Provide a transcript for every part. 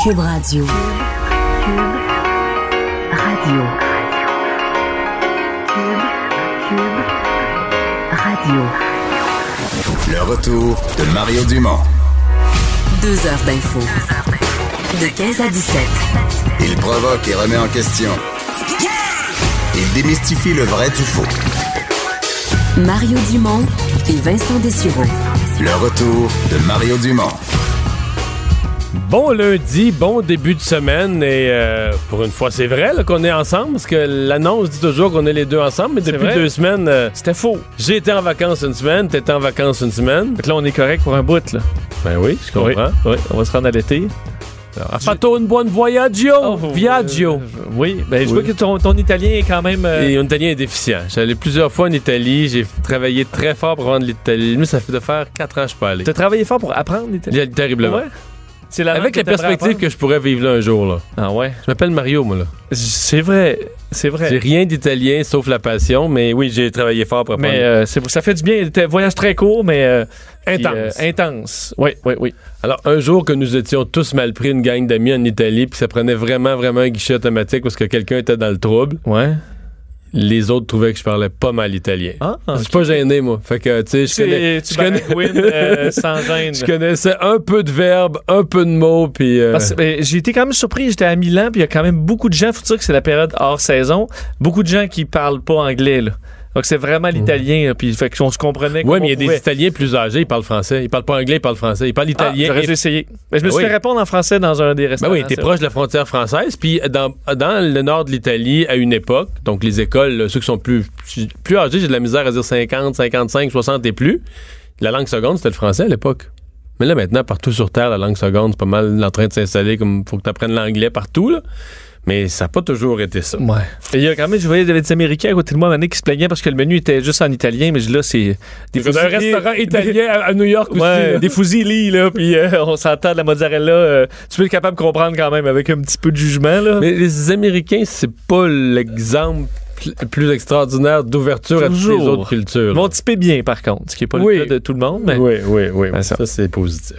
Cube Radio. Cube Radio. Cube Radio. Le retour de Mario Dumont. 2 heures d'info. De 15 à 17. Il provoque et remet en question. Il démystifie le vrai du faux. Mario Dumont et Vincent Dessureau. Le retour de Mario Dumont. Bon lundi, bon début de semaine et pour une fois, c'est vrai là, qu'on est ensemble parce que l'annonce dit toujours qu'on est les deux ensemble, mais depuis 2 semaines, c'était faux. J'ai été en vacances une semaine, t'étais en vacances une semaine. Donc là, on est correct pour un bout, là. Ben oui, je comprends. Oui, on va se rendre à l'été. Fatto un buon viaggio! Viaggio! Oui, ben je vois que ton italien est quand même... Et mon italien est déficient. J'allais allé plusieurs fois en Italie, j'ai travaillé très fort pour apprendre l'italien. Lui, ça fait de faire 4 ans que je suis pas allé. T'as travaillé fort pour apprendre l'italien? Terriblement. Ouais. C'est la avec la perspective que je pourrais vivre là un jour. Là. Ah ouais? Je m'appelle Mario, moi, là. C'est vrai. J'ai rien d'italien, sauf la passion, mais oui, j'ai travaillé fort pour apprendre. Mais ça fait du bien. C'était un voyage très court, mais... intense. Intense. Oui. Alors, un jour que nous étions tous mal pris, une gang d'amis en Italie, puis ça prenait vraiment un guichet automatique parce que quelqu'un était dans le trouble. Ouais. Les autres trouvaient que je parlais pas mal italien. Je suis pas gêné, moi. Fait que, tu sais, je connais sans gêne. Je connaissais un peu de verbes, un peu de mots, puis... j'ai été quand même surpris. J'étais à Milan, puis il y a quand même beaucoup de gens, faut dire que c'est la période hors saison, beaucoup de gens qui parlent pas anglais, là. Donc, c'est vraiment l'italien, puis fait qu'on se comprenait. Oui, mais il y a des Italiens plus âgés, ils parlent français. Ils parlent pas anglais, ils parlent français. Ils parlent italien. J'aurais dû essayer. Mais je me suis fait répondre en français dans un des restaurants. Ben oui, t'es proche de la frontière française. Puis dans le nord de l'Italie, à une époque, donc les écoles, là, ceux qui sont plus âgés, j'ai de la misère à dire 50, 55, 60 et plus. La langue seconde, c'était le français à l'époque. Mais là, maintenant, partout sur Terre, la langue seconde, c'est pas mal en train de s'installer, comme faut que tu apprennes l'anglais partout, là. Mais ça n'a pas toujours été ça. Ouais. Et il y a quand même, je voyais des Américains à côté de moi, un qui se plaignait parce que le menu était juste en italien, mais là, c'est des un restaurant italien à New York aussi. Ouais, là. Des fusilli, là, puis on s'entend de la mozzarella. Tu peux être capable de comprendre quand même avec un petit peu de jugement, là. Mais les Américains, c'est pas l'exemple le plus extraordinaire d'ouverture à toutes les autres cultures. Ils vont typer bien, par contre, ce qui n'est pas le cas de tout le monde. Mais... Oui. Ben, ça, c'est positif.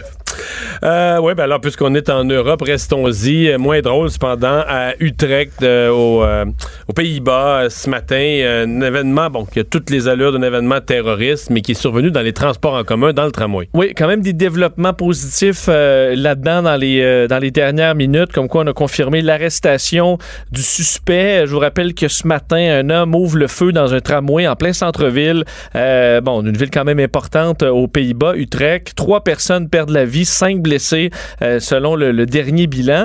Oui, ben alors, puisqu'on est en Europe, restons-y. Moins drôle, cependant, à Utrecht, aux Pays-Bas, ce matin, un événement, qui a toutes les allures d'un événement terroriste, mais qui est survenu dans les transports en commun, dans le tramway. Oui, quand même des développements positifs là-dedans dans les dernières minutes, comme quoi on a confirmé l'arrestation du suspect. Je vous rappelle que ce matin, un homme ouvre le feu dans un tramway en plein centre-ville. Une ville quand même importante aux Pays-Bas, Utrecht. 3 personnes perdent la vie, 5 blessés selon le dernier bilan.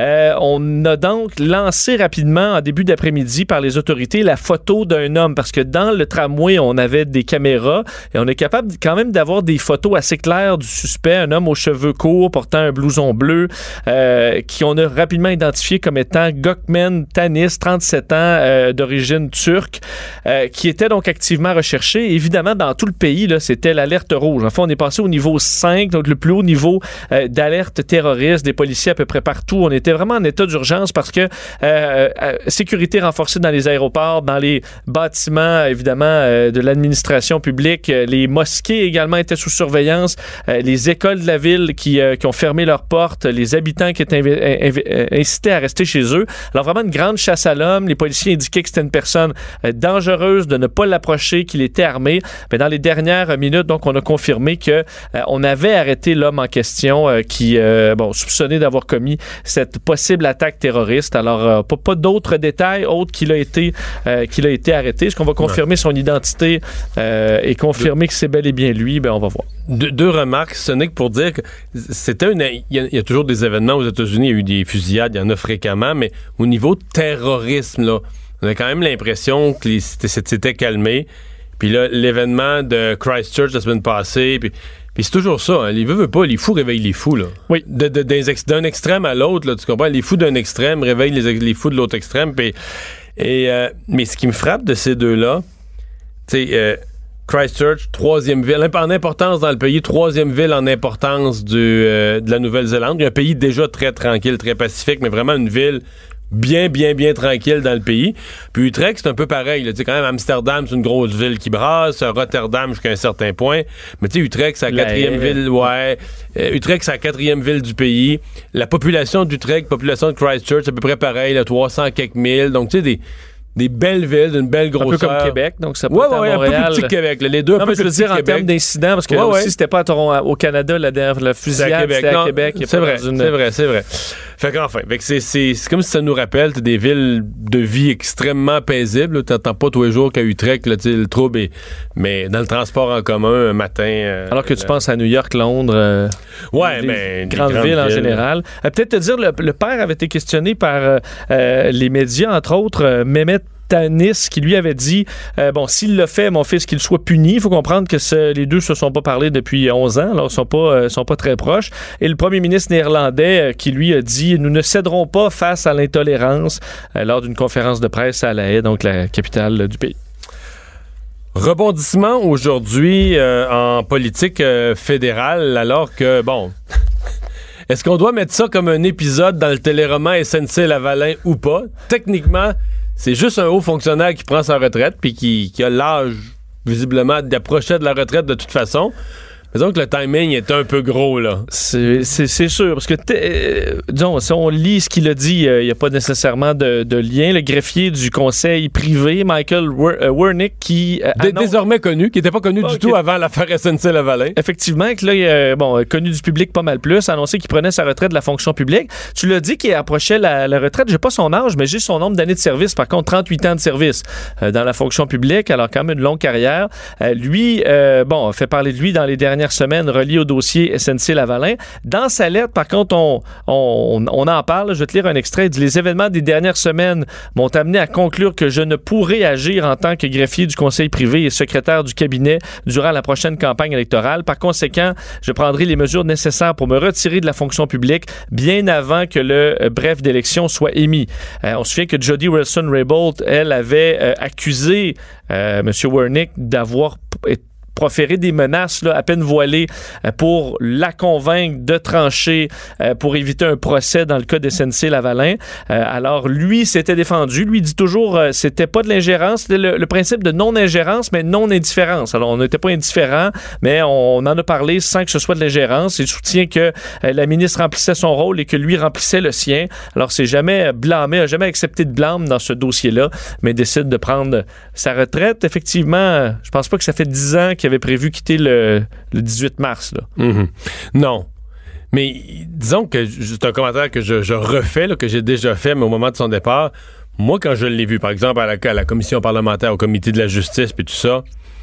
On a donc lancé rapidement en début d'après-midi par les autorités la photo d'un homme parce que dans le tramway, on avait des caméras et on est capable quand même d'avoir des photos assez claires du suspect, un homme aux cheveux courts portant un blouson bleu qui on a rapidement identifié comme étant Gökmen Tanis, 37 ans, d'origine turque, qui était donc activement recherché. Évidemment, dans tout le pays, là, c'était l'alerte rouge. En fait, on est passé au niveau 5, donc le plus haut niveau d'alerte terroriste, des policiers à peu près partout. On était vraiment en état d'urgence parce que sécurité renforcée dans les aéroports, dans les bâtiments, évidemment, de l'administration publique. Les mosquées également étaient sous surveillance. Les écoles de la ville qui ont fermé leurs portes. Les habitants qui étaient incités à rester chez eux. Alors, vraiment une grande chasse à l'homme. Les policiers indiquaient que c'était une personne dangereuse, de ne pas l'approcher, qu'il était armé. Mais dans les dernières minutes, donc, on a confirmé que on avait arrêté l'homme en question qui, soupçonné d'avoir commis cette possible attaque terroriste. Alors, pas d'autres détails autres qu'il a été arrêté. Est-ce qu'on va confirmer son identité et confirmer que c'est bel et bien lui? On va voir. Deux remarques, ce n'est que pour dire que il y a toujours des événements aux États-Unis, il y a eu des fusillades, il y en a fréquemment, mais au niveau terrorisme, là, on a quand même l'impression que c'était calmé. Puis là, l'événement de Christchurch la semaine passée, puis c'est toujours ça. Hein, les veut pas, les fous réveillent les fous, là. Oui. D'un extrême à l'autre, là, tu comprends? Les fous d'un extrême réveillent les fous de l'autre extrême. Mais ce qui me frappe de ces deux-là, tu sais, Christchurch, 3e ville, en importance dans le pays, 3e ville en importance de la Nouvelle-Zélande. Il y a un pays déjà très tranquille, très pacifique, mais vraiment une ville bien tranquille dans le pays. Puis Utrecht, c'est un peu pareil. Tu sais, quand même, Amsterdam, c'est une grosse ville qui brasse. Rotterdam, jusqu'à un certain point. Mais tu sais, Utrecht, c'est la quatrième ville. Ouais. Utrecht, c'est la quatrième ville du pays. La population d'Utrecht, population de Christchurch, c'est à peu près pareil, là, 300 quelques mille. Donc, tu sais, des belles villes, d'une belle grosseur. Un peu comme Québec, donc ça peut être à Montréal. Un peu plus petit que Québec. Là, les deux, non, mais je veux dire en termes d'incidents, parce que aussi, c'était pas au Canada, la fusillade, c'était à Québec. C'est vrai, c'est vrai. Fait qu'enfin, c'est comme si ça nous rappelle des villes de vie extrêmement paisibles. T'entends pas tous les jours qu'à Utrecht, là, le trouble mais dans le transport en commun, un matin... Alors que tu penses à New York, Londres... mais... Grandes villes en général. Peut-être te dire, le père avait été questionné par les médias, entre autres, Mehmet Tanis, qui lui avait dit s'il le fait, mon fils, qu'il soit puni. Il faut comprendre que les deux se sont pas parlé depuis 11 ans, alors ils sont pas très proches. Et le premier ministre néerlandais qui lui a dit: nous ne céderons pas face à l'intolérance, lors d'une conférence de presse à La Haye, donc la capitale du pays. Rebondissement aujourd'hui en politique fédérale, alors que, est-ce qu'on doit mettre ça comme un épisode dans le téléroman SNC-Lavalin ou pas? Techniquement, c'est juste un haut fonctionnaire qui prend sa retraite puis qui a l'âge, visiblement, d'approcher de la retraite de toute façon. Disons que le timing est un peu gros, là. C'est sûr, parce que, disons, si on lit ce qu'il a dit, il n'y a pas nécessairement de lien. Le greffier du conseil privé, Michael Wernick, qui désormais connu, qui n'était pas connu du tout avant l'affaire SNC-Lavalin. Effectivement, que là, connu du public pas mal plus, a annoncé qu'il prenait sa retraite de la fonction publique. Tu l'as dit qu'il approchait la retraite. J'ai pas son âge, mais j'ai son nombre d'années de service. Par contre, 38 ans de service dans la fonction publique, alors quand même une longue carrière. Lui, on fait parler de lui dans les dernières semaine relié au dossier SNC-Lavalin. Dans sa lettre, par contre, on en parle. Je vais te lire un extrait. Il dit: les événements des dernières semaines m'ont amené à conclure que je ne pourrai agir en tant que greffier du conseil privé et secrétaire du cabinet durant la prochaine campagne électorale. Par conséquent, je prendrai les mesures nécessaires pour me retirer de la fonction publique bien avant que le bref d'élection soit émis. On se souvient que Jody Wilson-Raybould, elle, avait accusé M. Wernick d'avoir proférer des menaces là, à peine voilées pour la convaincre de trancher pour éviter un procès dans le cas de SNC-Lavalin. Alors, lui s'était défendu. Lui dit toujours c'était pas de l'ingérence, c'était le principe de non-ingérence, mais non-indifférence. Alors, on n'était pas indifférent, mais on en a parlé sans que ce soit de l'ingérence. Il soutient que la ministre remplissait son rôle et que lui remplissait le sien. Alors, c'est jamais blâmé, n'a jamais accepté de blâme dans ce dossier-là, mais décide de prendre sa retraite. Effectivement, je pense pas que ça fait 10 ans qu'il avait prévu quitter le 18 mars. Là. Mm-hmm. Non. Mais disons que c'est un commentaire que je refais, là, que j'ai déjà fait, mais au moment de son départ, moi, quand je l'ai vu, par exemple, à la commission parlementaire, au comité de la justice, puis tout ça,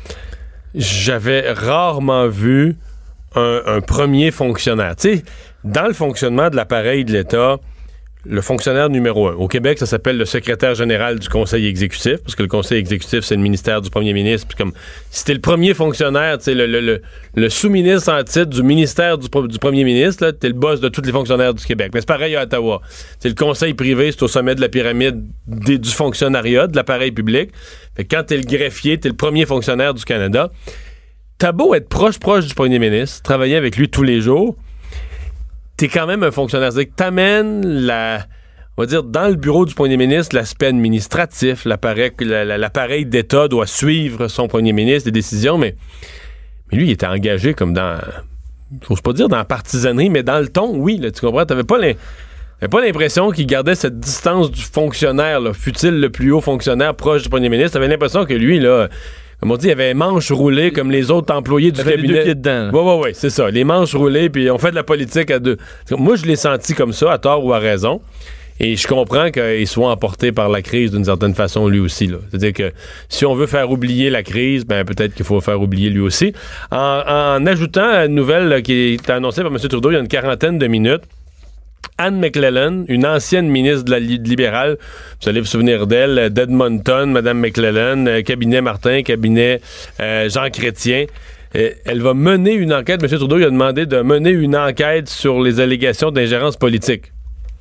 j'avais rarement vu un premier fonctionnaire. Tu sais, dans le fonctionnement de l'appareil de l'État, le fonctionnaire numéro 1. Au Québec, ça s'appelle le secrétaire général du conseil exécutif, parce que le conseil exécutif, c'est le ministère du premier ministre. Puis comme si t'es le premier fonctionnaire, tu sais, le sous-ministre en titre du ministère du premier ministre, là, t'es le boss de tous les fonctionnaires du Québec. Mais c'est pareil à Ottawa. C'est le conseil privé, c'est au sommet de la pyramide du fonctionnariat, de l'appareil public. Fait que quand t'es le greffier, t'es le premier fonctionnaire du Canada. T'as beau être proche du premier ministre, travailler avec lui tous les jours, t'es quand même un fonctionnaire. C'est-à-dire que t'amènes on va dire, dans le bureau du premier ministre, l'aspect administratif, l'appareil d'État doit suivre son premier ministre, des décisions, mais lui, il était engagé comme dans, j'ose pas dire dans la partisanerie, mais dans le ton, oui, là, tu comprends? T'avais pas l'impression qu'il gardait cette distance du fonctionnaire, là, fut-il le plus haut fonctionnaire proche du premier ministre. T'avais l'impression que lui, là, comme on dit, il avait les manches roulées comme les autres employés du cabinet. Les deux pieds dedans. Oui, c'est ça. Les manches roulées, puis on fait de la politique à deux. Moi, je l'ai senti comme ça, à tort ou à raison. Et je comprends qu'il soit emporté par la crise d'une certaine façon, lui aussi. Là. C'est-à-dire que si on veut faire oublier la crise, ben peut-être qu'il faut faire oublier lui aussi. En ajoutant une nouvelle qui est annoncée par M. Trudeau il y a une quarantaine de minutes, Anne McLellan, une ancienne ministre de la libérale, vous allez vous souvenir d'elle, d'Edmonton, Mme McLellan, cabinet Martin, cabinet Jean Chrétien. Elle va mener une enquête. M. Trudeau lui a demandé de mener une enquête sur les allégations d'ingérence politique.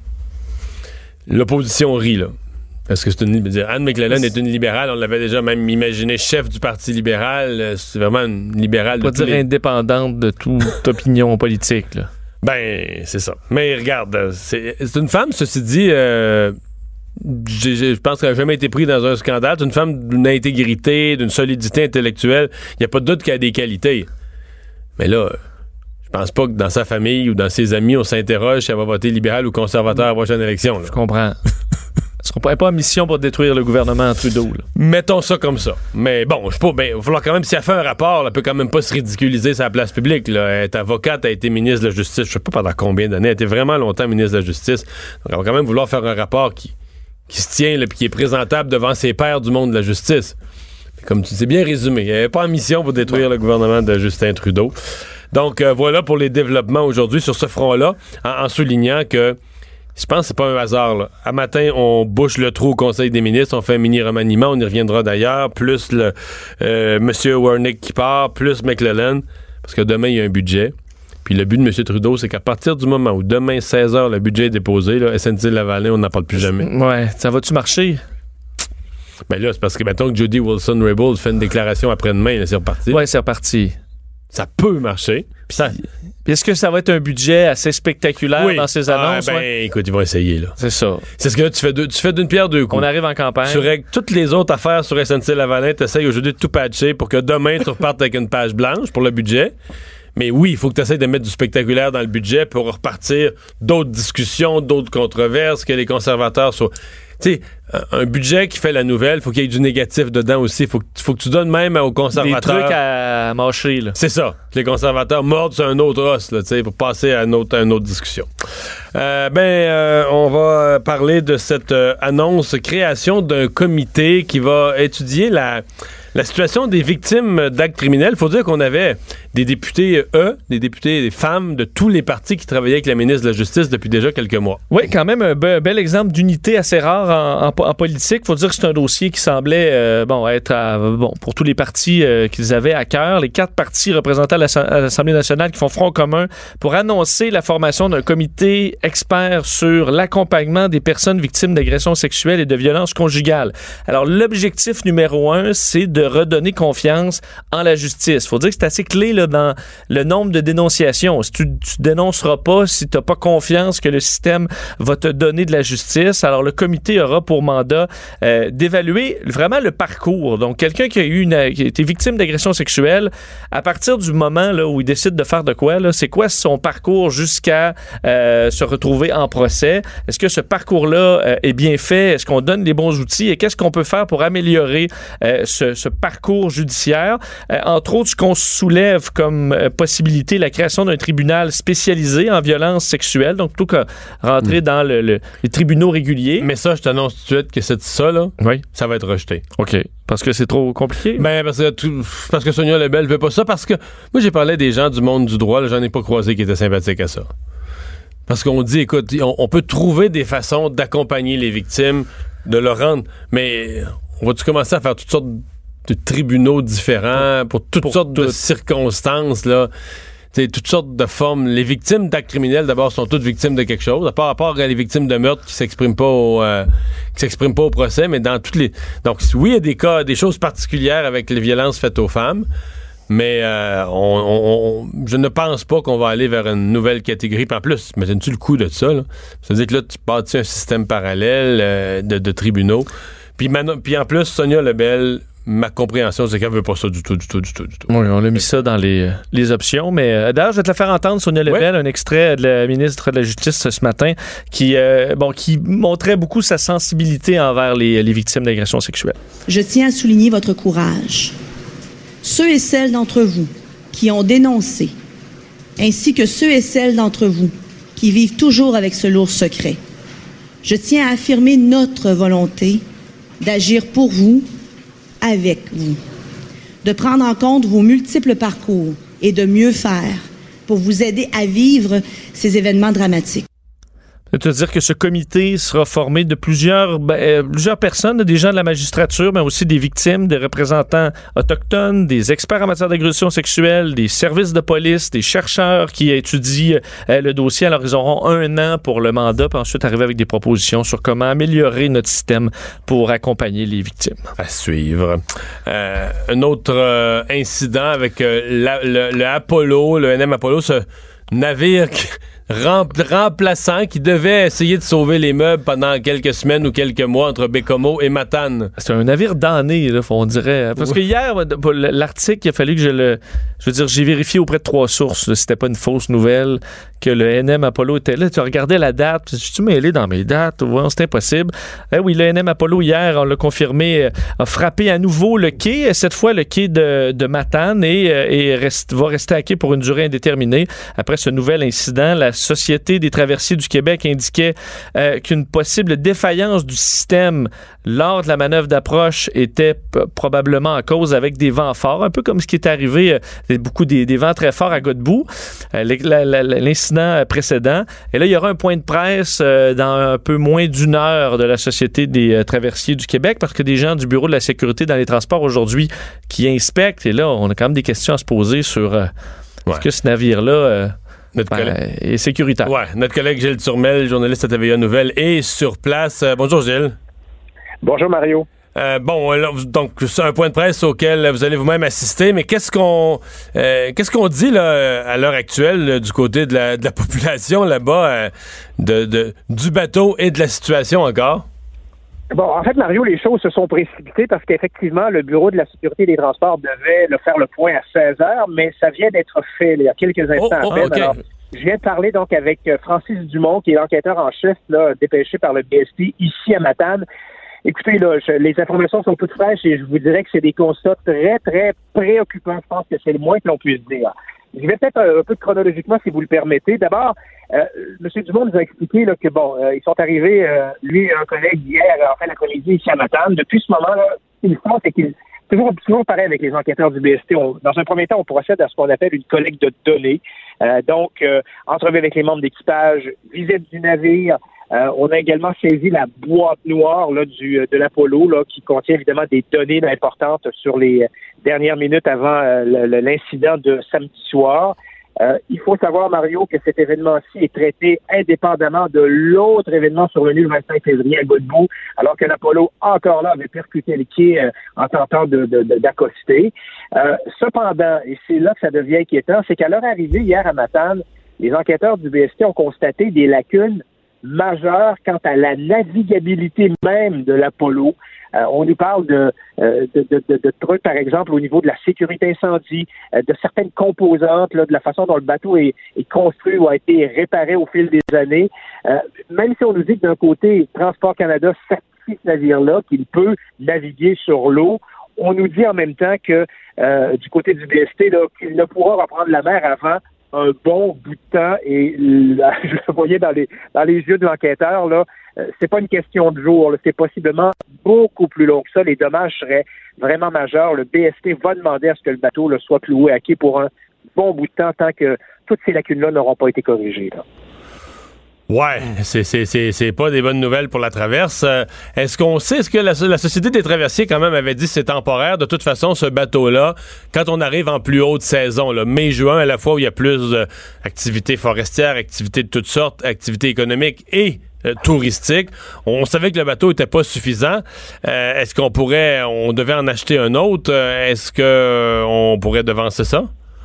L'opposition rit, là. Parce que Anne McLellan est une libérale. On l'avait déjà même imaginé chef du Parti libéral. C'est vraiment une libérale. Pas dire indépendante de toute opinion politique, là. Ben, c'est ça. Mais regarde, c'est une femme, ceci dit, je pense qu'elle n'a jamais été prise dans un scandale. C'est une femme d'une intégrité, d'une solidité intellectuelle. Il n'y a pas de doute qu'elle a des qualités. Mais là, je pense pas que dans sa famille ou dans ses amis, on s'interroge si elle va voter libéral ou conservateur à la prochaine élection. Là. Je comprends. Elle n'est pas en mission pour détruire le gouvernement Trudeau. Là. Mettons ça comme ça. Mais bon, je sais pas, il va falloir quand même, si elle fait un rapport, elle peut quand même pas se ridiculiser sa place publique. Là. Elle est avocate, elle a été ministre de la Justice, je sais pas pendant combien d'années, elle a été vraiment longtemps ministre de la Justice. Donc elle va quand même vouloir faire un rapport qui se tient et qui est présentable devant ses pairs du monde de la justice. Mais comme tu sais bien résumé, elle n'est pas en mission pour détruire le gouvernement de Justin Trudeau. Donc voilà pour les développements aujourd'hui sur ce front-là, en soulignant que je pense que c'est pas un hasard. Là. À matin, on bouche le trou au Conseil des ministres, on fait un mini-remaniement, on y reviendra d'ailleurs, plus le M. Wernick qui part, plus McClellan, parce que demain, il y a un budget. Puis le but de M. Trudeau, c'est qu'à partir du moment où demain, 16h, le budget est déposé, là, SNC-Lavalin, on n'en parle plus jamais. Ouais, ça va-tu marcher? Ben là, c'est parce que mettons que Jody Wilson-Raybould fait une déclaration après-demain, là, c'est reparti. Ouais, c'est reparti. Ça peut marcher. Puis est-ce que ça va être un budget assez spectaculaire dans ces annonces? Écoute, ils vont essayer, là. C'est ça. C'est ce que là, tu fais d'une pierre deux coups. On arrive en campagne. Tu règles toutes les autres affaires sur SNC-Lavalin, tu essayes aujourd'hui de tout patcher pour que demain, tu repartes avec une page blanche pour le budget. Mais oui, il faut que tu essaies de mettre du spectaculaire dans le budget pour repartir d'autres discussions, d'autres controverses, que les conservateurs soient... Tu sais, un budget qui fait la nouvelle, il faut qu'il y ait du négatif dedans aussi. Faut que tu donnes même aux conservateurs... Des trucs à mâcher, là. C'est ça. Que les conservateurs mordent sur un autre os, là, pour passer à une autre discussion. On va parler de cette annonce, création d'un comité qui va étudier la situation des victimes d'actes criminels. Il faut dire qu'on avait des députés, des femmes de tous les partis qui travaillaient avec la ministre de la Justice depuis déjà quelques mois. Oui, quand même un bel exemple d'unité assez rare en politique. Il faut dire que c'est un dossier qui semblait être pour tous les partis qu'ils avaient à cœur. Les 4 partis représentés à l'Assemblée nationale qui font front commun pour annoncer la formation d'un comité expert sur l'accompagnement des personnes victimes d'agressions sexuelles et de violences conjugales. Alors, l'objectif numéro 1, c'est de redonner confiance en la justice. Il faut dire que c'est assez clé là, dans le nombre de dénonciations. Si tu dénonceras pas, si tu n'as pas confiance que le système va te donner de la justice, alors le comité aura pour mandat d'évaluer vraiment le parcours. Donc, quelqu'un qui a été victime d'agression sexuelle, à partir du moment là, où il décide de faire de quoi, là, c'est quoi son parcours jusqu'à se retrouver en procès? Est-ce que ce parcours-là est bien fait? Est-ce qu'on donne les bons outils? Et qu'est-ce qu'on peut faire pour améliorer ce parcours judiciaire? Entre autres, ce qu'on soulève comme possibilité, la création d'un tribunal spécialisé en violence sexuelle, donc plutôt que rentrer dans les tribunaux réguliers. Mais ça, je t'annonce tout de suite que c'est ça, là, ça va être rejeté. OK. Parce que c'est trop compliqué? Parce que Sonia Lebel veut pas ça, parce que moi, j'ai parlé des gens du monde du droit, là, j'en ai pas croisé qui étaient sympathiques à ça. Parce qu'on dit, écoute, on peut trouver des façons d'accompagner les victimes, de leur rendre, mais on va-tu commencer à faire toutes sortes de tribunaux différents pour toutes sortes de circonstances, là? T'sais, toutes sortes de formes. Les victimes d'actes criminels, d'abord, sont toutes victimes de quelque chose, à part les victimes de meurtre qui s'expriment pas au procès, mais dans toutes les... Donc, oui, il y a des cas, des choses particulières avec les violences faites aux femmes, mais je ne pense pas qu'on va aller vers une nouvelle catégorie. Puis en plus, imagines-tu le coût de ça, là? C'est-à-dire que là, tu bâtis un système parallèle de tribunaux. Puis en plus, Sonia Lebel, ma compréhension, c'est qu'elle veut pas ça du tout. Oui, on a mis ça dans les options. Mais d'ailleurs, je vais te la faire entendre, Sonia Lebel, un extrait de la ministre de la Justice ce matin qui montrait beaucoup sa sensibilité envers les victimes d'agressions sexuelles. Je tiens à souligner votre courage. Ceux et celles d'entre vous qui ont dénoncé, ainsi que ceux et celles d'entre vous qui vivent toujours avec ce lourd secret. Je tiens à affirmer notre volonté d'agir pour vous, avec vous, de prendre en compte vos multiples parcours et de mieux faire pour vous aider à vivre ces événements dramatiques. C'est-à-dire que ce comité sera formé de plusieurs personnes, des gens de la magistrature, mais aussi des victimes, des représentants autochtones, des experts en matière d'agression sexuelle, des services de police, des chercheurs qui étudient le dossier. Alors, ils auront 1 an pour le mandat, puis ensuite arriver avec des propositions sur comment améliorer notre système pour accompagner les victimes. À suivre. Un autre incident avec le Apollo, le NM Apollo, ce navire remplaçant qui devait essayer de sauver les meubles pendant quelques semaines ou quelques mois entre Baie-Comeau et Matane. C'est un navire damné, là, on dirait. Parce que hier, l'article, il a fallu que j'ai vérifié auprès de 3 sources, là, c'était pas une fausse nouvelle, que le NM Apollo était là. Tu regardais la date, je suis mêlé dans mes dates, ouais, c'est impossible. Oui, le NM Apollo, hier, on l'a confirmé, a frappé à nouveau le quai, cette fois le quai de Matane, et va rester à quai pour une durée indéterminée. Après ce nouvel incident, la Société des traversiers du Québec indiquait qu'une possible défaillance du système lors de la manœuvre d'approche était probablement en cause avec des vents forts, un peu comme ce qui est arrivé, beaucoup des vents très forts à Godbout, l'incident précédent. Et là, il y aura un point de presse dans un peu moins d'une heure de la Société des traversiers du Québec, parce que des gens du Bureau de la sécurité dans les transports aujourd'hui qui inspectent, et là, on a quand même des questions à se poser sur est-ce que ce navire-là est sécuritaire. Ouais, notre collègue Gilles Turmel, journaliste à TVA Nouvelles, est sur place. Bonjour Gilles. Bonjour Mario. Donc c'est un point de presse auquel vous allez vous-même assister, mais qu'est-ce qu'on dit là à l'heure actuelle là, du côté de la population là-bas, du bateau et de la situation encore? Bon, en fait, Mario, les choses se sont précipitées parce qu'effectivement, le Bureau de la sécurité des transports devait faire le point à 16 heures, mais ça vient d'être fait il y a quelques instants à peine. Okay. Alors, je viens de parler donc avec Francis Dumont, qui est l'enquêteur en chef là, dépêché par le BSP ici à Matane. Écoutez, là, les informations sont toutes fraîches et je vous dirais que c'est des constats très, très préoccupants. Je pense que c'est le moins que l'on puisse dire. Je vais peut-être un peu chronologiquement, si vous le permettez. D'abord, M. Dumont nous a expliqué là, que, ils sont arrivés, lui et un collègue, hier, en fin d'après-midi, ici à Matane. Depuis ce moment-là, ce qu'ils font, c'est qu'ils toujours pareil avec les enquêteurs du BST. Dans un premier temps, on procède à ce qu'on appelle une collecte de données. Donc, entrevue avec les membres d'équipage, visite du navire. On a également saisi la boîte noire là, de l'Apollo, là, qui contient évidemment des données importantes sur les dernières minutes avant l'incident de samedi soir. Il faut savoir, Mario, que cet événement-ci est traité indépendamment de l'autre événement survenu le 25 février à Godbout, alors que l'Apollo, encore là, avait percuté le quai en tentant d'accoster. Cependant, et c'est là que ça devient inquiétant, c'est qu'à leur arrivée hier à Matane, les enquêteurs du BST ont constaté des lacunes majeures quant à la navigabilité même de l'Apollo. On nous parle de trucs, par exemple, au niveau de la sécurité incendie, de certaines composantes, là, de la façon dont le bateau est construit ou a été réparé au fil des années. Même si on nous dit que d'un côté, Transport Canada certifie ce navire-là, qu'il peut naviguer sur l'eau, on nous dit en même temps que du côté du BST, là, qu'il ne pourra reprendre la mer avant un bon bout de temps, et là, je le voyais dans les yeux de l'enquêteur, là, c'est pas une question de jour, là, c'est possiblement beaucoup plus long que ça. Les dommages seraient vraiment majeurs. Le BST va demander à ce que le bateau là, soit cloué à quai pour un bon bout de temps, tant que toutes ces lacunes-là n'auront pas été corrigées. Là. Ouais, c'est pas des bonnes nouvelles pour la traverse. Est-ce que la Société des traversiers quand même avait dit que c'est temporaire? De toute façon, ce bateau-là, quand on arrive en plus haute saison, là, mai-juin, à la fois où il y a plus d'activités forestières, activités de toutes sortes, activités économiques et touristiques, on savait que le bateau était pas suffisant. Est-ce qu'on devait en acheter un autre? Est-ce qu'on pourrait devancer ça?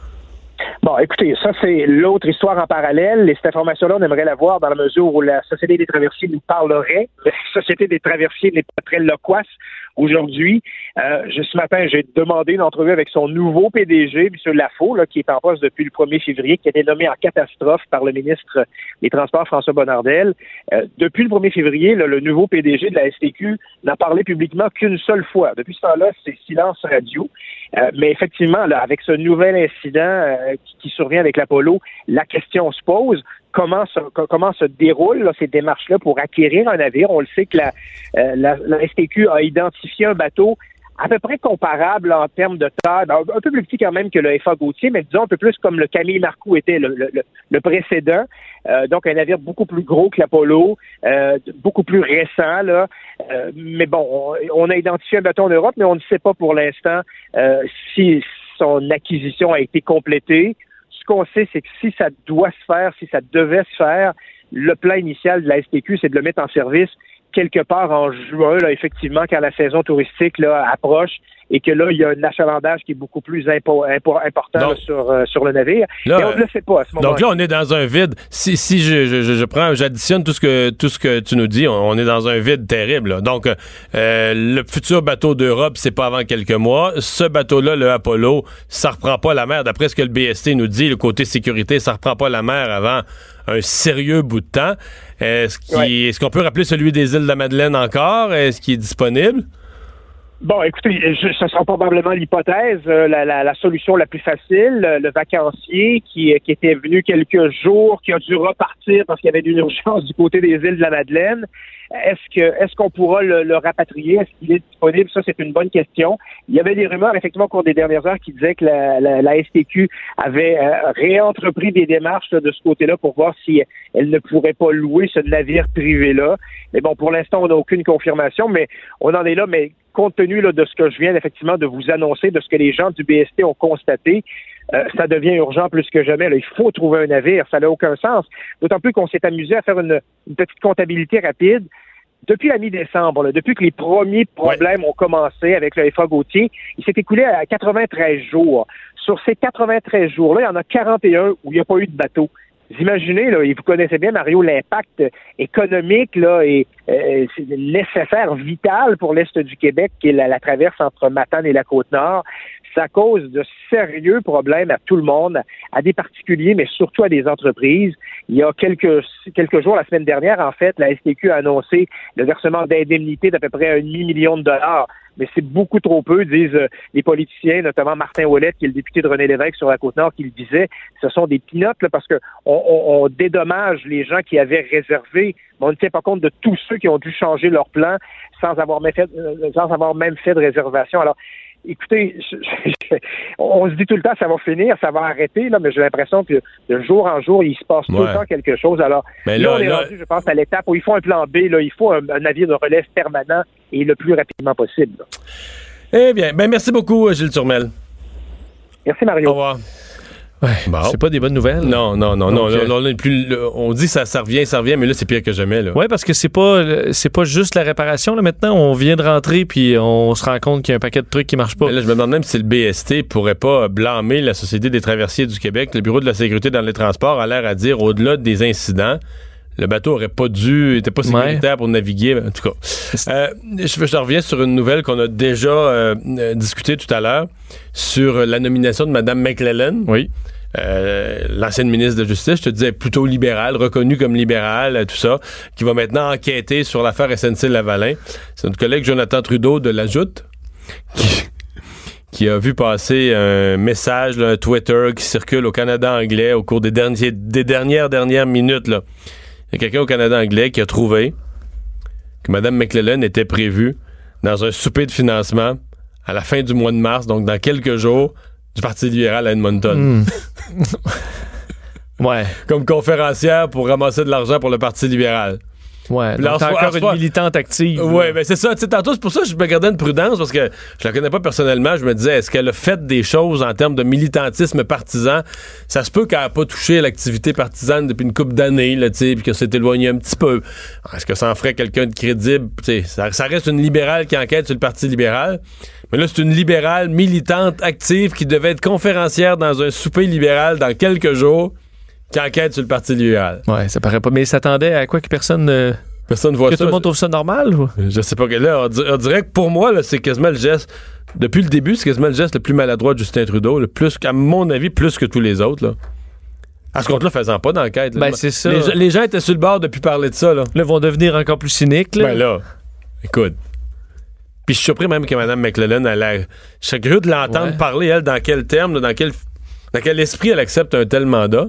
Bon, écoutez, ça, c'est l'autre histoire en parallèle. Et cette information-là, on aimerait la voir dans la mesure où la Société des traversiers nous parlerait. La Société des traversiers n'est pas très loquace aujourd'hui. Ce matin, j'ai demandé une entrevue avec son nouveau PDG, M. Lafaux, là, qui est en poste depuis le 1er février, qui a été nommé en catastrophe par le ministre des Transports, François Bonnardel. Depuis le 1er février, là, le nouveau PDG de la STQ n'a parlé publiquement qu'une seule fois. Depuis ce temps-là, c'est silence radio. Mais effectivement, là, avec ce nouvel incident qui survient avec l'Apollo, la question se pose. Comment se déroulent là, ces démarches-là pour acquérir un navire? On le sait que la STQ a identifié un bateau à peu près comparable en termes de taille, un peu plus petit quand même que le FA Gauthier, mais disons un peu plus comme le Camille Marcoux était le précédent. Donc un navire beaucoup plus gros que l'Apollo, beaucoup plus récent là. Mais bon, on a identifié un bateau en Europe, mais on ne sait pas pour l'instant si son acquisition a été complétée. Ce qu'on sait, c'est que si ça doit se faire, si ça devait se faire, le plan initial de la STQ, c'est de le mettre en service quelque part en juin, là, effectivement, quand la saison touristique là, approche, et que là, il y a un achalandage qui est beaucoup plus important donc, là, sur le navire. Là, et on ne le sait pas à ce moment-là. Donc là, on est dans un vide. Si j'additionne tout ce que tu nous dis, on est dans un vide terrible. Là. Donc, le futur bateau d'Europe, c'est pas avant quelques mois. Ce bateau-là, le Apollo, ça reprend pas la mer. D'après ce que le BST nous dit, le côté sécurité, ça reprend pas la mer avant un sérieux bout de temps. Est-ce qu'on peut rappeler celui des îles de la Madeleine encore? Est-ce qu'il est disponible? Bon, écoutez, ce sera probablement l'hypothèse, la solution la plus facile, le vacancier qui était venu quelques jours, qui a dû repartir parce qu'il y avait une urgence du côté des îles de la Madeleine. Est-ce qu'on pourra le rapatrier? Est-ce qu'il est disponible? Ça, c'est une bonne question. Il y avait des rumeurs, effectivement, au cours des dernières heures qui disaient que la STQ avait réentrepris des démarches là, de ce côté-là pour voir si elle ne pourrait pas louer ce navire privé-là. Mais bon, pour l'instant, on n'a aucune confirmation, mais on en est là, mais compte tenu là, de ce que je viens effectivement de vous annoncer, de ce que les gens du BST ont constaté, ça devient urgent plus que jamais. Là. Il faut trouver un navire, ça n'a aucun sens. D'autant plus qu'on s'est amusé à faire une petite comptabilité rapide. Depuis la mi-décembre, là, depuis que les premiers problèmes ont commencé avec le FA Gauthier, il s'est écoulé à 93 jours. Sur ces 93 jours-là, il y en a 41 où il n'y a pas eu de bateau. Vous imaginez, là, et vous connaissez bien, Mario, l'impact économique là, est nécessaire, vital pour l'Est du Québec, qui est la traverse entre Matane et la Côte-Nord. Ça cause de sérieux problèmes à tout le monde, à des particuliers, mais surtout à des entreprises. Il y a quelques jours, la semaine dernière, en fait, la STQ a annoncé le versement d'indemnités d'à peu près $1 million. Mais c'est beaucoup trop peu, disent les politiciens, notamment Martin Ouellette, qui est le député de René Lévesque sur la Côte-Nord, qui le disait. Ce sont des peanuts, là, parce que on dédommage les gens qui avaient réservé, mais on ne tient pas compte de tous ceux qui ont dû changer leur plan sans avoir même fait de réservation. Alors, écoutez, on se dit tout le temps ça va finir, ça va arrêter, là, mais j'ai l'impression que de jour en jour, il se passe tout le temps quelque chose. Alors, mais là, on est rendu, je pense, à l'étape où il faut un plan B, là, il faut un navire de relève permanent et le plus rapidement possible. Là. Eh bien, merci beaucoup, Gilles Turmel. Merci, Mario. Au revoir. Ouais, bon. C'est pas des bonnes nouvelles. Non. Donc, on dit ça revient, mais là, c'est pire que jamais. Oui, parce que c'est pas juste la réparation. Là, maintenant, on vient de rentrer puis on se rend compte qu'il y a un paquet de trucs qui marchent pas. Mais là, je me demande même si le BST pourrait pas blâmer la Société des traversiers du Québec. Le Bureau de la sécurité dans les transports a l'air à dire, au-delà des incidents, le bateau aurait pas était pas sécuritaire pour naviguer. En tout cas, je reviens sur une nouvelle qu'on a déjà discutée tout à l'heure sur la nomination de Mme McClellan. Oui. L'ancienne ministre de Justice, je te disais, plutôt libérale, reconnue comme libérale, tout ça, qui va maintenant enquêter sur l'affaire SNC-Lavalin. C'est notre collègue Jonathan Trudeau de la Joute qui a vu passer un message, là, un Twitter qui circule au Canada anglais au cours des dernières minutes, là. Il y a quelqu'un au Canada anglais qui a trouvé que Mme McClellan était prévue dans un souper de financement à la fin du mois de mars, donc dans quelques jours, du Parti libéral à Edmonton. Ouais. Comme conférencière pour ramasser de l'argent pour le Parti libéral. Ouais, donc t'es encore une militante active. Oui, mais c'est ça. Tu sais, tantôt, c'est pour ça que je me gardais une prudence, parce que je la connais pas personnellement. Je me disais, est-ce qu'elle a fait des choses en termes de militantisme partisan? Ça se peut qu'elle n'a pas touché l'activité partisane depuis une couple d'années, là, tu sais, puis qu'elle s'est éloignée un petit peu. Est-ce que ça en ferait quelqu'un de crédible? Tu sais, ça reste une libérale qui enquête sur le Parti libéral. Mais là, c'est une libérale militante active qui devait être conférencière dans un souper libéral dans quelques jours, qui enquête sur le Parti libéral. Ouais, ça paraît pas. Mais il s'attendait à quoi que personne voit que ça. Tout le monde trouve ça normal? Ou? Je sais pas. Là, on dirait que pour moi, là, c'est quasiment le geste. Depuis le début, c'est quasiment le geste le plus maladroit de Justin Trudeau. À mon avis, plus que tous les autres. Là. À ce compte-là, faisant pas d'enquête. Là. Ben, c'est ça. Les gens étaient sur le bord depuis parler de ça. Là, ils vont devenir encore plus cyniques. Là. Ben là, écoute. Puis je suis surpris même que Mme McClellan, je suis curieux de l'entendre parler, elle, dans quel terme, là, dans quel esprit elle accepte un tel mandat.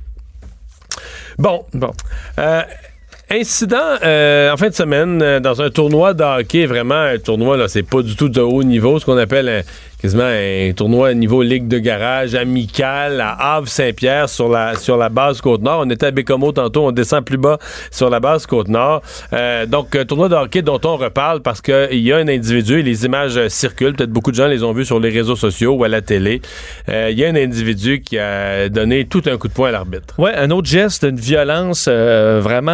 Bon. Incident en fin de semaine dans un tournoi de hockey, vraiment un tournoi, là, c'est pas du tout de haut niveau, ce qu'on appelle quasiment un tournoi à niveau ligue de garage amical à Havre-Saint-Pierre sur la base Côte-Nord. On était à Bécomo tantôt, on descend plus bas sur la base Côte-Nord. Donc, un tournoi de hockey dont on reparle parce qu'il y a un individu, et les images circulent, peut-être beaucoup de gens les ont vues sur les réseaux sociaux ou à la télé. Il y a un individu qui a donné tout un coup de poing à l'arbitre. Ouais, un autre geste d'une violence vraiment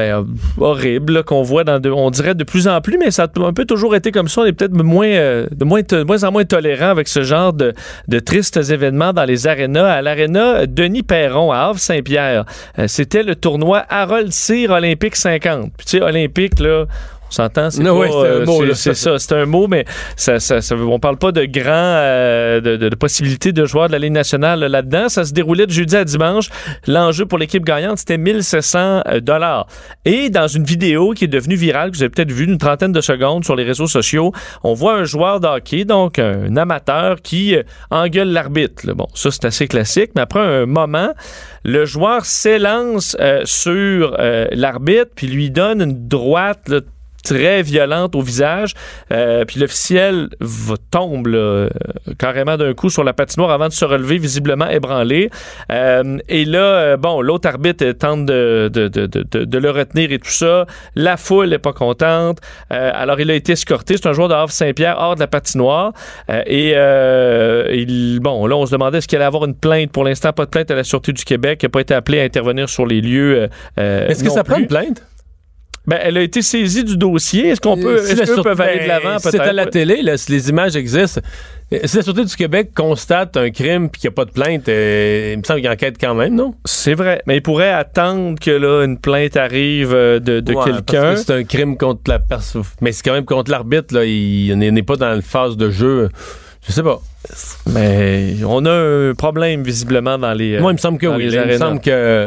horrible là, qu'on voit on dirait de plus en plus, mais ça a un peu toujours été comme ça. On est peut-être de moins en moins tolérant avec ce genre de tristes événements dans les arénas. À l'aréna Denis Perron à Havre-Saint-Pierre, c'était le tournoi Harold Cyr Olympique 50. Puis tu sais, Olympique, là... On s'entend, c'est non, pas... Oui, c'est un mot, c'est ça, c'est un mot, mais on parle pas de de possibilités de joueurs de la Ligue nationale là-dedans. Ça se déroulait de jeudi à dimanche. L'enjeu pour l'équipe gagnante, c'était 1700 $. Et dans une vidéo qui est devenue virale, que vous avez peut-être vu, une trentaine de secondes sur les réseaux sociaux, on voit un joueur de hockey, donc un amateur, qui engueule l'arbitre. Bon, ça, c'est assez classique, mais après un moment, le joueur s'élance sur l'arbitre, puis lui donne une droite, là, très violente au visage, puis l'officiel tombe là, carrément d'un coup sur la patinoire avant de se relever, visiblement ébranlé. Et là, l'autre arbitre tente de le retenir et tout ça. La foule n'est pas contente. Alors, il a été escorté. C'est un joueur de Havre-Saint-Pierre hors de la patinoire. Là, on se demandait est-ce qu'il allait avoir une plainte. Pour l'instant, pas de plainte à la Sûreté du Québec. Il n'a pas été appelé à intervenir sur les lieux. Est-ce que ça prend une plainte? Elle a été saisie du dossier. Est-ce qu'eux peuvent aller de l'avant? Si c'est à la télé, là, si les images existent, si la Sûreté du Québec constate un crime et qu'il n'y a pas de plainte, il me semble qu'il enquête quand même, non? C'est vrai, mais il pourrait attendre que là, une plainte arrive de quelqu'un. Parce que c'est un crime contre la personne. Mais c'est quand même contre l'arbitre. Là. Il n'est pas dans la phase de jeu. Je sais pas. Mais on a un problème, visiblement, dans les Moi, il me semble que oui. Il me semble que...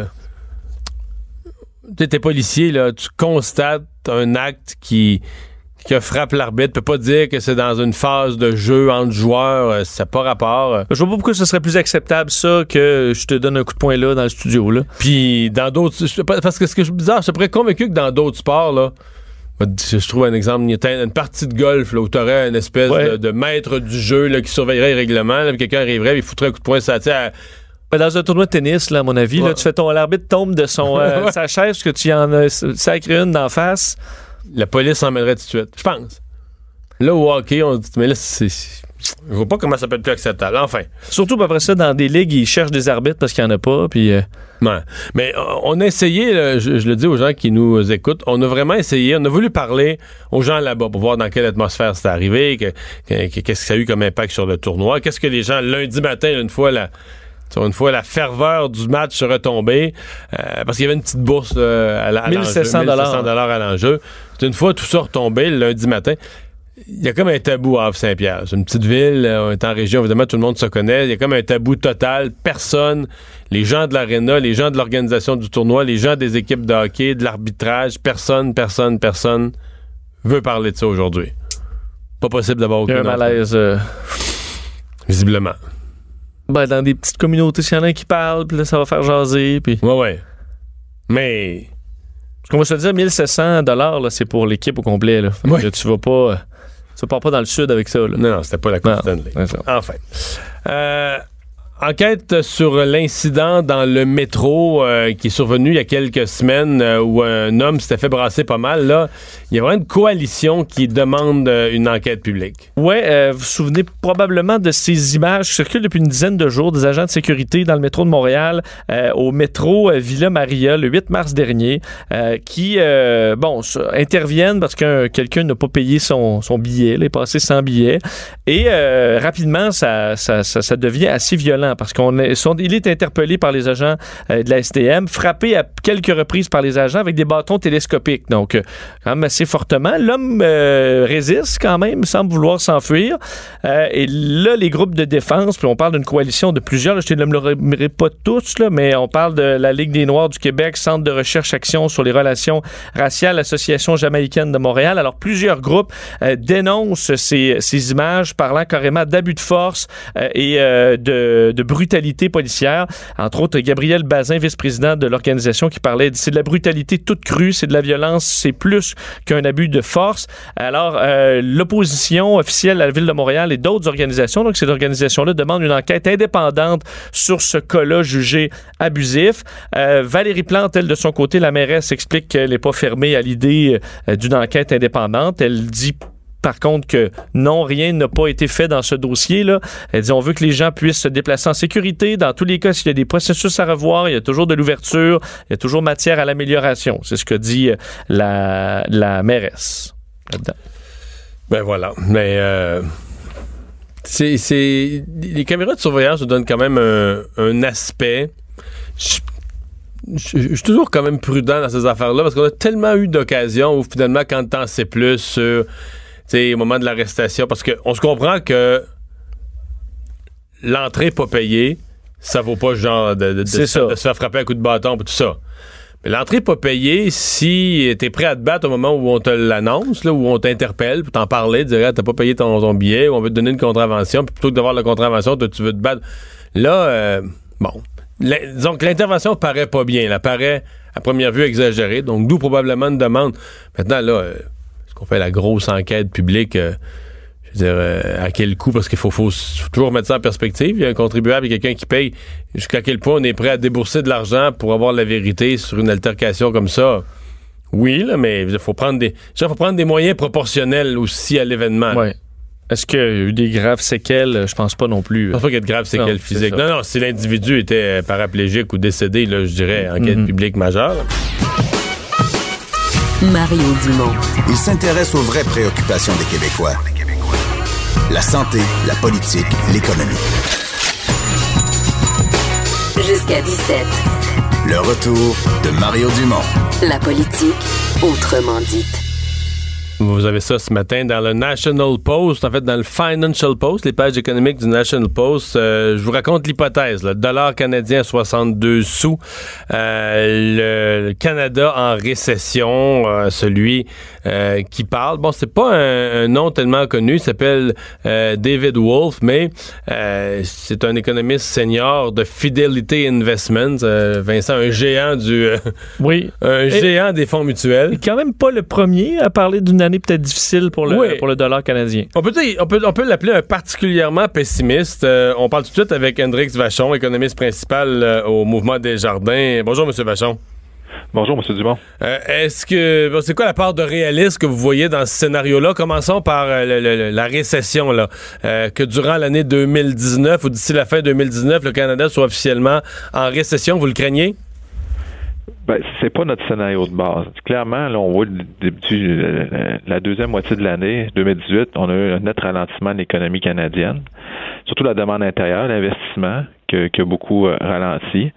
T'es policier, là, tu constates un acte qui frappe l'arbitre. Tu peux pas dire que c'est dans une phase de jeu entre joueurs. Ça n'a pas rapport. Je vois pas pourquoi ce serait plus acceptable, ça, que je te donne un coup de poing là, dans le studio, là. Puis, dans d'autres... Parce que ce que je suis bizarre, je suis près convaincu que dans d'autres sports, là, je trouve un exemple, il y a une partie de golf là, où tu aurais une espèce de maître du jeu là, qui surveillerait les règlements. Là, quelqu'un arriverait, il foutrait un coup de poing, ça tient dans un tournoi de tennis, là, à mon avis, là, tu fais l'arbitre tombe de sa chaise parce que tu y en as sacré une d'en face. La police s'emmènerait tout de suite, je pense. Là, au hockey, on dit, mais là, je vois pas comment ça peut être plus acceptable. Enfin. Surtout après ça, dans des ligues, ils cherchent des arbitres parce qu'il n'y en a pas. Puis, ouais. Mais on a essayé, là, je le dis aux gens qui nous écoutent, on a vraiment essayé, on a voulu parler aux gens là-bas pour voir dans quelle atmosphère c'était arrivé, qu'est-ce que ça a eu comme impact sur le tournoi, qu'est-ce que les gens, lundi matin, une fois la ferveur du match se retombait, parce qu'il y avait une petite bourse à l'enjeu. 1700 $. À l'enjeu. C'est une fois tout ça retombé le lundi matin. Il y a comme un tabou à Havre-Saint-Pierre. C'est une petite ville, on est en région, évidemment, tout le monde se connaît. Il y a comme un tabou total. Personne, les gens de l'aréna, les gens de l'organisation du tournoi, les gens des équipes de hockey, de l'arbitrage, personne veut parler de ça aujourd'hui. Pas possible d'avoir aucun malaise. Visiblement. Dans des petites communautés, s'il y en a qui parlent, puis là, ça va faire jaser. Puis... Ouais. Mais... Ce qu'on va se dire, 1700 $, là, c'est pour l'équipe au complet. Là. Là, tu vas pas... Tu pars pas dans le sud avec ça. Là. Non, c'était pas la Coupe Stanley. Enfin. Enquête sur l'incident dans le métro qui est survenu il y a quelques semaines où un homme s'était fait brasser pas mal. Là, il y a vraiment une coalition qui demande une enquête publique. Oui, vous vous souvenez probablement de ces images qui circulent depuis une dizaine de jours des agents de sécurité dans le métro de Montréal, au métro Villa Maria, le 8 mars dernier, qui interviennent parce que quelqu'un n'a pas payé son billet, il est passé sans billet. Et rapidement, ça devient assez violent parce qu'il est interpellé par les agents de la STM, frappé à quelques reprises par les agents avec des bâtons télescopiques. Donc, quand même assez fortement. L'homme résiste quand même, semble vouloir s'enfuir. Et là, les groupes de défense, puis on parle d'une coalition de plusieurs, là, je ne le nommerai pas tous, là, mais on parle de la Ligue des Noirs du Québec, Centre de recherche-action sur les relations raciales, Association jamaïcaine de Montréal. Alors, plusieurs groupes dénoncent ces images parlant carrément d'abus de force et de brutalité policière. Entre autres, Gabriel Bazin, vice-président de l'organisation, qui parlait c'est de la brutalité toute crue, c'est de la violence, c'est plus qu'un abus de force. Alors, l'opposition officielle à la Ville de Montréal et d'autres organisations, donc cette organisation-là demande une enquête indépendante sur ce cas-là jugé abusif. Valérie Plante, elle, de son côté, la mairesse, explique qu'elle n'est pas fermée à l'idée d'une enquête indépendante. Elle dit par contre que non, rien n'a pas été fait dans ce dossier-là. Elle dit on veut que les gens puissent se déplacer en sécurité. Dans tous les cas, s'il y a des processus à revoir, il y a toujours de l'ouverture, il y a toujours matière à l'amélioration. C'est ce que dit la mairesse là-dedans. Ben voilà. Mais les caméras de surveillance nous donnent quand même un aspect. Je suis toujours quand même prudent dans ces affaires-là parce qu'on a tellement eu d'occasions où finalement, quand le temps c'est plus sur, au moment de l'arrestation, parce qu'on se comprend que l'entrée pas payée, ça vaut pas genre de se faire frapper un coup de bâton et tout ça. Mais l'entrée pas payée, si t'es prêt à te battre au moment où on te l'annonce, là, où on t'interpelle pour t'en parler, dire t'as pas payé ton billet, ou on veut te donner une contravention, puis plutôt que d'avoir la contravention, tu veux te battre. Là, bon. Disons que l'intervention paraît pas bien, elle paraît à première vue exagérée, donc d'où probablement une demande. Maintenant, là, est-ce qu'on fait la grosse enquête publique, je veux dire, à quel coût, parce qu'il faut toujours mettre ça en perspective, il y a un contribuable et quelqu'un qui paye, jusqu'à quel point on est prêt à débourser de l'argent pour avoir la vérité sur une altercation comme ça. Oui, là, mais il faut prendre des moyens proportionnels aussi à l'événement. Ouais. Est-ce qu'il y a eu des graves séquelles? Je pense pas non plus. Je pense pas qu'il y ait de graves séquelles physiques. Non, si l'individu était paraplégique ou décédé, là, je dirais enquête publique majeure. Mario Dumont. Il s'intéresse aux vraies préoccupations des Québécois. La santé, la politique, l'économie. Jusqu'à 17. Le retour de Mario Dumont. La politique, autrement dite. Vous avez ça ce matin dans le National Post, en fait dans le Financial Post, les pages économiques du National Post. Je vous raconte l'hypothèse. Le dollar canadien à 62 sous. Le Canada en récession, celui qui parle. Bon, c'est pas un nom tellement connu. Il s'appelle David Wolf, mais c'est un économiste senior de Fidelity Investments. Vincent, un géant géant des fonds mutuels. Et quand même pas le premier à parler d'une année peut-être difficile pour le dollar canadien. On peut l'appeler un particulièrement pessimiste. On parle tout de suite avec Hendrix Vachon, économiste principal au Mouvement Desjardins. Bonjour, M. Vachon. Bonjour, M. Dumont. C'est quoi la part de réalisme que vous voyez dans ce scénario-là? Commençons par la récession, là. Que durant l'année 2019 ou d'ici la fin 2019, le Canada soit officiellement en récession. Vous le craignez? Ben, c'est pas notre scénario de base. Clairement, là, on voit depuis la deuxième moitié de l'année 2018, on a eu un net ralentissement de l'économie canadienne, surtout la demande intérieure, l'investissement, qui a beaucoup ralenti.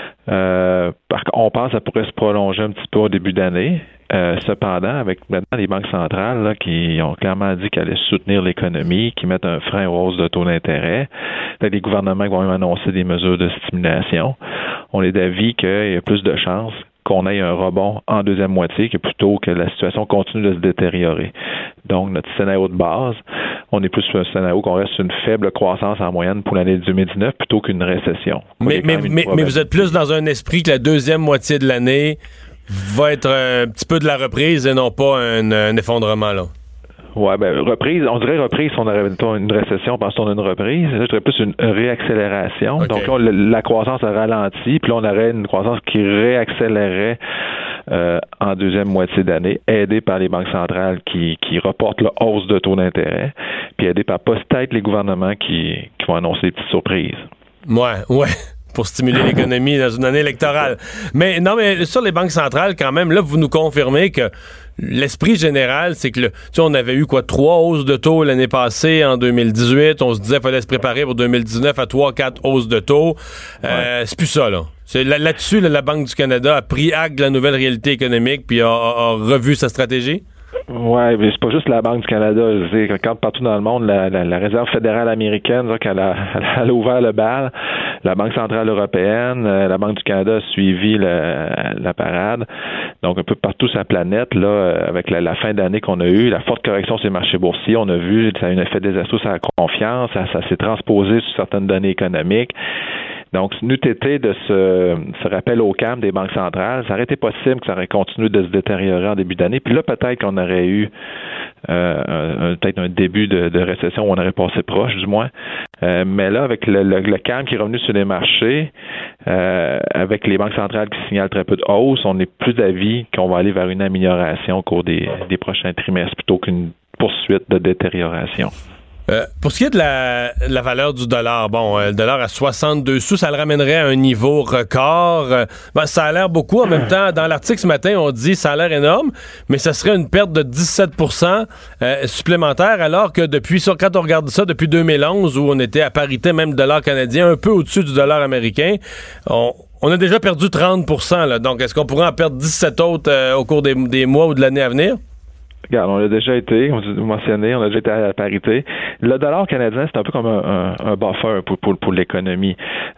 On pense que ça pourrait se prolonger un petit peu au début d'année. Cependant, avec maintenant les banques centrales là, qui ont clairement dit qu'elles allaient soutenir l'économie, qui mettent un frein aux hausses de taux d'intérêt, les gouvernements vont même annoncer des mesures de stimulation. On est d'avis qu'il y a plus de chances qu'on ait un rebond en deuxième moitié que plutôt que la situation continue de se détériorer. Donc, notre scénario de base, on est plus sur un scénario qu'on reste sur une faible croissance en moyenne pour l'année 2019 plutôt qu'une récession. Mais vous êtes plus dans un esprit que la deuxième moitié de l'année va être un petit peu de la reprise et non pas un effondrement, là. Ouais, reprise, on dirait reprise si on aurait une récession parce qu'on a une reprise. Là, je dirais plus une réaccélération. Okay. Donc là, la croissance a ralenti, puis là, on aurait une croissance qui réaccélérait en deuxième moitié d'année, aidée par les banques centrales qui reportent la hausse de taux d'intérêt, puis aidée par peut-être les gouvernements qui vont annoncer des petites surprises. Ouais. Pour stimuler l'économie dans une année électorale. Mais sur les banques centrales, quand même, là, vous nous confirmez que l'esprit général, c'est que on avait eu 3 hausses de taux l'année passée, en 2018. On se disait qu'il fallait se préparer pour 2019 à 3-4 hausses de taux. C'est plus ça, là. C'est là-dessus, la Banque du Canada a pris acte de la nouvelle réalité économique puis a revu sa stratégie? Oui, mais c'est pas juste la Banque du Canada. Quand partout dans le monde, la Réserve fédérale américaine, là, elle a ouvert le bal. La Banque centrale européenne, la Banque du Canada a suivi la parade. Donc, un peu partout sur la planète, là, avec la fin d'année qu'on a eue, la forte correction sur les marchés boursiers, on a vu, ça a eu un effet désastreux sur la confiance, ça s'est transposé sur certaines données économiques. Donc, n'eût été de ce rappel au calme des banques centrales, ça aurait été possible que ça aurait continué de se détériorer en début d'année. Puis là, peut-être qu'on aurait eu peut-être un début de récession où on aurait passé proche, du moins. Mais là, avec le calme qui est revenu sur les marchés, avec les banques centrales qui signalent très peu de hausse, on est plus d'avis qu'on va aller vers une amélioration au cours des prochains trimestres plutôt qu'une poursuite de détérioration. Pour ce qui est de la valeur du dollar, le dollar à 62 sous, ça le ramènerait à un niveau record. Ça a l'air beaucoup. En même temps, dans l'article ce matin, on dit ça a l'air énorme, mais ça serait une perte de 17% supplémentaire, alors que quand on regarde ça depuis 2011, où on était à parité même dollar canadien, un peu au-dessus du dollar américain, on a déjà perdu 30%. Là. Donc, est-ce qu'on pourrait en perdre 17 autres au cours des mois ou de l'année à venir? Regarde, on l'a déjà été, vous mentionnez, on a déjà été à la parité. Le dollar canadien, c'est un peu comme un buffer pour l'économie.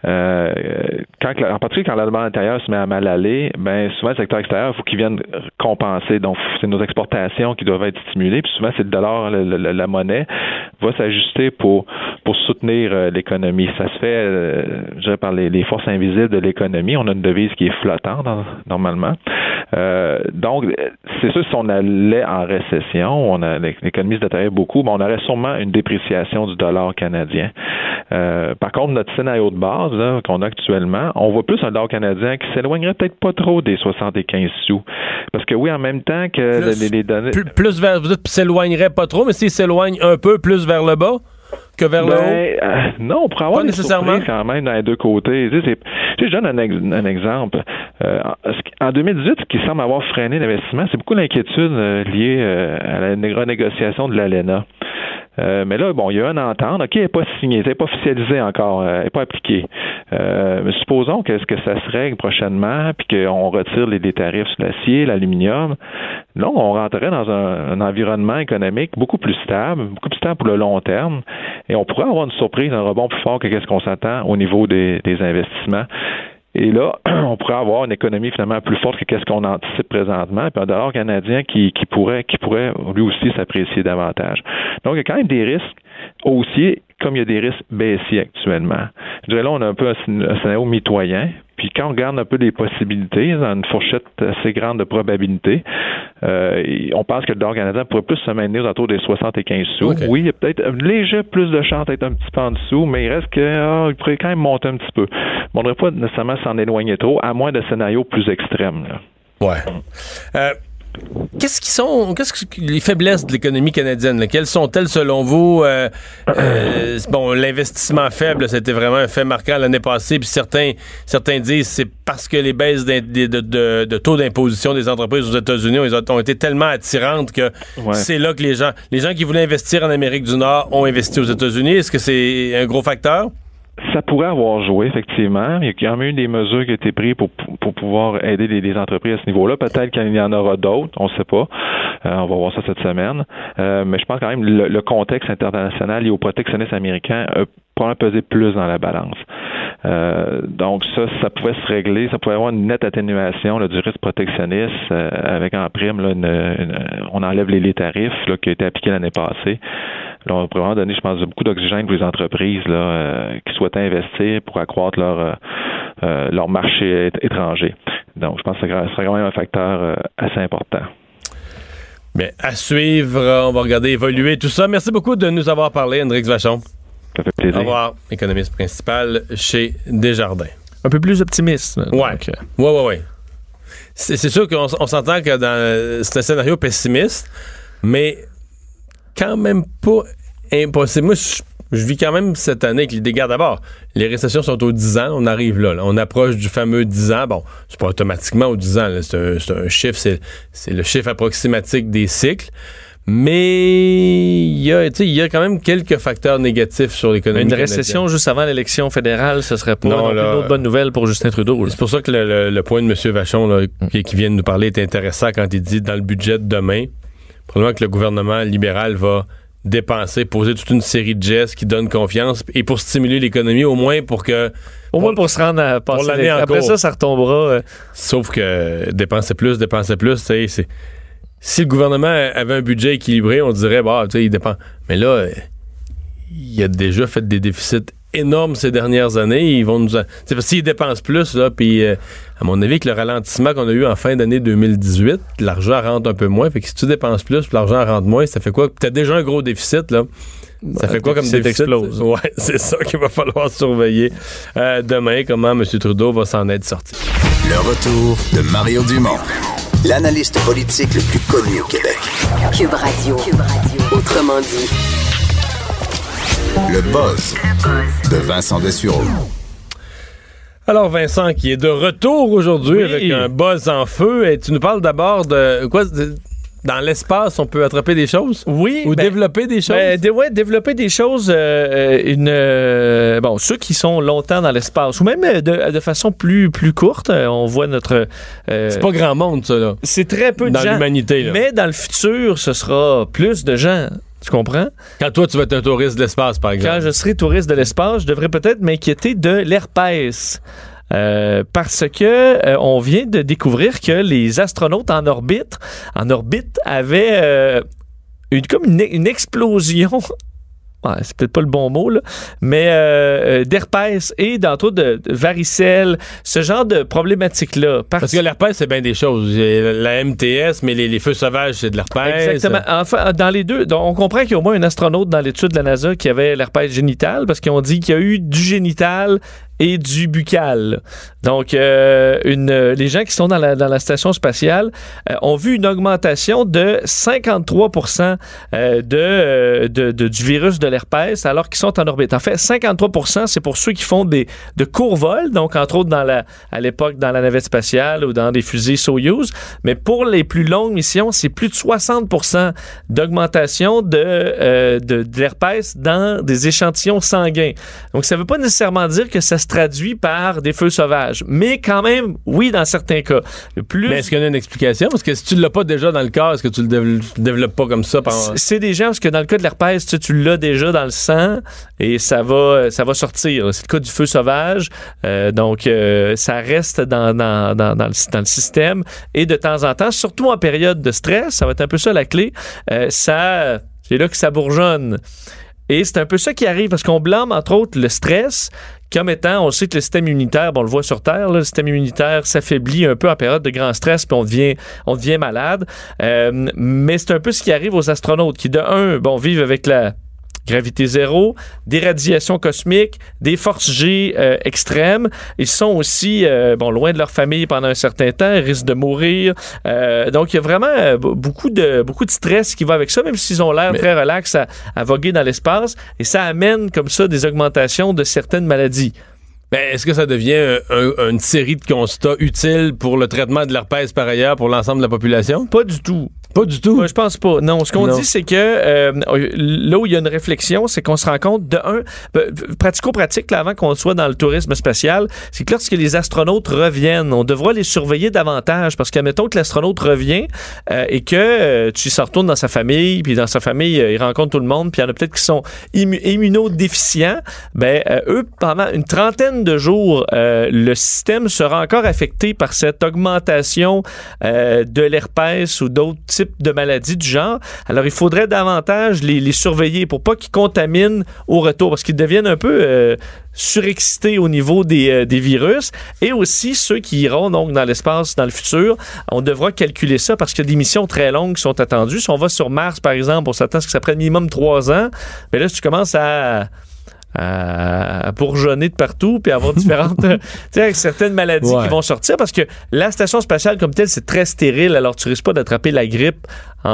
En particulier quand la demande intérieure se met à mal aller, souvent le secteur extérieur, il faut qu'il vienne compenser. Donc, c'est nos exportations qui doivent être stimulées. Puis souvent, c'est le dollar, la monnaie, va s'ajuster pour soutenir l'économie. Ça se fait, je dirais, par les forces invisibles de l'économie. On a une devise qui est flottante, normalement. Donc, c'est sûr, si on allait en récession, l'économie se détériorait beaucoup, mais on aurait sûrement une dépréciation du dollar canadien. Par contre, notre scénario de base là, qu'on a actuellement, on voit plus un dollar canadien qui s'éloignerait peut-être pas trop des 75 sous. Parce que oui, en même temps que les données... Plus vers... Vous dites s'éloignerait pas trop, mais s'il s'éloigne un peu plus vers le bas que vers le haut? Non, on pourrait avoir des surprises quand même dans les deux côtés. Je donne un exemple. En 2018, ce qui semble avoir freiné l'investissement, c'est beaucoup l'inquiétude liée à la renégociation de l'ALENA. Mais là, il y a une entente, OK, elle n'est pas signée, elle n'est pas officialisée encore, elle n'est pas appliquée. Mais supposons que ça se règle prochainement, puis qu'on retire les tarifs sur l'acier, l'aluminium. Là, on rentrerait dans un environnement économique beaucoup plus stable pour le long terme, et on pourrait avoir une surprise, un rebond plus fort que ce qu'on s'attend au niveau des investissements. Et là, on pourrait avoir une économie finalement plus forte que ce qu'on anticipe présentement, puis un dollar canadien qui pourrait lui aussi s'apprécier davantage. Donc, il y a quand même des risques haussiers, comme il y a des risques baissiers actuellement. Je dirais là, on a un peu un scénario mitoyen. Puis quand on regarde un peu les possibilités, dans une fourchette assez grande de probabilité, on pense que le dollar canadien pourrait plus se maintenir autour des 75 sous. Okay. Oui, il y a peut-être un léger plus de chance d'être un petit peu en dessous, mais il reste qu'il pourrait quand même monter un petit peu. On ne devrait pas nécessairement s'en éloigner trop, à moins de scénarios plus extrêmes. Là. Ouais. Qu'est-ce que les faiblesses de l'économie canadienne? Là? Quelles sont-elles selon vous? L'investissement faible, c'était vraiment un fait marquant l'année passée, puis certains disent c'est parce que les baisses de taux d'imposition des entreprises aux États-Unis ont été tellement attirantes que c'est là que les gens qui voulaient investir en Amérique du Nord ont investi aux États-Unis. Est-ce que c'est un gros facteur? Ça pourrait avoir joué, effectivement. Il y a quand même eu des mesures qui ont été prises pour pouvoir aider les entreprises à ce niveau-là. Peut-être qu'il y en aura d'autres, on ne sait pas. On va voir ça cette semaine. Mais je pense quand même le contexte international lié au protectionnisme américain pourrait peser plus dans la balance. Donc ça pouvait se régler. Ça pouvait avoir une nette atténuation du risque protectionniste avec en prime, on enlève les tarifs qui ont été appliqués l'année passée. Là, on pourrait vraiment donner, je pense, beaucoup d'oxygène pour les entreprises qui souhaitent investir pour accroître leur marché étranger. Donc, je pense que ce serait quand même un facteur assez important. Bien, à suivre, on va regarder évoluer tout ça. Merci beaucoup de nous avoir parlé, Hendrix Vachon. Ça fait plaisir. Au revoir, économiste principal chez Desjardins. Un peu plus optimiste. Oui. C'est sûr qu'on s'entend que c'est un scénario pessimiste, mais quand même pas impossible. Moi, je vis quand même cette année avec les dégâts. D'abord, les récessions sont aux 10 ans. On arrive là. On approche du fameux 10 ans. Bon, c'est pas automatiquement aux 10 ans. Là. C'est un chiffre. C'est le chiffre approximatique des cycles. Mais il y a quand même quelques facteurs négatifs sur l'économie Une canadienne. Récession juste avant l'élection fédérale, ce serait pas une autre bonne nouvelle pour Justin Trudeau. Là. C'est pour ça que le point de M. Vachon là, qui vient de nous parler est intéressant quand il dit dans le budget de demain, probablement que le gouvernement libéral va poser toute une série de gestes qui donnent confiance et pour stimuler l'économie, au moins pour se rendre à passer l'année en cours. Après ça retombera. Sauf que dépenser plus, si le gouvernement avait un budget équilibré, on dirait, il dépend. Mais là, il a déjà fait des déficits énormes ces dernières années. Ils vont nous... parce que s'ils dépensent plus, là, puis à mon avis, que le ralentissement qu'on a eu en fin d'année 2018, l'argent rentre un peu moins. Fait que si tu dépenses plus, puis l'argent rentre moins, ça fait quoi? Tu as déjà un gros déficit, là. Ça fait quoi comme déficit? Explose. Ouais, c'est ça qu'il va falloir surveiller demain, comment M. Trudeau va s'en être sorti. Le retour de Mario Dumont, l'analyste politique le plus connu au Québec. Cube Radio. Autrement dit. Le buzz de Vincent Dessureau. Alors Vincent, qui est de retour aujourd'hui avec un buzz en feu, et tu nous parles d'abord de quoi? Dans l'espace, on peut attraper des choses? Oui. Ou développer des choses? Développer des choses, ceux qui sont longtemps dans l'espace, ou même de façon plus courte. On voit notre... c'est pas grand monde, ça, là. C'est très peu de gens. Dans l'humanité, là. Mais dans le futur, ce sera plus de gens. Tu comprends? Quand toi, tu vas être un touriste de l'espace, par exemple. Quand je serai touriste de l'espace, je devrais peut-être m'inquiéter de l'herpès. Parce que on vient de découvrir que les astronautes en orbite avaient une explosion. Ouais, c'est peut-être pas le bon mot, là, mais d'herpès et d'entre autres de varicelle, ce genre de problématique-là. Parce que l'herpès, c'est bien des choses. La MTS, mais les feux sauvages, c'est de l'herpès. Exactement. Enfin, dans les deux, donc, on comprend qu'il y a au moins un astronaute dans l'étude de la NASA qui avait l'herpès génital, parce qu'on dit qu'il y a eu du génital et du buccal. Donc, les gens qui sont dans la station spatiale ont vu une augmentation de 53% du virus de l'herpès alors qu'ils sont en orbite. En fait, 53%, c'est pour ceux qui font de courts vols, donc entre autres à l'époque dans la navette spatiale ou dans des fusées Soyouz. Mais pour les plus longues missions, c'est plus de 60% d'augmentation de l'herpès dans des échantillons sanguins. Donc, ça ne veut pas nécessairement dire que ça se traduit par des feux sauvages. Mais quand même, oui, dans certains cas. Mais est-ce qu'il y a une explication? Parce que si tu ne l'as pas déjà dans le corps, est-ce que tu le développes pas comme ça? C'est des gens, parce que dans le cas de l'herpès, tu l'as déjà dans le sang et ça va sortir. C'est le cas du feu sauvage. Donc, ça reste dans le système. Et de temps en temps, surtout en période de stress, ça va être un peu ça la clé, c'est là que ça bourgeonne. Et c'est un peu ça qui arrive, parce qu'on blâme, entre autres, le stress comme étant, on sait que le système immunitaire, on le voit sur Terre, là, le système immunitaire s'affaiblit un peu en période de grand stress, puis on devient malade. Mais c'est un peu ce qui arrive aux astronautes, qui, de un, vivent avec la gravité zéro, des radiations cosmiques, des forces G extrêmes. Ils sont aussi loin de leur famille pendant un certain temps, ils risquent de mourir. Donc, il y a vraiment beaucoup de stress qui va avec ça, même s'ils ont l'air très relax à voguer dans l'espace. Et ça amène comme ça des augmentations de certaines maladies. Est-ce que ça devient une série de constats utiles pour le traitement de l'herpès par ailleurs pour l'ensemble de la population? Pas du tout. Pas du tout? Ouais, je pense pas. Non, ce qu'on dit, c'est que là où il y a une réflexion, c'est qu'on se rend compte pratico-pratique, là, avant qu'on soit dans le tourisme spatial, c'est que lorsque les astronautes reviennent, on devra les surveiller davantage, parce qu'admettons que l'astronaute revient et que tu s'en retournes dans sa famille, puis dans sa famille, il rencontre tout le monde, puis il y en a peut-être qui sont immunodéficients, eux, pendant une trentaine de jours, le système sera encore affecté par cette augmentation de l'herpès ou d'autres types de maladies du genre. Alors, il faudrait davantage les surveiller pour pas qu'ils contaminent au retour, parce qu'ils deviennent un peu surexcités au niveau des virus. Et aussi, ceux qui iront donc dans l'espace dans le futur, on devra calculer ça, parce qu'il y a des missions très longues qui sont attendues. Si on va sur Mars, par exemple, on s'attend à ce que ça prenne minimum 3 ans. Mais là, si tu commences à bourgeonner de partout, puis avoir différentes avec certaines maladies qui vont sortir, parce que la station spatiale comme telle, c'est très stérile, alors tu risques pas d'attraper la grippe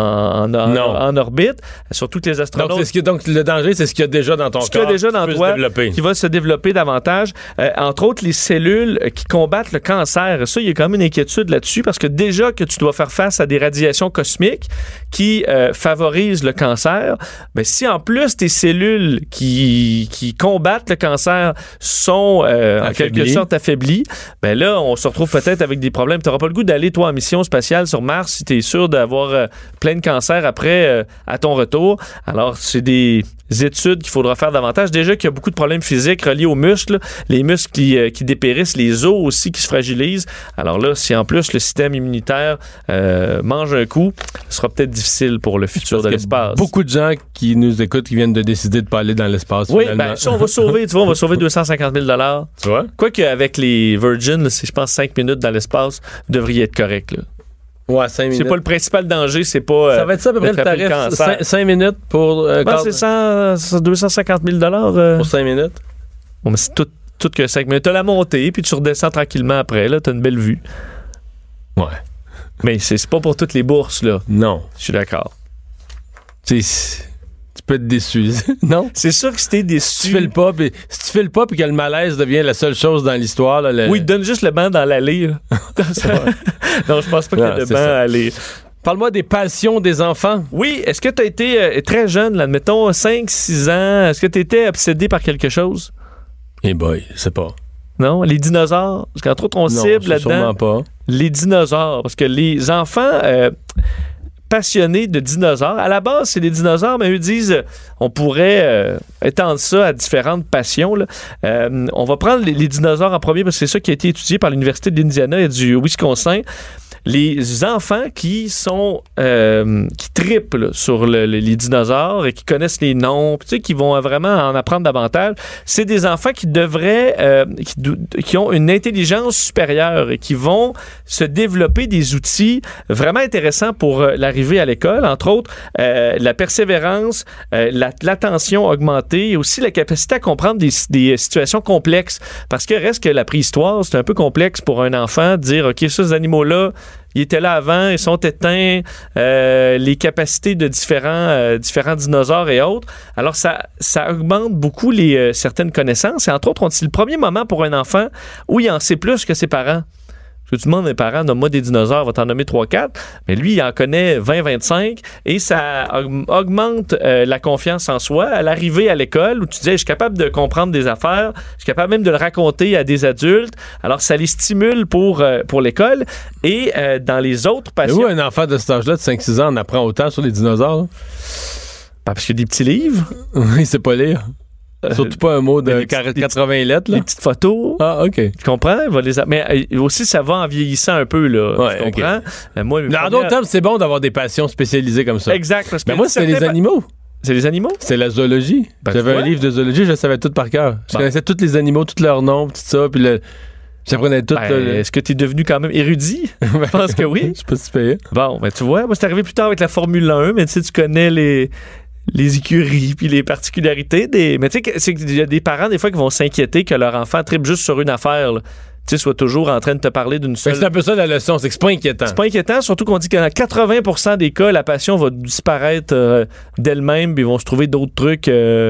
en orbite, surtout que les astronautes... Donc, le danger, c'est ce qu'il y a déjà dans ton corps, qu'il y a déjà dans toi, qui va se développer davantage. Entre autres, les cellules qui combattent le cancer. Ça, il y a quand même une inquiétude là-dessus, parce que déjà que tu dois faire face à des radiations cosmiques qui favorisent le cancer, si en plus tes cellules qui combattent le cancer sont en quelque sorte affaiblies, là, on se retrouve peut-être avec des problèmes. Tu n'auras pas le goût d'aller, toi, en mission spatiale sur Mars si tu es sûr d'avoir plein de cancers après à ton retour. Alors, c'est des études qu'il faudra faire davantage. Déjà qu'il y a beaucoup de problèmes physiques reliés aux muscles, les muscles qui dépérissent, les os aussi qui se fragilisent. Alors là, si en plus le système immunitaire mange un coup, ce sera peut-être difficile pour le futur de l'espace. Beaucoup de gens qui nous écoutent qui viennent de décider de ne pas aller dans l'espace. Oui, ça, on va sauver, tu vois, on va sauver 250 000 $. Tu vois? Quoique avec les Virgin, c'est, je pense, 5 minutes dans l'espace, vous devriez être correct, là. Ouais, 5 minutes. C'est pas le principal danger, c'est pas. Ça va être ça à peu près le tarif. 5 minutes pour. C'est 250 000 pour 5 minutes. Bon, mais c'est tout que 5 minutes. T'as la montée, puis tu redescends tranquillement après, là, t'as une belle vue. Ouais. Mais c'est pas pour toutes les bourses, là. Non. Je suis d'accord. tu peux être déçu, non? C'est sûr que si t'es déçu... Si tu files pas, puis que le malaise devient la seule chose dans l'histoire... Là, Oui, donne juste le banc dans l'allée. Non, je pense pas qu'il y a de banc à aller. Parle-moi des passions des enfants. Oui, est-ce que tu as été très jeune, là, admettons 5-6 ans, est-ce que tu étais obsédé par quelque chose? Eh boy, je sais pas. Non? Les dinosaures? Parce qu'entre autres, on cible là-dedans... sûrement pas. Les dinosaures. Parce que les enfants... passionnés de dinosaures. À la base, c'est des dinosaures, mais eux disent on pourrait étendre ça à différentes passions. Là. On va prendre les dinosaures en premier parce que c'est ça qui a été étudié par l'Université de l'Indiana et du Wisconsin. Les enfants qui sont qui trippent là, sur les dinosaures et qui connaissent les noms, qui vont vraiment en apprendre davantage, c'est des enfants qui devraient qui ont une intelligence supérieure et qui vont se développer des outils vraiment intéressants pour l'arrivée à l'école, entre autres la persévérance, l'attention augmentée et aussi la capacité à comprendre des situations complexes, parce que reste que la préhistoire, c'est un peu complexe pour un enfant de dire ok, ça, ces animaux-là ils étaient là avant, ils sont éteints, les capacités de différents dinosaures et autres. Alors, ça augmente beaucoup certaines connaissances. Et entre autres, c'est le premier moment pour un enfant où il en sait plus que ses parents. Parce que tu demandes à mes parents, nomme-moi des dinosaures, va t'en nommer 3-4. Mais lui, il en connaît 20-25 et ça augmente la confiance en soi. À l'arrivée à l'école, où tu dis, je suis capable de comprendre des affaires, je suis capable même de le raconter à des adultes. Alors, ça les stimule pour l'école. Et dans les autres passions... Mais où un enfant de cet âge-là, de 5-6 ans, en apprend autant sur les dinosaures? Parce qu'il y a des petits livres. Oui, c'est pas lire. Surtout pas un mot de 80 lettres. Là. Les petites photos. Ah, OK. Tu comprends? Mais aussi, ça va en vieillissant un peu. Là. Ouais, tu comprends? Okay. Moi, en d'autres termes, c'est bon d'avoir des passions spécialisées comme ça. Exact. Parce que moi, c'est les animaux. C'est les animaux? C'est la zoologie. J'avais un livre de zoologie, je le savais tout par cœur. Je connaissais tous les animaux, tous leurs noms, tout ça, puis j'apprenais tout. Est-ce que tu es devenu quand même érudit? Je pense que oui. Je suis pas si payé. Bon, ben tu vois, moi, c'est arrivé plus tard avec la Formule 1, mais tu connais les écuries puis les particularités mais tu sais, il y a des parents des fois qui vont s'inquiéter que leur enfant tripe juste sur une affaire, là. Tu sais, soit toujours en train de te parler d'une seule... C'est un peu ça la leçon, c'est que c'est pas inquiétant. C'est pas inquiétant, surtout qu'on dit que dans 80% des cas, la passion va disparaître d'elle-même, puis ils vont se trouver d'autres trucs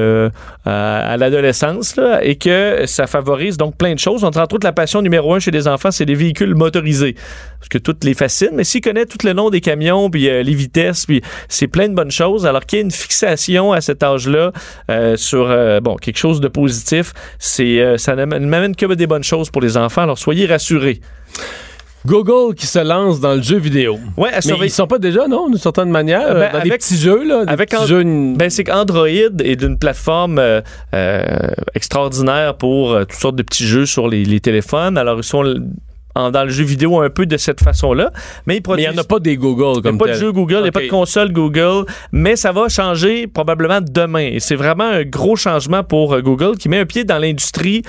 à l'adolescence, là, et que ça favorise donc plein de choses. Entre autres, la passion numéro 1 chez les enfants, c'est les véhicules motorisés. Parce que toutes les fascinent, mais s'ils connaissent tout le nom des camions, puis les vitesses, puis c'est plein de bonnes choses, alors qu'il y a une fixation à cet âge-là sur quelque chose de positif, ça n'amène que des bonnes choses pour les enfants. Alors, soyez rassurés. Google qui se lance dans le jeu vidéo. Ouais, mais ils sont pas déjà, non, d'une certaine manière, dans des petits jeux, là. C'est qu'Android est d'une plateforme extraordinaire pour toutes sortes de petits jeux sur les téléphones. Alors, ils sont dans le jeu vidéo un peu de cette façon-là. Mais il n'y en a pas des Google comme tel. Il n'y a pas de jeu Google, il n'y a pas de console Google, mais ça va changer probablement demain. Et c'est vraiment un gros changement pour Google qui met un pied dans l'industrie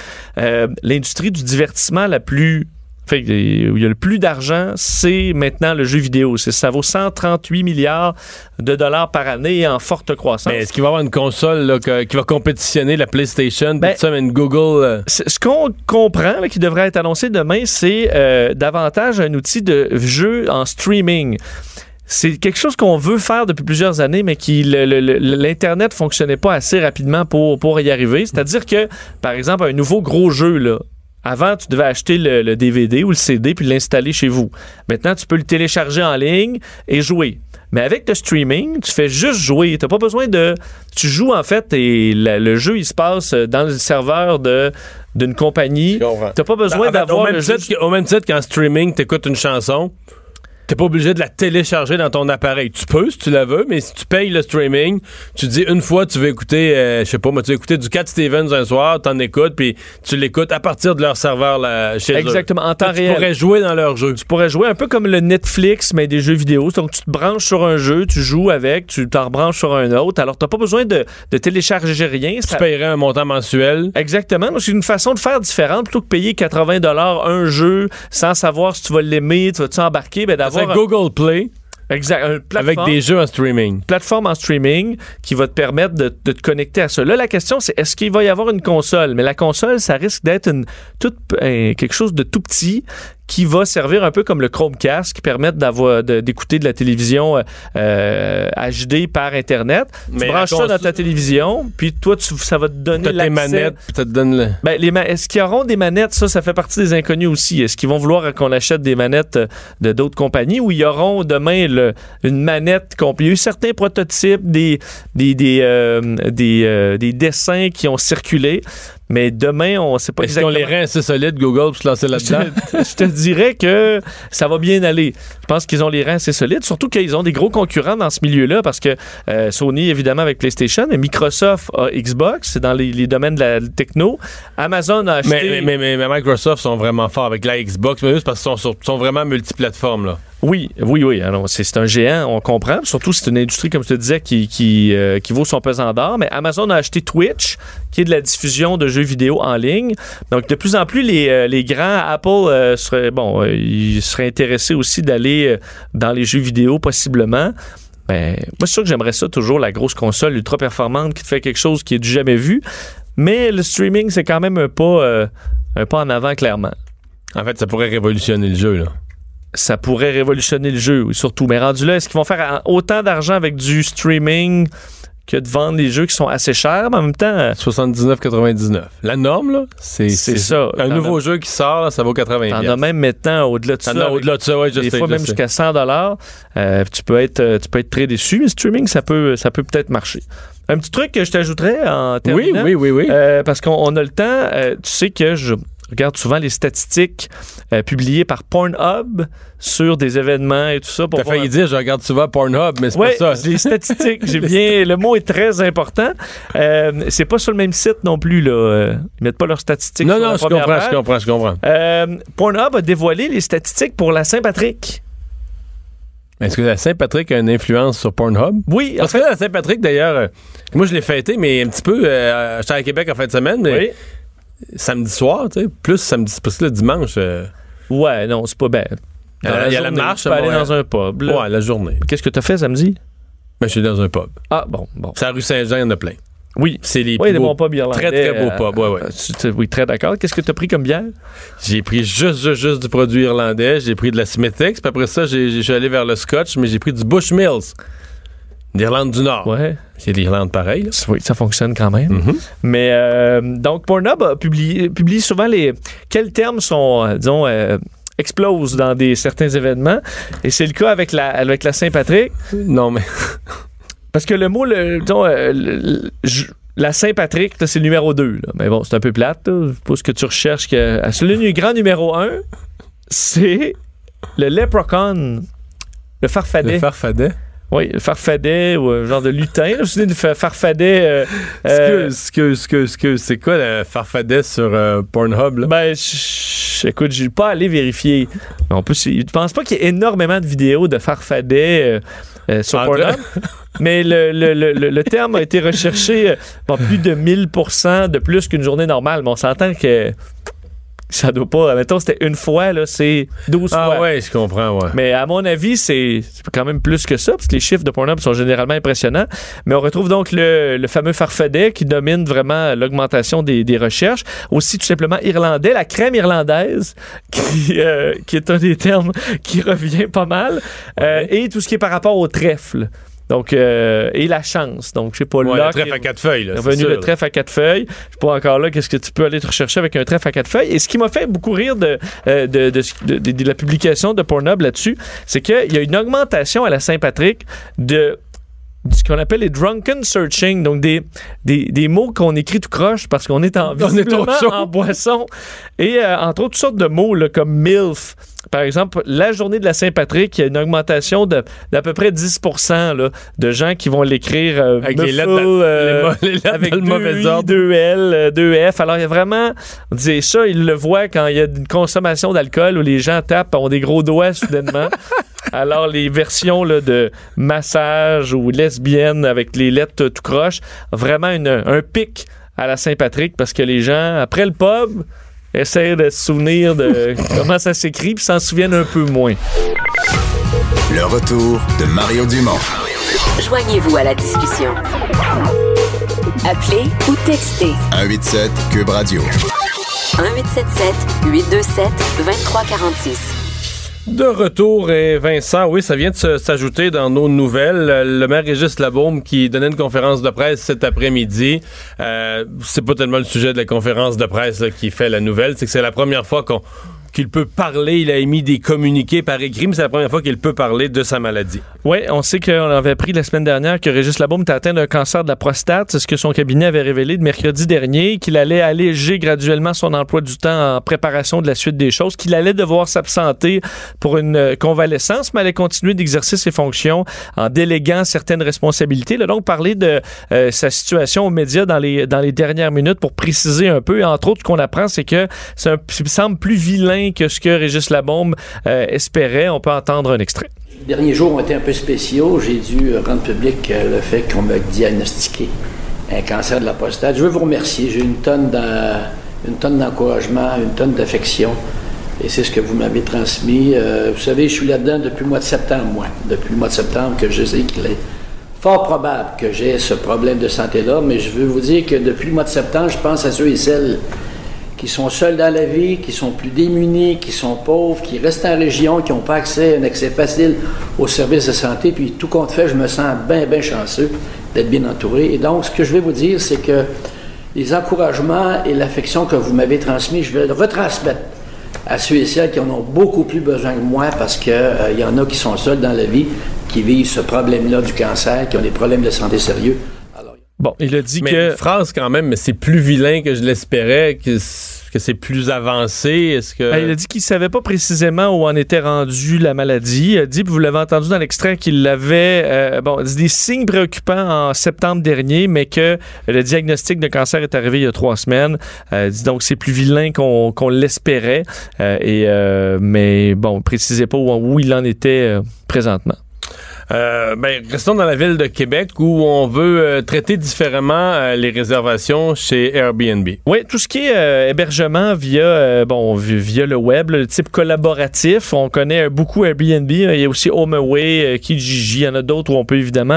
du divertissement la plus... où il y a le plus d'argent, c'est maintenant le jeu vidéo. Ça vaut 138 milliards de dollars par année et en forte croissance. Mais est-ce qu'il va y avoir une console là, qui va compétitionner la PlayStation, tout ça, mais une Google... Ce qu'on comprend, là, qui devrait être annoncé demain, c'est davantage un outil de jeu en streaming. C'est quelque chose qu'on veut faire depuis plusieurs années, mais qui l'Internet fonctionnait pas assez rapidement pour y arriver. C'est-à-dire que, par exemple, un nouveau gros jeu, là, avant, tu devais acheter le DVD ou le CD puis l'installer chez vous. Maintenant, tu peux le télécharger en ligne et jouer. Mais avec le streaming, tu fais juste jouer. T'as pas besoin de... Tu joues, en fait, et le jeu, il se passe dans le serveur d'une compagnie. T'as pas besoin d'avoir... Au même titre qu'en streaming, t'écoutes une chanson, t'es pas obligé de la télécharger dans ton appareil. Tu peux, si tu la veux, mais si tu payes le streaming, tu dis une fois, tu veux écouter, je sais pas, moi, tu veux écouter du Cat Stevens un soir, t'en écoutes, puis tu l'écoutes à partir de leur serveur là, chez eux. Exactement, en temps réel. Tu pourrais jouer dans leur jeu. Tu pourrais jouer un peu comme le Netflix, mais des jeux vidéo. Donc, tu te branches sur un jeu, tu joues avec, tu t'en rebranches sur un autre. Alors, t'as pas besoin de télécharger rien. Tu paierais un montant mensuel. Exactement. Donc, c'est une façon de faire différente. Plutôt que payer 80$ un jeu sans savoir si tu vas l'aimer, tu vas-tu embarquer, ben d'avoir... C'est Google Play. Exact. Avec des jeux en streaming. Plateforme en streaming qui va te permettre de te connecter à ça. Là, la question, c'est est-ce qu'il va y avoir une console? Mais la console, ça risque d'être quelque chose de tout petit qui va servir un peu comme le Chromecast, qui permet d'écouter de la télévision HD par Internet. Tu branches ça dans ta télévision, puis toi, ça va te donner l'accès. Tes manettes, puis ça te donne est-ce qu'ils auront des manettes? Ça fait partie des inconnus aussi. Est-ce qu'ils vont vouloir qu'on achète des manettes de d'autres compagnies ou ils auront demain une manette complète? Il y a eu certains prototypes, des dessins qui ont circulé. Mais demain, on ne sait pas exactement. Est-ce qu'ils ont les reins assez solides, Google, pour se lancer là-dedans? Je te dirais que ça va bien aller. Je pense qu'ils ont les reins assez solides, surtout qu'ils ont des gros concurrents dans ce milieu-là, parce que Sony, évidemment, avec PlayStation, et Microsoft a Xbox, c'est dans les domaines de la techno. Amazon a acheté... Mais Microsoft sont vraiment forts avec la Xbox, mais juste parce qu'ils sont vraiment multiplateformes, là. Oui. Alors, c'est un géant, on comprend. Surtout, c'est une industrie, comme je te disais, qui vaut son pesant d'or. Mais Amazon a acheté Twitch, qui est de la diffusion de jeux vidéo en ligne. Donc, de plus en plus, les grands Apple ils seraient intéressés aussi d'aller dans les jeux vidéo, possiblement. Ben, moi, c'est sûr que j'aimerais ça toujours, la grosse console ultra performante qui te fait quelque chose qui est du jamais vu. Mais le streaming, c'est quand même un pas en avant, clairement. En fait, ça pourrait révolutionner le jeu, là. Ça pourrait révolutionner le jeu, oui, surtout. Mais rendu là, est-ce qu'ils vont faire autant d'argent avec du streaming que de vendre les jeux qui sont assez chers, mais en même temps... 79,99. La norme, là, c'est ça. Un nouveau jeu qui sort, là, ça vaut 80$. T'en as même maintenant au-delà de ça. Au-delà de ça, oui, des fois, même jusqu'à 100$. Tu peux être très déçu, mais streaming, ça peut peut-être marcher. Un petit truc que je t'ajouterais en terminant. Oui. Parce qu'on a le temps. Tu sais que je regarde souvent les statistiques publiées par Pornhub sur des événements et tout ça. T'as failli dire, je regarde souvent Pornhub, mais c'est pas ça. Les statistiques, le mot est très important. C'est pas sur le même site non plus, là. Ils mettent pas leurs statistiques sur la première page. Je comprends. Pornhub a dévoilé les statistiques pour la Saint-Patrick. Est-ce que la Saint-Patrick a une influence sur Pornhub? Oui. Parce que la Saint-Patrick, d'ailleurs, moi, je l'ai fêté, mais un petit peu, j'étais à Québec en fin de semaine, mais samedi soir, tu sais, plus samedi, c'est parce que le dimanche... Ouais, non, c'est pas bien. Il y a la marche. Tu peux aller dans un pub. Là. Ouais, la journée. Qu'est-ce que tu as fait samedi? Ben, je suis dans un pub. Ah, bon. C'est à rue Saint-Jean, il y en a plein. Oui. C'est les des bons pubs irlandais. Très, très beaux pubs, ouais. Oui, très d'accord. Qu'est-ce que tu as pris comme bière? J'ai pris juste du produit irlandais. J'ai pris de la Smithix. Puis après ça, je suis allé vers le Scotch, mais j'ai pris du Bushmills. D'Irlande du Nord. Ouais. C'est l'Irlande pareil. Là. Oui, ça fonctionne quand même. Mm-hmm. Mais donc, Pornhub a publié souvent quels termes sont, disons, explosent dans certains événements. Et c'est le cas avec la Saint-Patrick. Non, mais... Parce que le mot, la Saint-Patrick, là, c'est le numéro 2. Là. Mais bon, c'est un peu plate. Là. Je sais pas ce que tu recherches. Le grand numéro 1, c'est le leprechaun. Le farfadet. Le farfadet? Oui, le farfadet ou un genre de lutin. Vous vous souvenez du farfadet? C'est quoi le farfadet sur Pornhub? Là? Ben, écoute, j'ai pas allé vérifier. Je pense pas qu'il y ait énormément de vidéos de farfadet sur Pornhub. Mais le terme a été recherché plus de 1000% de plus qu'une journée normale. Mais on s'entend que ça doit pas... Mettons, c'était une fois, là, c'est 12 fois. Ah ouais, je comprends, ouais. Mais à mon avis, c'est quand même plus que ça, parce que les chiffres de Pornhub sont généralement impressionnants. Mais on retrouve donc le fameux farfadet qui domine vraiment l'augmentation des recherches. Aussi, tout simplement, irlandais, la crème irlandaise, qui est un des termes qui revient pas mal. Et tout ce qui est par rapport au trèfle. Donc, et la chance. Donc, je sais pas, là. Le trèfle à 4 feuilles, là. C'est revenu le trèfle à 4 feuilles. Je suis pas encore là. Qu'est-ce que tu peux aller te rechercher avec un trèfle à 4 feuilles? Et ce qui m'a fait beaucoup rire de la publication de Pornhub là-dessus, c'est qu'il y a une augmentation à la Saint-Patrick de ce qu'on appelle les drunken searching, donc des mots qu'on écrit tout croche parce qu'on est visiblement en boisson. Et entre autres, toutes sortes de mots là, comme MILF. Par exemple, la journée de la Saint-Patrick, il y a une augmentation d'à peu près 10% là, de gens qui vont l'écrire avec les lettres avec dans le mauvais ordre. 2 L, 2 F. Alors, il y a vraiment... On disait ça, il le voit quand il y a une consommation d'alcool où les gens tapent, ont des gros doigts soudainement. Alors, les versions là, de massage ou lesbienne avec les lettres tout croche, vraiment un pic à la Saint-Patrick parce que les gens, après le pub... essayent de se souvenir de comment ça s'écrit puis s'en souviennent un peu moins. Le retour de Mario Dumont. Joignez-vous à la discussion. Appelez ou textez. 187 Cube Radio. 1-877-827-2346. De retour, et Vincent, oui, ça vient de s'ajouter dans nos nouvelles. Le maire Régis Labaume qui donnait une conférence de presse cet après-midi. C'est pas tellement le sujet de la conférence de presse là, qui fait la nouvelle, c'est que c'est la première fois qu'il peut parler. Il a émis des communiqués par écrit, mais c'est la première fois qu'il peut parler de sa maladie. Oui, on sait qu'on avait appris la semaine dernière que Régis Labaume était atteint d'un cancer de la prostate. C'est ce que son cabinet avait révélé le mercredi dernier, qu'il allait alléger graduellement son emploi du temps en préparation de la suite des choses, qu'il allait devoir s'absenter pour une convalescence, mais allait continuer d'exercer ses fonctions en déléguant certaines responsabilités. Il a donc parlé de sa situation aux médias dans les dernières minutes pour préciser un peu. Et entre autres, ce qu'on apprend, c'est que ça semble plus vilain que ce que Régis Labaume espérait. On peut entendre un extrait. Les derniers jours ont été un peu spéciaux. J'ai dû rendre public le fait qu'on m'a diagnostiqué un cancer de la prostate. Je veux vous remercier. J'ai une tonne d'encouragement, une tonne d'affection. Et c'est ce que vous m'avez transmis. Vous savez, je suis là-dedans depuis le mois de septembre, moi. Depuis le mois de septembre que je sais qu'il est fort probable que j'ai ce problème de santé-là. Mais je veux vous dire que depuis le mois de septembre, je pense à ceux et celles qui sont seuls dans la vie, qui sont plus démunis, qui sont pauvres, qui restent en région, qui n'ont pas un accès facile aux services de santé. Puis tout compte fait, je me sens bien chanceux d'être bien entouré. Et donc, ce que je vais vous dire, c'est que les encouragements et l'affection que vous m'avez transmis, je vais le retransmettre à ceux et celles qui en ont beaucoup plus besoin que moi, parce qu'il y en a qui sont seuls dans la vie, qui vivent ce problème-là du cancer, qui ont des problèmes de santé sérieux. Bon, il a dit mais que... Une phrase quand même, mais c'est plus vilain que je l'espérais, que c'est plus avancé. Est-ce que... il a dit qu'il ne savait pas précisément où en était rendue la maladie. Il a dit, puis vous l'avez entendu dans l'extrait, qu'il avait des signes préoccupants en septembre dernier, mais que le diagnostic de cancer est arrivé il y a 3 semaines. Il dit donc c'est plus vilain qu'on l'espérait. Mais bon, il ne précisait pas où il en était présentement. Restons dans la ville de Québec où on veut traiter différemment les réservations chez Airbnb. Oui, tout ce qui est hébergement via le web, le type collaboratif. On connaît beaucoup Airbnb. Il y a aussi HomeAway, Kijiji. Il y en a d'autres où on peut évidemment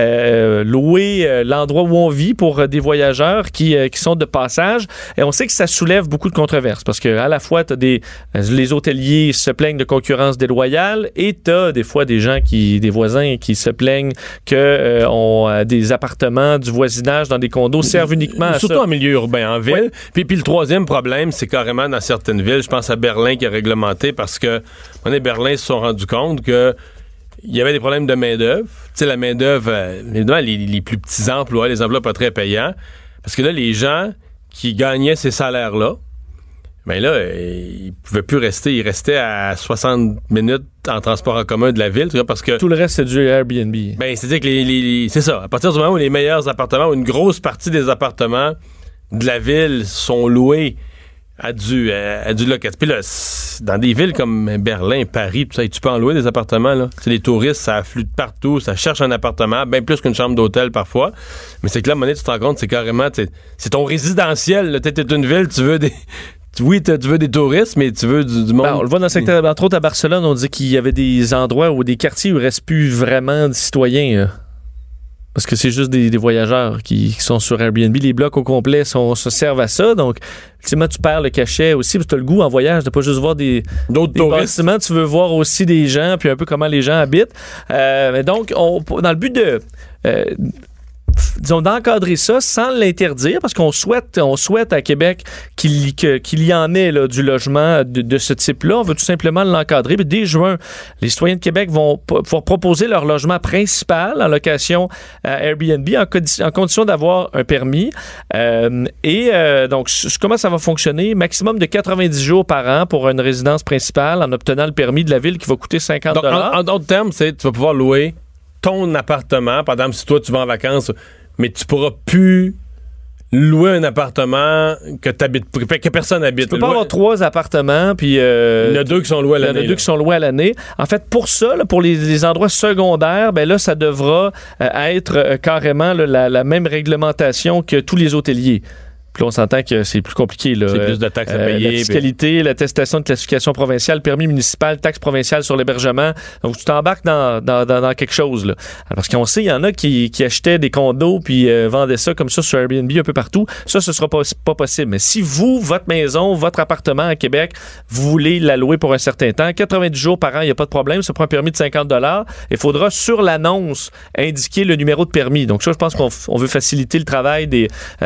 louer l'endroit où on vit pour des voyageurs qui sont de passage. Et on sait que ça soulève beaucoup de controverses parce que à la fois, les hôteliers se plaignent de concurrence déloyale et t'as des fois des voisins qui se plaignent que des appartements du voisinage dans des condos servent uniquement à ça. Surtout en milieu urbain, en ville. Oui. Puis le troisième problème, c'est carrément dans certaines villes. Je pense à Berlin qui a réglementé parce que Berlin se sont rendus compte que il y avait des problèmes de main-d'œuvre. Tu sais, la main-d'œuvre, évidemment, les plus petits emplois, les emplois pas très payants. Parce que là, les gens qui gagnaient ces salaires-là, ben là, ils pouvaient plus rester. Ils restaient à 60 minutes en transport en commun de la ville, tu vois, parce que... Tout le reste, c'est du Airbnb. Ben, c'est-à-dire que c'est ça. À partir du moment où les meilleurs appartements, ou une grosse partie des appartements de la ville sont loués à du locatif. Puis là, dans des villes comme Berlin, Paris, tout ça, tu peux en louer des appartements, là. C'est les touristes, ça afflue de partout, ça cherche un appartement, bien plus qu'une chambre d'hôtel parfois. Mais c'est que là, à un moment donné, tu te rends compte, c'est carrément, c'est ton résidentiel, là. T'es une ville, tu veux des... Oui, tu veux des touristes, mais tu veux du monde. On le voit dans le secteur, entre autres à Barcelone, on dit qu'il y avait des endroits ou des quartiers où il ne reste plus vraiment de citoyens. Parce que c'est juste des voyageurs qui sont sur Airbnb. Les blocs au complet se servent à ça. Donc, ultimement, tu perds le cachet aussi. Parce que tu as le goût en voyage de pas juste voir d'autres touristes. Tu veux voir aussi des gens, puis un peu comment les gens habitent. Donc, dans le but de... disons, d'encadrer ça sans l'interdire, parce qu'on souhaite à Québec qu'il y en ait là, du logement de ce type-là. On veut tout simplement l'encadrer. Puis dès juin, les citoyens de Québec vont pouvoir proposer leur logement principal en location à Airbnb en condition d'avoir un permis. Donc, comment ça va fonctionner? Maximum de 90 jours par an pour une résidence principale en obtenant le permis de la ville qui va coûter 50 $. Donc, en d'autres termes, tu vas pouvoir louer ton appartement. Par exemple, si toi, tu vas en vacances, mais tu pourras plus louer un appartement que personne habite. Tu peux pas avoir 3 appartements, puis... il y en a 2 qui sont loués à l'année. Il y en a 2 qui sont loués à l'année. En fait, pour ça, là, pour les endroits secondaires, ben là, ça devra être carrément là, la même réglementation que tous les hôteliers. Puis là, on s'entend que c'est plus compliqué. Là. C'est plus de taxes à payer. La fiscalité, l'attestation de classification provinciale, permis municipal, taxe provinciale sur l'hébergement. Donc, tu t'embarques dans quelque chose. Là. Alors, parce qu'on sait, il y en a qui achetaient des condos puis vendaient ça comme ça sur Airbnb un peu partout. Ça, ce sera pas possible. Mais si vous, votre maison, votre appartement à Québec, vous voulez la louer pour un certain temps, 90 jours par an, il n'y a pas de problème. Ça prend un permis de 50 $. Il faudra, sur l'annonce, indiquer le numéro de permis. Donc, ça, je pense qu'on veut faciliter le travail des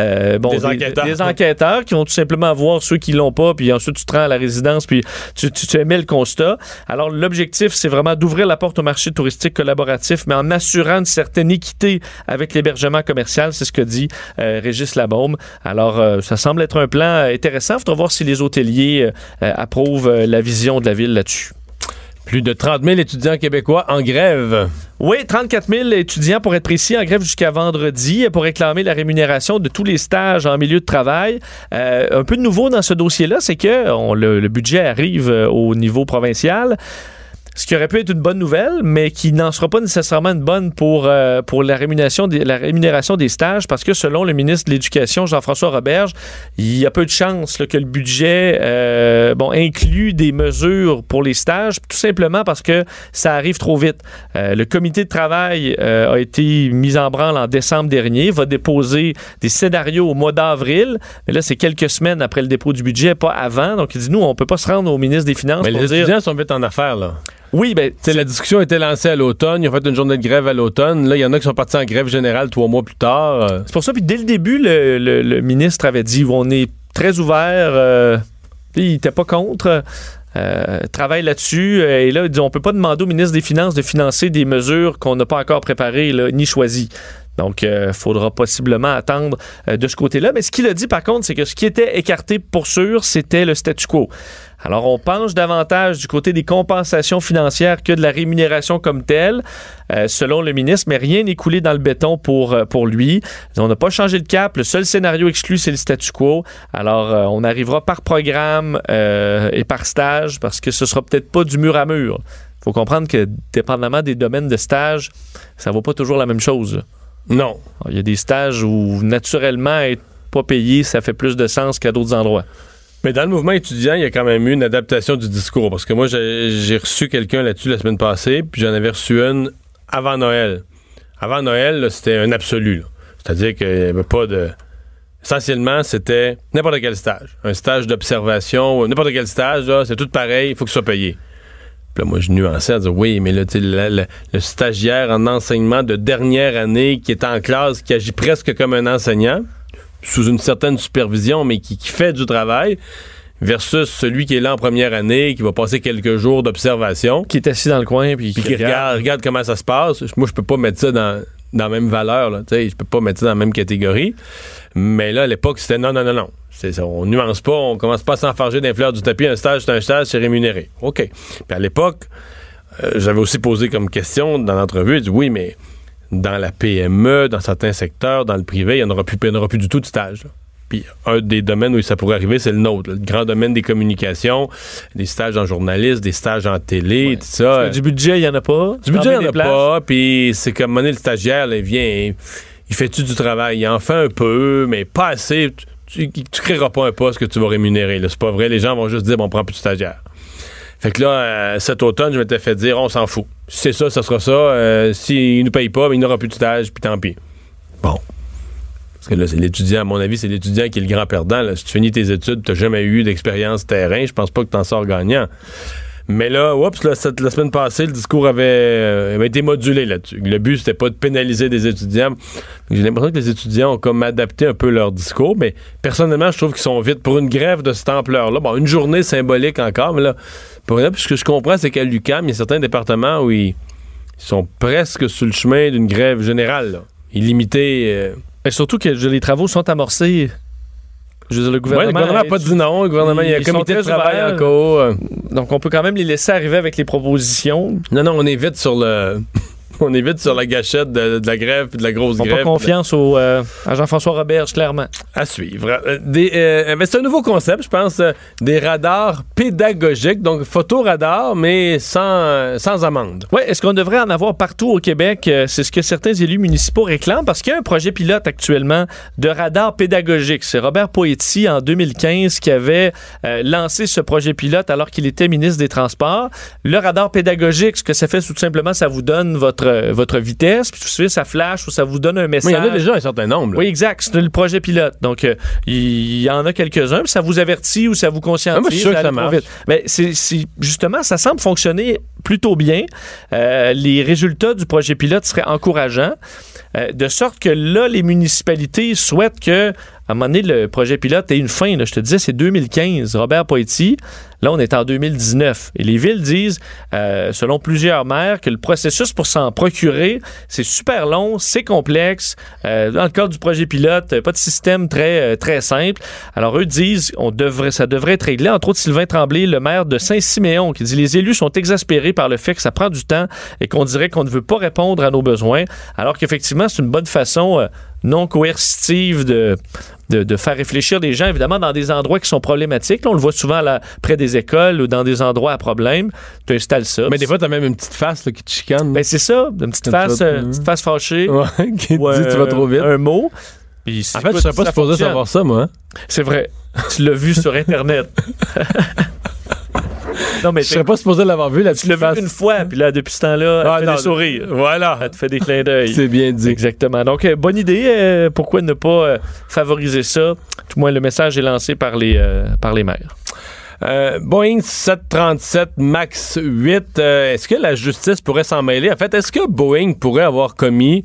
enquêteurs qui vont tout simplement voir ceux qui l'ont pas, puis ensuite tu te rends à la résidence, puis tu émets le constat. Alors, l'objectif, c'est vraiment d'ouvrir la porte au marché touristique collaboratif, mais en assurant une certaine équité avec l'hébergement commercial. C'est ce que dit Régis Labaume. Alors, ça semble être un plan intéressant. Il faudra voir si les hôteliers approuvent la vision de la ville là-dessus. Plus de 30 000 étudiants québécois en grève. Oui, 34 000 étudiants, pour être précis, en grève jusqu'à vendredi pour réclamer la rémunération de tous les stages en milieu de travail. Un peu de nouveau dans ce dossier-là, c'est que le budget arrive au niveau provincial. Ce qui aurait pu être une bonne nouvelle, mais qui n'en sera pas nécessairement une bonne pour la rémunération des stages, parce que selon le ministre de l'Éducation, Jean-François Roberge, il y a peu de chances là, que le budget inclue des mesures pour les stages, tout simplement parce que ça arrive trop vite. Le comité de travail a été mis en branle en décembre dernier, va déposer des scénarios au mois d'avril, mais là, c'est quelques semaines après le dépôt du budget, pas avant. Donc, il dit, nous, on peut pas se rendre au ministre des Finances pour dire... Les étudiants sont vite en affaires, là. Oui, la discussion a été lancée à l'automne. Ils ont fait une journée de grève à l'automne. Là, il y en a qui sont partis en grève générale 3 mois plus tard. C'est pour ça. Puis dès le début, le ministre avait dit on est très ouvert. Il n'était pas contre. Travaille là-dessus. Et là, il dit on peut pas demander au ministre des Finances de financer des mesures qu'on n'a pas encore préparées là, ni choisies. Donc, il faudra possiblement attendre de ce côté-là. Mais ce qu'il a dit, par contre, c'est que ce qui était écarté pour sûr, c'était le statu quo. Alors, on penche davantage du côté des compensations financières que de la rémunération comme telle, selon le ministre, mais rien n'est coulé dans le béton pour lui. On n'a pas changé le cap. Le seul scénario exclu, c'est le statu quo. Alors, on arrivera par programme et par stage, parce que ce sera peut-être pas du mur à mur. Il faut comprendre que, dépendamment des domaines de stage, ça ne vaut pas toujours la même chose. Non. Il y a des stages où, naturellement, être pas payé, ça fait plus de sens qu'à d'autres endroits. Mais dans le mouvement étudiant, il y a quand même eu une adaptation du discours. Parce que moi, j'ai reçu quelqu'un là-dessus la semaine passée, puis j'en avais reçu une avant Noël. Avant Noël, là, c'était un absolu. Là. C'est-à-dire qu'il n'y avait pas de... Essentiellement, c'était n'importe quel stage. Un stage d'observation, n'importe quel stage, là, c'est tout pareil, il faut que ce soit payé. Puis là, moi, je nuançais à dire, oui, mais là, tu sais, le stagiaire en enseignement de dernière année qui est en classe, qui agit presque comme un enseignant, sous une certaine supervision, mais qui fait du travail, versus celui qui est là en première année, qui va passer quelques jours d'observation. Qui est assis dans le coin, puis qui regarde comment ça se passe. Moi, je peux pas mettre ça dans la même valeur, là, tu sais, je peux pas mettre ça dans la même catégorie. Mais là, à l'époque, c'était non. C'est ça, on nuance pas, on commence pas à s'enfarger d'un fleur du tapis. Un stage, c'est rémunéré. OK. Puis à l'époque, j'avais aussi posé comme question dans l'entrevue, il dit oui, mais dans la PME, dans certains secteurs, dans le privé, il n'y en aura plus du tout de stage. Là. Puis un des domaines où ça pourrait arriver, c'est le nôtre. Là, le grand domaine des communications, des stages en journalisme, des stages en télé, tout ça. Parce que du budget, il n'y en a pas. Du budget, il n'y en a pas. Puis c'est comme le stagiaire, là, il vient, il fait-tu du travail? Il en fait un peu, mais pas assez. Tu créeras pas un poste que tu vas rémunérer. Là. C'est pas vrai. Les gens vont juste dire, bon, on prend plus de stagiaires. Fait que là, cet automne, je m'étais fait dire, on s'en fout. Si c'est ça, ça sera ça. S'ils nous payent pas, il n'aura plus de stage, puis tant pis. Bon. Parce que là, c'est l'étudiant, à mon avis, c'est l'étudiant qui est le grand perdant. Là. Si tu finis tes études, tu n'as jamais eu d'expérience terrain, je pense pas que tu en sors gagnant. Mais là, la semaine passée, le discours avait été modulé là-dessus. Le but, c'était pas de pénaliser des étudiants. J'ai l'impression que les étudiants ont comme adapté un peu leur discours, mais personnellement, je trouve qu'ils sont vite pour une grève de cette ampleur-là. Bon, une journée symbolique encore, mais là, pour là, ce que je comprends, c'est qu'à l'UQAM, il y a certains départements où ils sont presque sur le chemin d'une grève générale, là. Illimitée. Et surtout que les travaux sont amorcés. Je veux dire, le gouvernement n'a pas dit non. Le gouvernement, il y a un comité de travail en cours. Donc, on peut quand même les laisser arriver avec les propositions. Non, on est vite sur le... On est vite sur la gâchette de la grève et de la grosse grève. Pas confiance à Jean-François Roberge, clairement. À suivre. Mais c'est un nouveau concept, je pense, des radars pédagogiques, donc photoradars, mais sans amende. Oui, est-ce qu'on devrait en avoir partout au Québec? C'est ce que certains élus municipaux réclament, parce qu'il y a un projet pilote actuellement de radar pédagogique. C'est Robert Poetti, en 2015, qui avait lancé ce projet pilote alors qu'il était ministre des Transports. Le radar pédagogique, ce que ça fait, c'est tout simplement, ça vous donne votre vitesse, puis tout de suite, ça flash ou ça vous donne un message. Mais il y en a déjà un certain nombre. Là. Oui, exact. C'est le projet pilote. Donc, il y en a quelques-uns, puis ça vous avertit ou ça vous conscientise. Moi, je suis sûr que ça marche. Mais justement, ça semble fonctionner plutôt bien. Les résultats du projet pilote seraient encourageants, de sorte que là, les municipalités souhaitent que, à un moment donné, le projet pilote ait une fin. Là. Je te disais, c'est 2015. Robert Poetti, là, on est en 2019. Et les villes disent, selon plusieurs maires, que le processus pour s'en procurer, c'est super long, c'est complexe. Dans le cadre du projet pilote, pas de système très, très simple. Alors, eux disent, ça devrait être réglé. Entre autres, Sylvain Tremblay, le maire de Saint-Siméon, qui dit, les élus sont exaspérés par le fait que ça prend du temps et qu'on dirait qu'on ne veut pas répondre à nos besoins, alors qu'effectivement, c'est une bonne façon non coercitive de faire réfléchir les gens, évidemment, dans des endroits qui sont problématiques. Là, on le voit souvent près des écoles ou dans des endroits à problème. Tu installes ça. Mais des fois, tu as même une petite face là, qui te chicane. Ben, c'est ça, une petite face fâchée. Ouais, qui te dit tu vas trop vite. Un mot. Puis, en fait, je ne serais pas supposé savoir ça, moi. Hein? C'est vrai. Tu l'as vu sur Internet. Non, mais je serais pas supposé l'avoir vu, la petite face. Tu l'as vu une fois, puis là, depuis ce temps-là, elle te fait des sourires. Voilà. Elle te fait des clins d'œil. C'est bien dit. Exactement. Donc, bonne idée. Pourquoi ne pas favoriser ça? Tout moins, le message est lancé par les maires. Boeing 737 MAX 8, est-ce que la justice pourrait s'en mêler? En fait, est-ce que Boeing pourrait avoir commis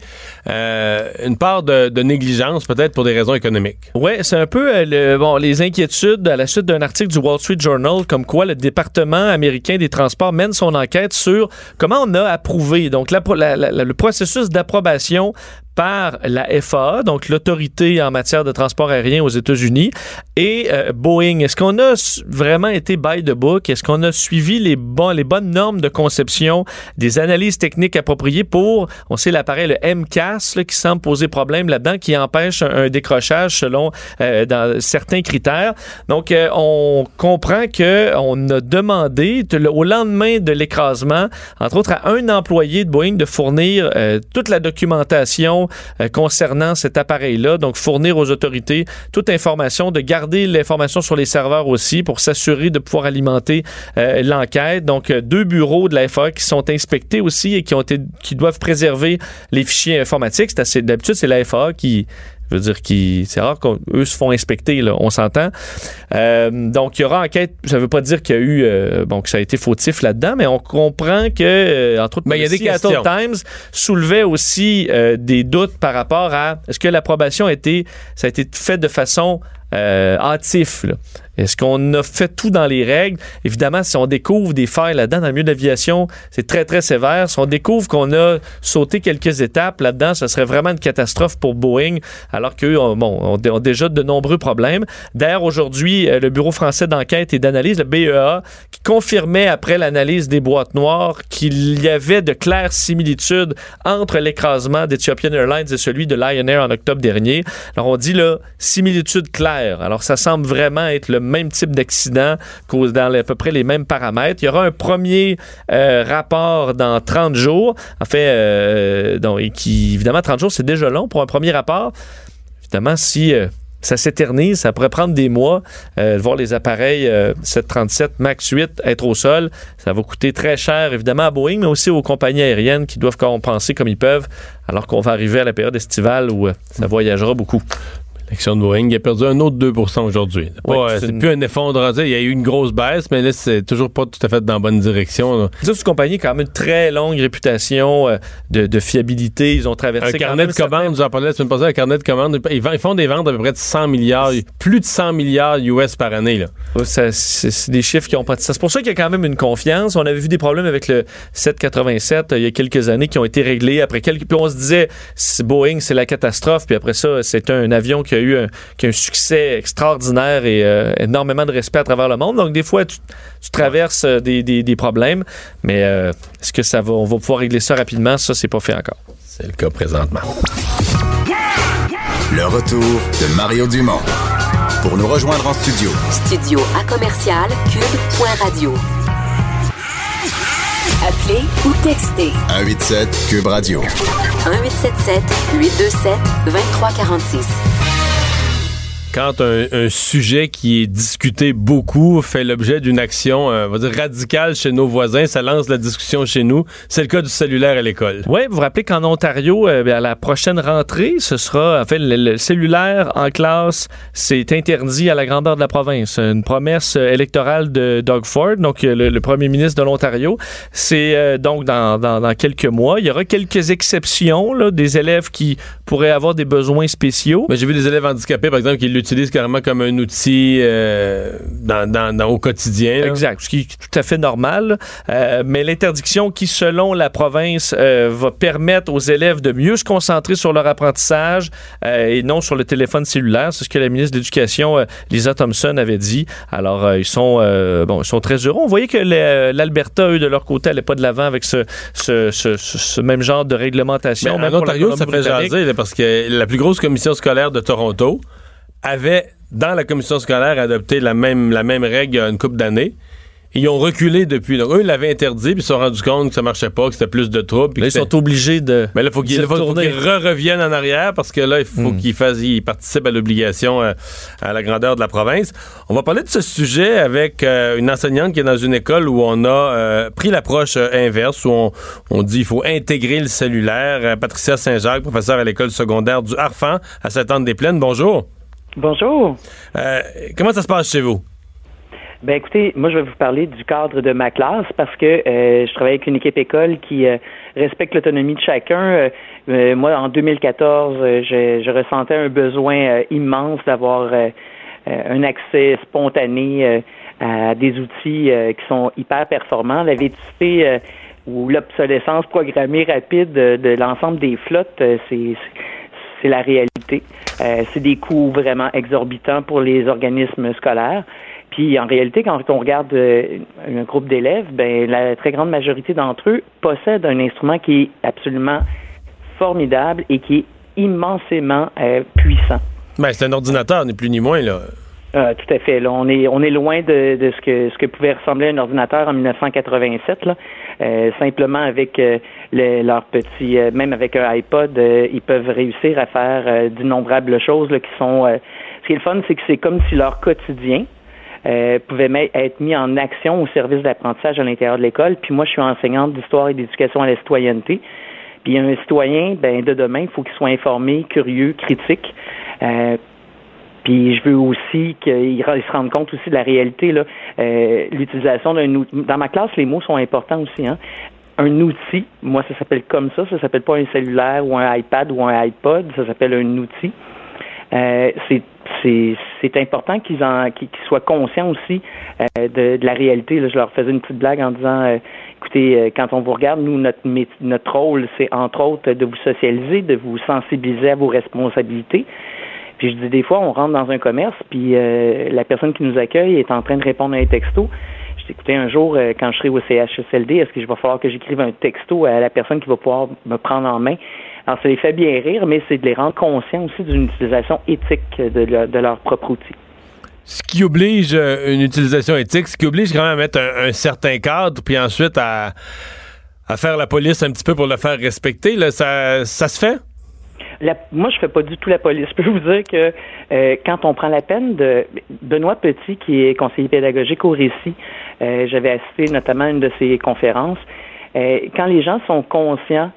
une part de négligence, peut-être pour des raisons économiques? Oui, c'est un peu les inquiétudes à la suite d'un article du Wall Street Journal, comme quoi le département américain des transports mène son enquête sur comment on a approuvé, donc le processus d'approbation par la FAA, donc l'autorité en matière de transport aérien aux États-Unis, et Boeing. Est-ce qu'on a vraiment été by the book? Est-ce qu'on a suivi les bonnes normes de conception, des analyses techniques appropriées pour, on sait l'appareil, le MCAS, là, qui semble poser problème là-dedans, qui empêche un décrochage selon dans certains critères. Donc, on comprend qu'on a demandé, au lendemain de l'écrasement, entre autres à un employé de Boeing, de fournir toute la documentation concernant cet appareil-là, donc fournir aux autorités toute information, de garder l'information sur les serveurs aussi pour s'assurer de pouvoir alimenter l'enquête. Donc, 2 bureaux de la FAA qui sont inspectés aussi et qui doivent préserver les fichiers informatiques. D'habitude, c'est la FAA qui... Je veux dire, c'est rare qu'eux se font inspecter, là, on s'entend. Donc, il y aura enquête. Ça ne veut pas dire qu'il y a eu, que ça a été fautif là-dedans, mais on comprend que, entre autres, le Seattle Times soulevait aussi des doutes par rapport à est-ce que l'approbation ça a été fait de façon hâtive, là. Est-ce qu'on a fait tout dans les règles? Évidemment, si on découvre des failles là-dedans, dans le milieu de l'aviation, c'est très, très sévère. Si on découvre qu'on a sauté quelques étapes là-dedans, ce serait vraiment une catastrophe pour Boeing, alors qu'eux ont déjà de nombreux problèmes. D'ailleurs, aujourd'hui, le Bureau français d'enquête et d'analyse, le BEA, qui confirmait après l'analyse des boîtes noires qu'il y avait de claires similitudes entre l'écrasement d'Ethiopian Airlines et celui de Lion Air en octobre dernier. Alors, on dit là, similitudes claires. Alors, ça semble vraiment être le même type d'accident dans à peu près les mêmes paramètres. Il y aura un premier rapport dans 30 jours. En fait, évidemment, 30 jours, c'est déjà long pour un premier rapport. Évidemment, si ça s'éternise, ça pourrait prendre des mois de voir les appareils 737 MAX 8 être au sol. Ça va coûter très cher, évidemment, à Boeing, mais aussi aux compagnies aériennes qui doivent compenser comme ils peuvent, alors qu'on va arriver à la période estivale où ça voyagera beaucoup. L'action de Boeing a perdu un autre 2% aujourd'hui. C'est plus un effondrement. Il y a eu une grosse baisse, mais là, c'est toujours pas tout à fait dans la bonne direction. C'est une compagnie qui a quand même une très longue réputation de fiabilité. Ils ont traversé un carnet de commandes, j'en parlais la semaine passée, un carnet de commandes. Ils font des ventes à peu près de 100 milliards, plus de 100 milliards US par année. Là. C'est des chiffres qui n'ont pas de sens. C'est pour ça qu'il y a quand même une confiance. On avait vu des problèmes avec le 787 il y a quelques années qui ont été réglés après quelques... Puis on se disait, Boeing, c'est la catastrophe. Puis après ça, c'est un avion qui a eu un succès extraordinaire et énormément de respect à travers le monde. Donc, des fois, tu traverses des problèmes, mais est-ce que on va pouvoir régler ça rapidement? Ça, c'est pas fait encore. C'est le cas présentement. Le retour de Mario Dumont. Pour nous rejoindre en studio. Studio à commercial cube.radio. Appelez ou textez. 187 Cube Radio. 1877-827-2346. Quand un sujet qui est discuté beaucoup fait l'objet d'une action, on va dire radicale chez nos voisins, ça lance la discussion chez nous. C'est le cas du cellulaire à l'école. Oui, vous vous rappelez qu'en Ontario, à la prochaine rentrée, ce sera, en fait, le cellulaire en classe, c'est interdit à la grandeur de la province. Une promesse électorale de Doug Ford, donc le premier ministre de l'Ontario. C'est donc dans quelques mois. Il y aura quelques exceptions, là, des élèves qui pourraient avoir des besoins spéciaux. Mais j'ai vu des élèves handicapés, par exemple, qui l'utilisent carrément comme un outil au quotidien. Là. Exact, ce qui est tout à fait normal. Mais l'interdiction qui, selon la province, va permettre aux élèves de mieux se concentrer sur leur apprentissage et non sur le téléphone cellulaire. C'est ce que la ministre de l'Éducation, Lisa Thompson, avait dit. Alors, ils sont très heureux. On voyait que l'Alberta, eux, de leur côté, n'allait pas de l'avant avec ce même genre de réglementation. Mais en Ontario, ça fait jaser, là, parce que la plus grosse commission scolaire de Toronto avait, dans la commission scolaire, adopté la même règle il y a une couple d'années. Ils ont reculé depuis. Donc, eux, ils l'avaient interdit, puis ils se sont rendus compte que ça marchait pas, que c'était plus de troubles. Là, ils sont obligés de. Mais là, il faut qu'ils reviennent en arrière, parce que là, il faut qu'ils participent à l'obligation à la grandeur de la province. On va parler de ce sujet avec une enseignante qui est dans une école où on a pris l'approche inverse, où on dit qu'il faut intégrer le cellulaire. Patricia Saint-Jacques, professeure à l'école secondaire du Harfang, à Sainte-Anne-des-Plaines. Bonjour. Bonjour. Comment ça se passe chez vous? Ben écoutez, moi je vais vous parler du cadre de ma classe parce que je travaille avec une équipe école qui respecte l'autonomie de chacun. Moi, en 2014, je ressentais un besoin immense d'avoir un accès spontané à des outils qui sont hyper performants. La vétusté ou l'obsolescence programmée rapide de l'ensemble des flottes, c'est la réalité. C'est des coûts vraiment exorbitants pour les organismes scolaires. Puis en réalité, quand on regarde un groupe d'élèves, ben la très grande majorité d'entre eux possèdent un instrument qui est absolument formidable et qui est immensément puissant. Ben, c'est un ordinateur, ni plus ni moins, là. Tout à fait. Là, on est loin de ce que pouvait ressembler un ordinateur en 1987. Là. Simplement avec leur petit, même avec un iPod, ils peuvent réussir à faire d'innombrables choses là, qui sont. Ce qui est le fun, c'est que c'est comme si leur quotidien pouvait être mis en action au service d'apprentissage à l'intérieur de l'école. Puis moi, je suis enseignante d'histoire et d'éducation à la citoyenneté. Puis un citoyen, de demain, il faut qu'il soit informé, curieux, critique. Puis je veux aussi qu'il se rende compte aussi de la réalité, là. L'utilisation d'un outil. Dans ma classe, les mots sont importants aussi, hein. Un outil, moi, ça s'appelle comme ça s'appelle pas un cellulaire ou un iPad ou un iPod, ça s'appelle un outil. C'est important qu'ils soient conscients aussi de la réalité. Là, je leur faisais une petite blague en disant écoutez, quand on vous regarde, nous, notre rôle, c'est entre autres de vous socialiser, de vous sensibiliser à vos responsabilités. Puis je dis des fois, on rentre dans un commerce, puis la personne qui nous accueille est en train de répondre à un texto. Je dis écoutez, un jour, quand je serai au CHSLD, est-ce que je vais falloir que j'écrive un texto à la personne qui va pouvoir me prendre en main? Alors, ça les fait bien rire, mais c'est de les rendre conscients aussi d'une utilisation éthique de leur propre outil. Ce qui oblige une utilisation éthique, ce qui oblige quand même à mettre un certain cadre, puis ensuite à faire la police un petit peu pour le faire respecter, là, ça se fait? Moi, je fais pas du tout la police. Je peux vous dire que quand on prend la peine de Benoît Petit, qui est conseiller pédagogique au Récit, j'avais assisté notamment à une de ses conférences. Quand les gens sont conscients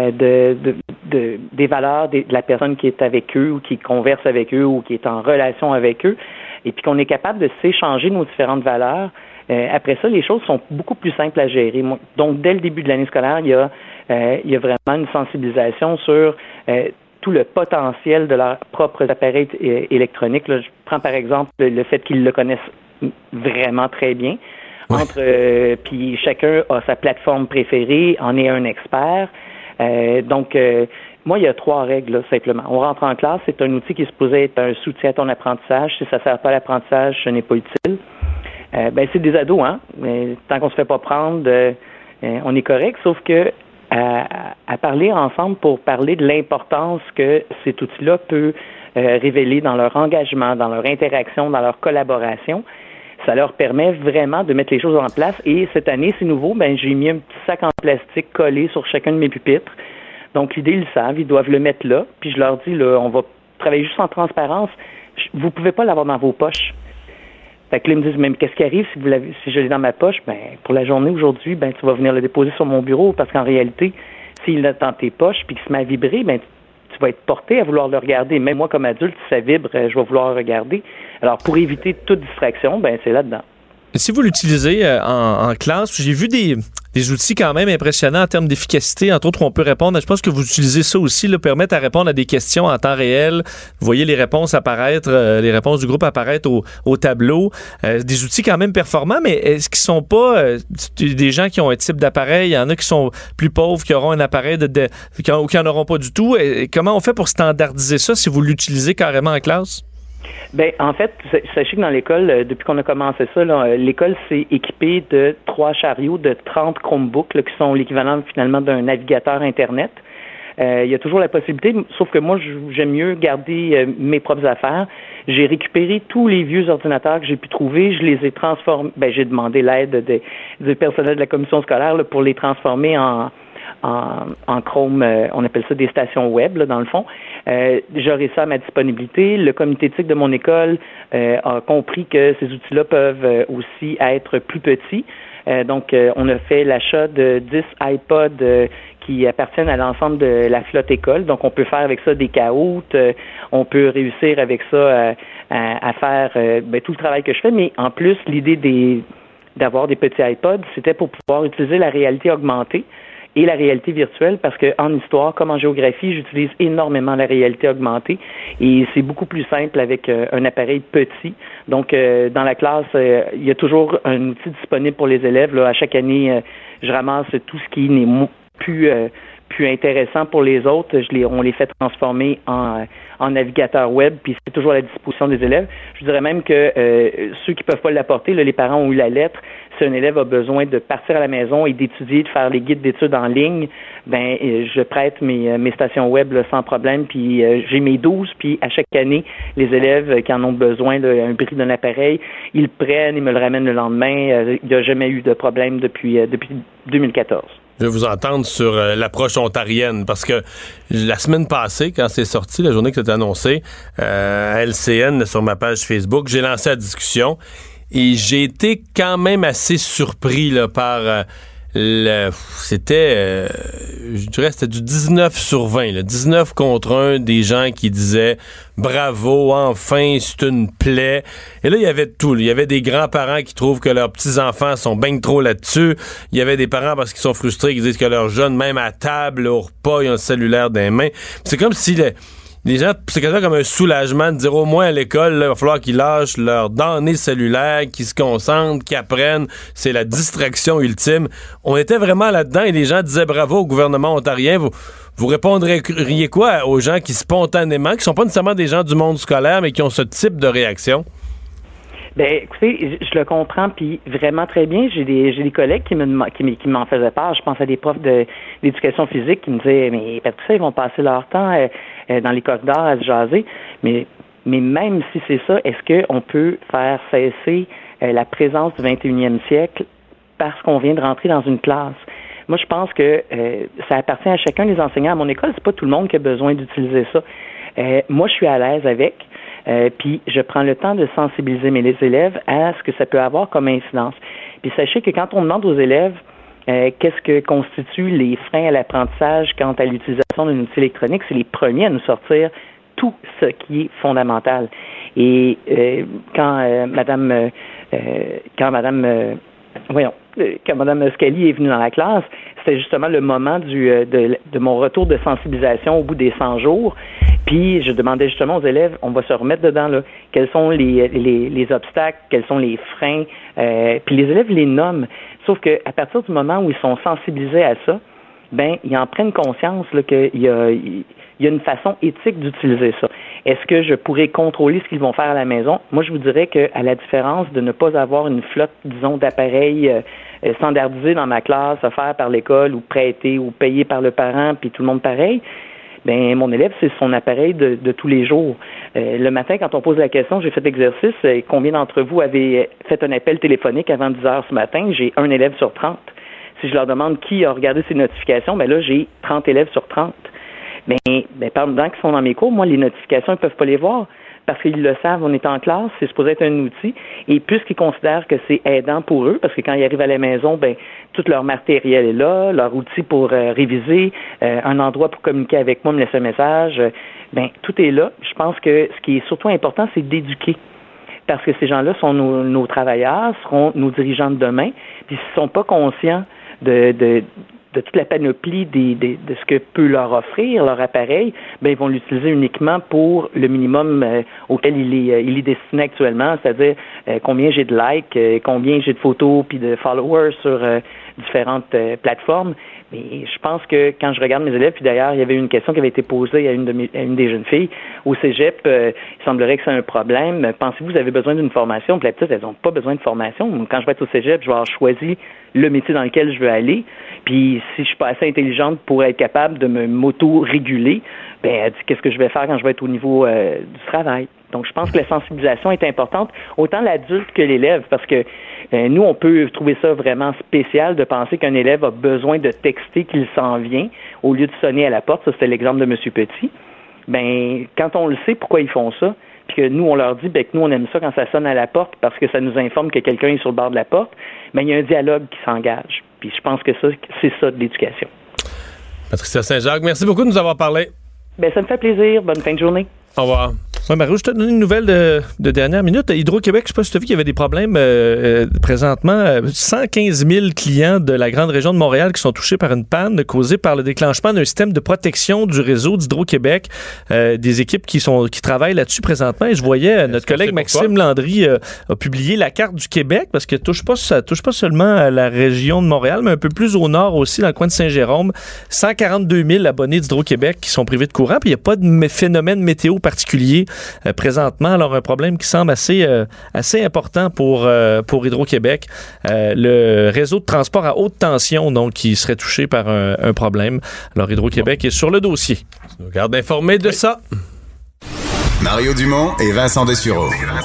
des valeurs de la personne qui est avec eux ou qui converse avec eux ou qui est en relation avec eux, et puis qu'on est capable de s'échanger nos différentes valeurs, après ça, les choses sont beaucoup plus simples à gérer. Donc, dès le début de l'année scolaire, il y a vraiment une sensibilisation sur tout le potentiel de leurs propres appareils électroniques. Là, je prends par exemple le fait qu'ils le connaissent vraiment très bien. Ouais. Puis chacun a sa plateforme préférée, en est un expert. Donc, Moi, il y a 3 règles, là, simplement. On rentre en classe, c'est un outil qui est supposé être un soutien à ton apprentissage. Si ça ne sert pas à l'apprentissage, ce n'est pas utile. C'est des ados, hein. Mais tant qu'on se fait pas prendre, on est correct, sauf que à parler ensemble pour parler de l'importance que cet outil-là peut révéler dans leur engagement, dans leur interaction, dans leur collaboration, ça leur permet vraiment de mettre les choses en place. Et cette année, c'est nouveau, j'ai mis un petit sac en plastique collé sur chacun de mes pupitres. Donc, l'idée, ils le savent, ils doivent le mettre là. Puis je leur dis, là, on va travailler juste en transparence. Vous pouvez pas l'avoir dans vos poches. Fait que là, ils me disent, mais qu'est-ce qui arrive si je l'ai dans ma poche? Pour la journée aujourd'hui, tu vas venir le déposer sur mon bureau parce qu'en réalité, s'il est dans tes poches puis qu'il se met à vibrer, tu vas être porté à vouloir le regarder. Même moi, comme adulte, si ça vibre, je vais vouloir le regarder. Alors, pour éviter toute distraction, c'est là-dedans. Si vous l'utilisez en classe, j'ai vu des outils quand même impressionnants en termes d'efficacité. Entre autres, on peut répondre, je pense que vous utilisez ça aussi, permettre à répondre à des questions en temps réel. Vous voyez les réponses apparaître, les réponses du groupe apparaître au tableau. Des outils quand même performants, mais est-ce qu'ils sont pas des gens qui ont un type d'appareil? Il y en a qui sont plus pauvres, qui auront un appareil ou qui en auront pas du tout. Et comment on fait pour standardiser ça si vous l'utilisez carrément en classe? En fait, sachez que dans l'école, depuis qu'on a commencé ça, l'école s'est équipée de 3 chariots de 30 Chromebooks qui sont l'équivalent finalement d'un navigateur Internet. Il y a toujours la possibilité, sauf que moi, j'aime mieux garder mes propres affaires. J'ai récupéré tous les vieux ordinateurs que j'ai pu trouver. Je les ai transformés. J'ai demandé l'aide du personnel de la commission scolaire pour les transformer en Chrome, on appelle ça des stations web, dans le fond. J'aurai ça à ma disponibilité. Le comité éthique de mon école a compris que ces outils-là peuvent aussi être plus petits. Donc, on a fait l'achat de 10 iPods qui appartiennent à l'ensemble de la flotte école. Donc, on peut faire avec ça des caoutes. On peut réussir avec ça à faire tout le travail que je fais. Mais en plus, l'idée d'avoir des petits iPods, c'était pour pouvoir utiliser la réalité augmentée et la réalité virtuelle, parce que en histoire, comme en géographie, j'utilise énormément la réalité augmentée et c'est beaucoup plus simple avec un appareil petit. Donc, dans la classe, il y a toujours un outil disponible pour les élèves. Là, à chaque année, je ramasse tout ce qui n'est plus intéressant pour les autres. On les fait transformer en navigateur web, puis c'est toujours à la disposition des élèves. Je dirais même que ceux qui peuvent pas l'apporter, les parents ont eu la lettre. Si un élève a besoin de partir à la maison et d'étudier, de faire les guides d'études en ligne, je prête mes stations web sans problème, puis j'ai mes 12, puis à chaque année, les élèves qui en ont besoin, un bris d'un appareil, ils le prennent, ils me le ramènent le lendemain. Il n'y a jamais eu de problème depuis 2014. Je vais vous entendre sur l'approche ontarienne, parce que la semaine passée, quand c'est sorti, la journée que c'était annoncé, à LCN, sur ma page Facebook, j'ai lancé la discussion et j'ai été quand même assez surpris par c'était du 19 sur 20, 19 contre 1 des gens qui disaient bravo, enfin, c'est une plaie. Et là, il y avait de tout. Il y avait des grands-parents qui trouvent que leurs petits-enfants sont bien trop là-dessus. Il y avait des parents parce qu'ils sont frustrés, qui disent que leurs jeunes, même à table, au repas, ils ont le cellulaire dans les mains. C'est comme si les gens, c'est quasiment comme un soulagement de dire au moins à l'école, il va falloir qu'ils lâchent leur damné cellulaire, qu'ils se concentrent, qu'ils apprennent. C'est la distraction ultime. On était vraiment là-dedans et les gens disaient bravo au gouvernement ontarien. Vous répondriez quoi aux gens qui spontanément, qui sont pas nécessairement des gens du monde scolaire, mais qui ont ce type de réaction? Écoutez, je le comprends, puis vraiment très bien. J'ai des collègues qui m'en faisaient part. Je pense à des profs d'éducation physique qui me disaient, mais parce que ça, ils vont passer leur temps dans les corridors à se jaser. Mais même si c'est ça, est-ce qu'on peut faire cesser la présence du 21e siècle parce qu'on vient de rentrer dans une classe? Moi, je pense que ça appartient à chacun des enseignants. À mon école, c'est pas tout le monde qui a besoin d'utiliser ça. Moi, je suis à l'aise avec. Puis je prends le temps de sensibiliser mes élèves à ce que ça peut avoir comme incidence. Puis sachez que quand on demande aux élèves qu'est-ce que constituent les freins à l'apprentissage quant à l'utilisation d'un outil électronique, c'est les premiers à nous sortir tout ce qui est fondamental. Et quand Madame Scali est venue dans la classe, c'était justement le moment de mon retour de sensibilisation au bout des 100 jours. Puis je demandais justement aux élèves, on va se remettre dedans, là, quels sont les obstacles, quels sont les freins, puis les élèves les nomment. Sauf qu'à partir du moment où ils sont sensibilisés à ça, ben ils en prennent conscience là, qu'il y a une façon éthique d'utiliser ça. Est-ce que je pourrais contrôler ce qu'ils vont faire à la maison? Moi, je vous dirais qu'à la différence de ne pas avoir une flotte, disons, d'appareils standardisés dans ma classe, offerts par l'école ou prêtés ou payés par le parent, puis tout le monde pareil, ben mon élève, c'est son appareil de tous les jours. Le matin, quand on pose la question, j'ai fait l'exercice, combien d'entre vous avez fait un appel téléphonique avant 10 heures ce matin? J'ai un élève sur 30. Si je leur demande qui a regardé ces notifications, ben là, j'ai 30 élèves sur 30. Mais pendant qu'ils sont dans mes cours, moi, les notifications, ils peuvent pas les voir parce qu'ils le savent, on est en classe, c'est supposé être un outil. Et puisqu'ils considèrent que c'est aidant pour eux, parce que quand ils arrivent à la maison, ben tout leur matériel est là, leur outil pour réviser, un endroit pour communiquer avec moi, me laisser un message, ben tout est là. Je pense que ce qui est surtout important, c'est d'éduquer. Parce que ces gens-là sont nos travailleurs, seront nos dirigeants de demain, puis s'ils sont pas conscients de toute la panoplie de ce que peut leur offrir leur appareil, ben ils vont l'utiliser uniquement pour le minimum auquel il est destiné actuellement, c'est-à-dire combien j'ai de likes, combien j'ai de photos puis de followers sur différentes plateformes. Mais je pense que quand je regarde mes élèves, puis d'ailleurs, il y avait une question qui avait été posée à une des jeunes filles au cégep, il semblerait que c'est un problème. Pensez-vous que vous avez besoin d'une formation? Puis la petite, elles n'ont pas besoin de formation. Quand je vais être au cégep, je vais avoir choisi le métier dans lequel je veux aller. Puis si je suis pas assez intelligente pour être capable de me m'auto-réguler, ben elle dit qu'est-ce que je vais faire quand je vais être au niveau du travail. Donc, je pense que la sensibilisation est importante, autant l'adulte que l'élève, parce que nous, on peut trouver ça vraiment spécial de penser qu'un élève a besoin de texter qu'il s'en vient au lieu de sonner à la porte. Ça, c'était l'exemple de M. Petit. Ben, quand on le sait, pourquoi ils font ça, puis que nous, on leur dit que nous, on aime ça quand ça sonne à la porte parce que ça nous informe que quelqu'un est sur le bord de la porte, ben, il y a un dialogue qui s'engage. Puis je pense que ça, c'est ça de l'éducation. Patricia Saint-Jacques, merci beaucoup de nous avoir parlé. Ben, ça me fait plaisir. Bonne fin de journée. Au revoir. Oui, Mario, je te donne une nouvelle de dernière minute. Hydro-Québec, je ne sais pas si tu as vu qu'il y avait des problèmes présentement. 115 000 clients de la grande région de Montréal qui sont touchés par une panne causée par le déclenchement d'un système de protection du réseau d'Hydro-Québec. Des équipes qui travaillent là-dessus présentement. Et je voyais notre collègue Maxime Landry a publié la carte du Québec parce que ça touche pas seulement à la région de Montréal, mais un peu plus au nord aussi, dans le coin de Saint-Jérôme. 142 000 abonnés d'Hydro-Québec qui sont privés de courant. Puis il n'y a pas de phénomène météo particulier présentement. Alors, un problème qui semble assez important pour Hydro-Québec. Le réseau de transport à haute tension, donc, qui serait touché par un problème. Alors, Hydro-Québec est sur le dossier. On nous garde informés de ça. Mario Dumont et Vincent Dessureau.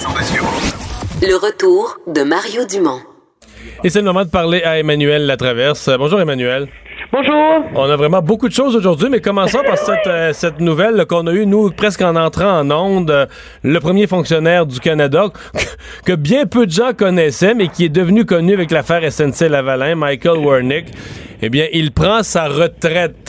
Le retour de Mario Dumont. Et c'est le moment de parler à Emmanuel Latraverse. Bonjour, Emmanuel. Bonjour. On a vraiment beaucoup de choses aujourd'hui, mais commençons par cette nouvelle qu'on a eue, nous, presque en entrant en onde. Le premier fonctionnaire du Canada que bien peu de gens connaissaient, mais qui est devenu connu avec l'affaire SNC-Lavalin, Michael Wernick. Eh bien, il prend sa retraite.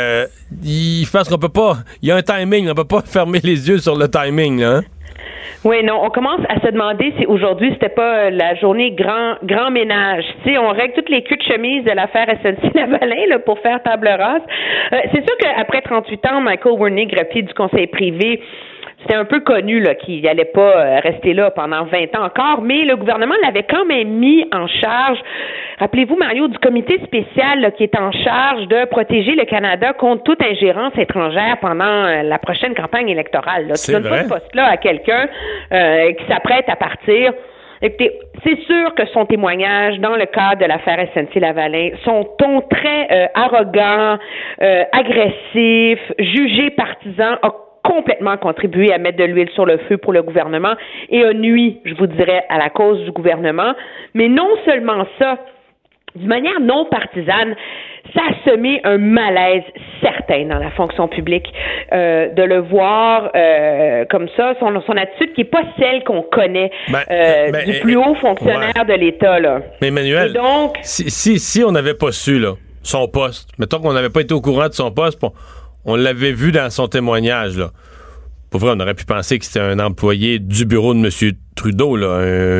Il pense qu'on peut pas... Il y a un timing, on peut pas fermer les yeux sur le timing, là, hein? Oui, non, on commence à se demander si aujourd'hui c'était pas la journée grand ménage. Tu sais, on règle toutes les culs de chemise de l'affaire SNC-Lavalin là pour faire table rase. C'est sûr qu'après 38 ans, Michael Wernick, repris du conseil privé, c'était un peu connu là qu'il n'allait pas rester là pendant 20 ans encore, mais le gouvernement l'avait quand même mis en charge. Rappelez-vous, Mario, du comité spécial là, qui est en charge de protéger le Canada contre toute ingérence étrangère pendant la prochaine campagne électorale. Là. Tu donnes pas ce poste-là à quelqu'un qui s'apprête à partir. Écoutez, c'est sûr que son témoignage dans le cadre de l'affaire SNC-Lavalin, son ton très arrogant, agressif, jugé partisan, a complètement contribué à mettre de l'huile sur le feu pour le gouvernement et a nui, je vous dirais, à la cause du gouvernement. Mais non seulement ça, d'une manière non partisane, ça a semé un malaise certain dans la fonction publique de le voir comme ça, son attitude qui n'est pas celle qu'on connaît du plus haut fonctionnaire de l'État. Là. Mais Emmanuel, donc, si on n'avait pas su là, son poste, mettons qu'on n'avait pas été au courant de son poste, on l'avait vu dans son témoignage, là. Pour vrai, on aurait pu penser que c'était un employé du bureau de M. Trudeau, là,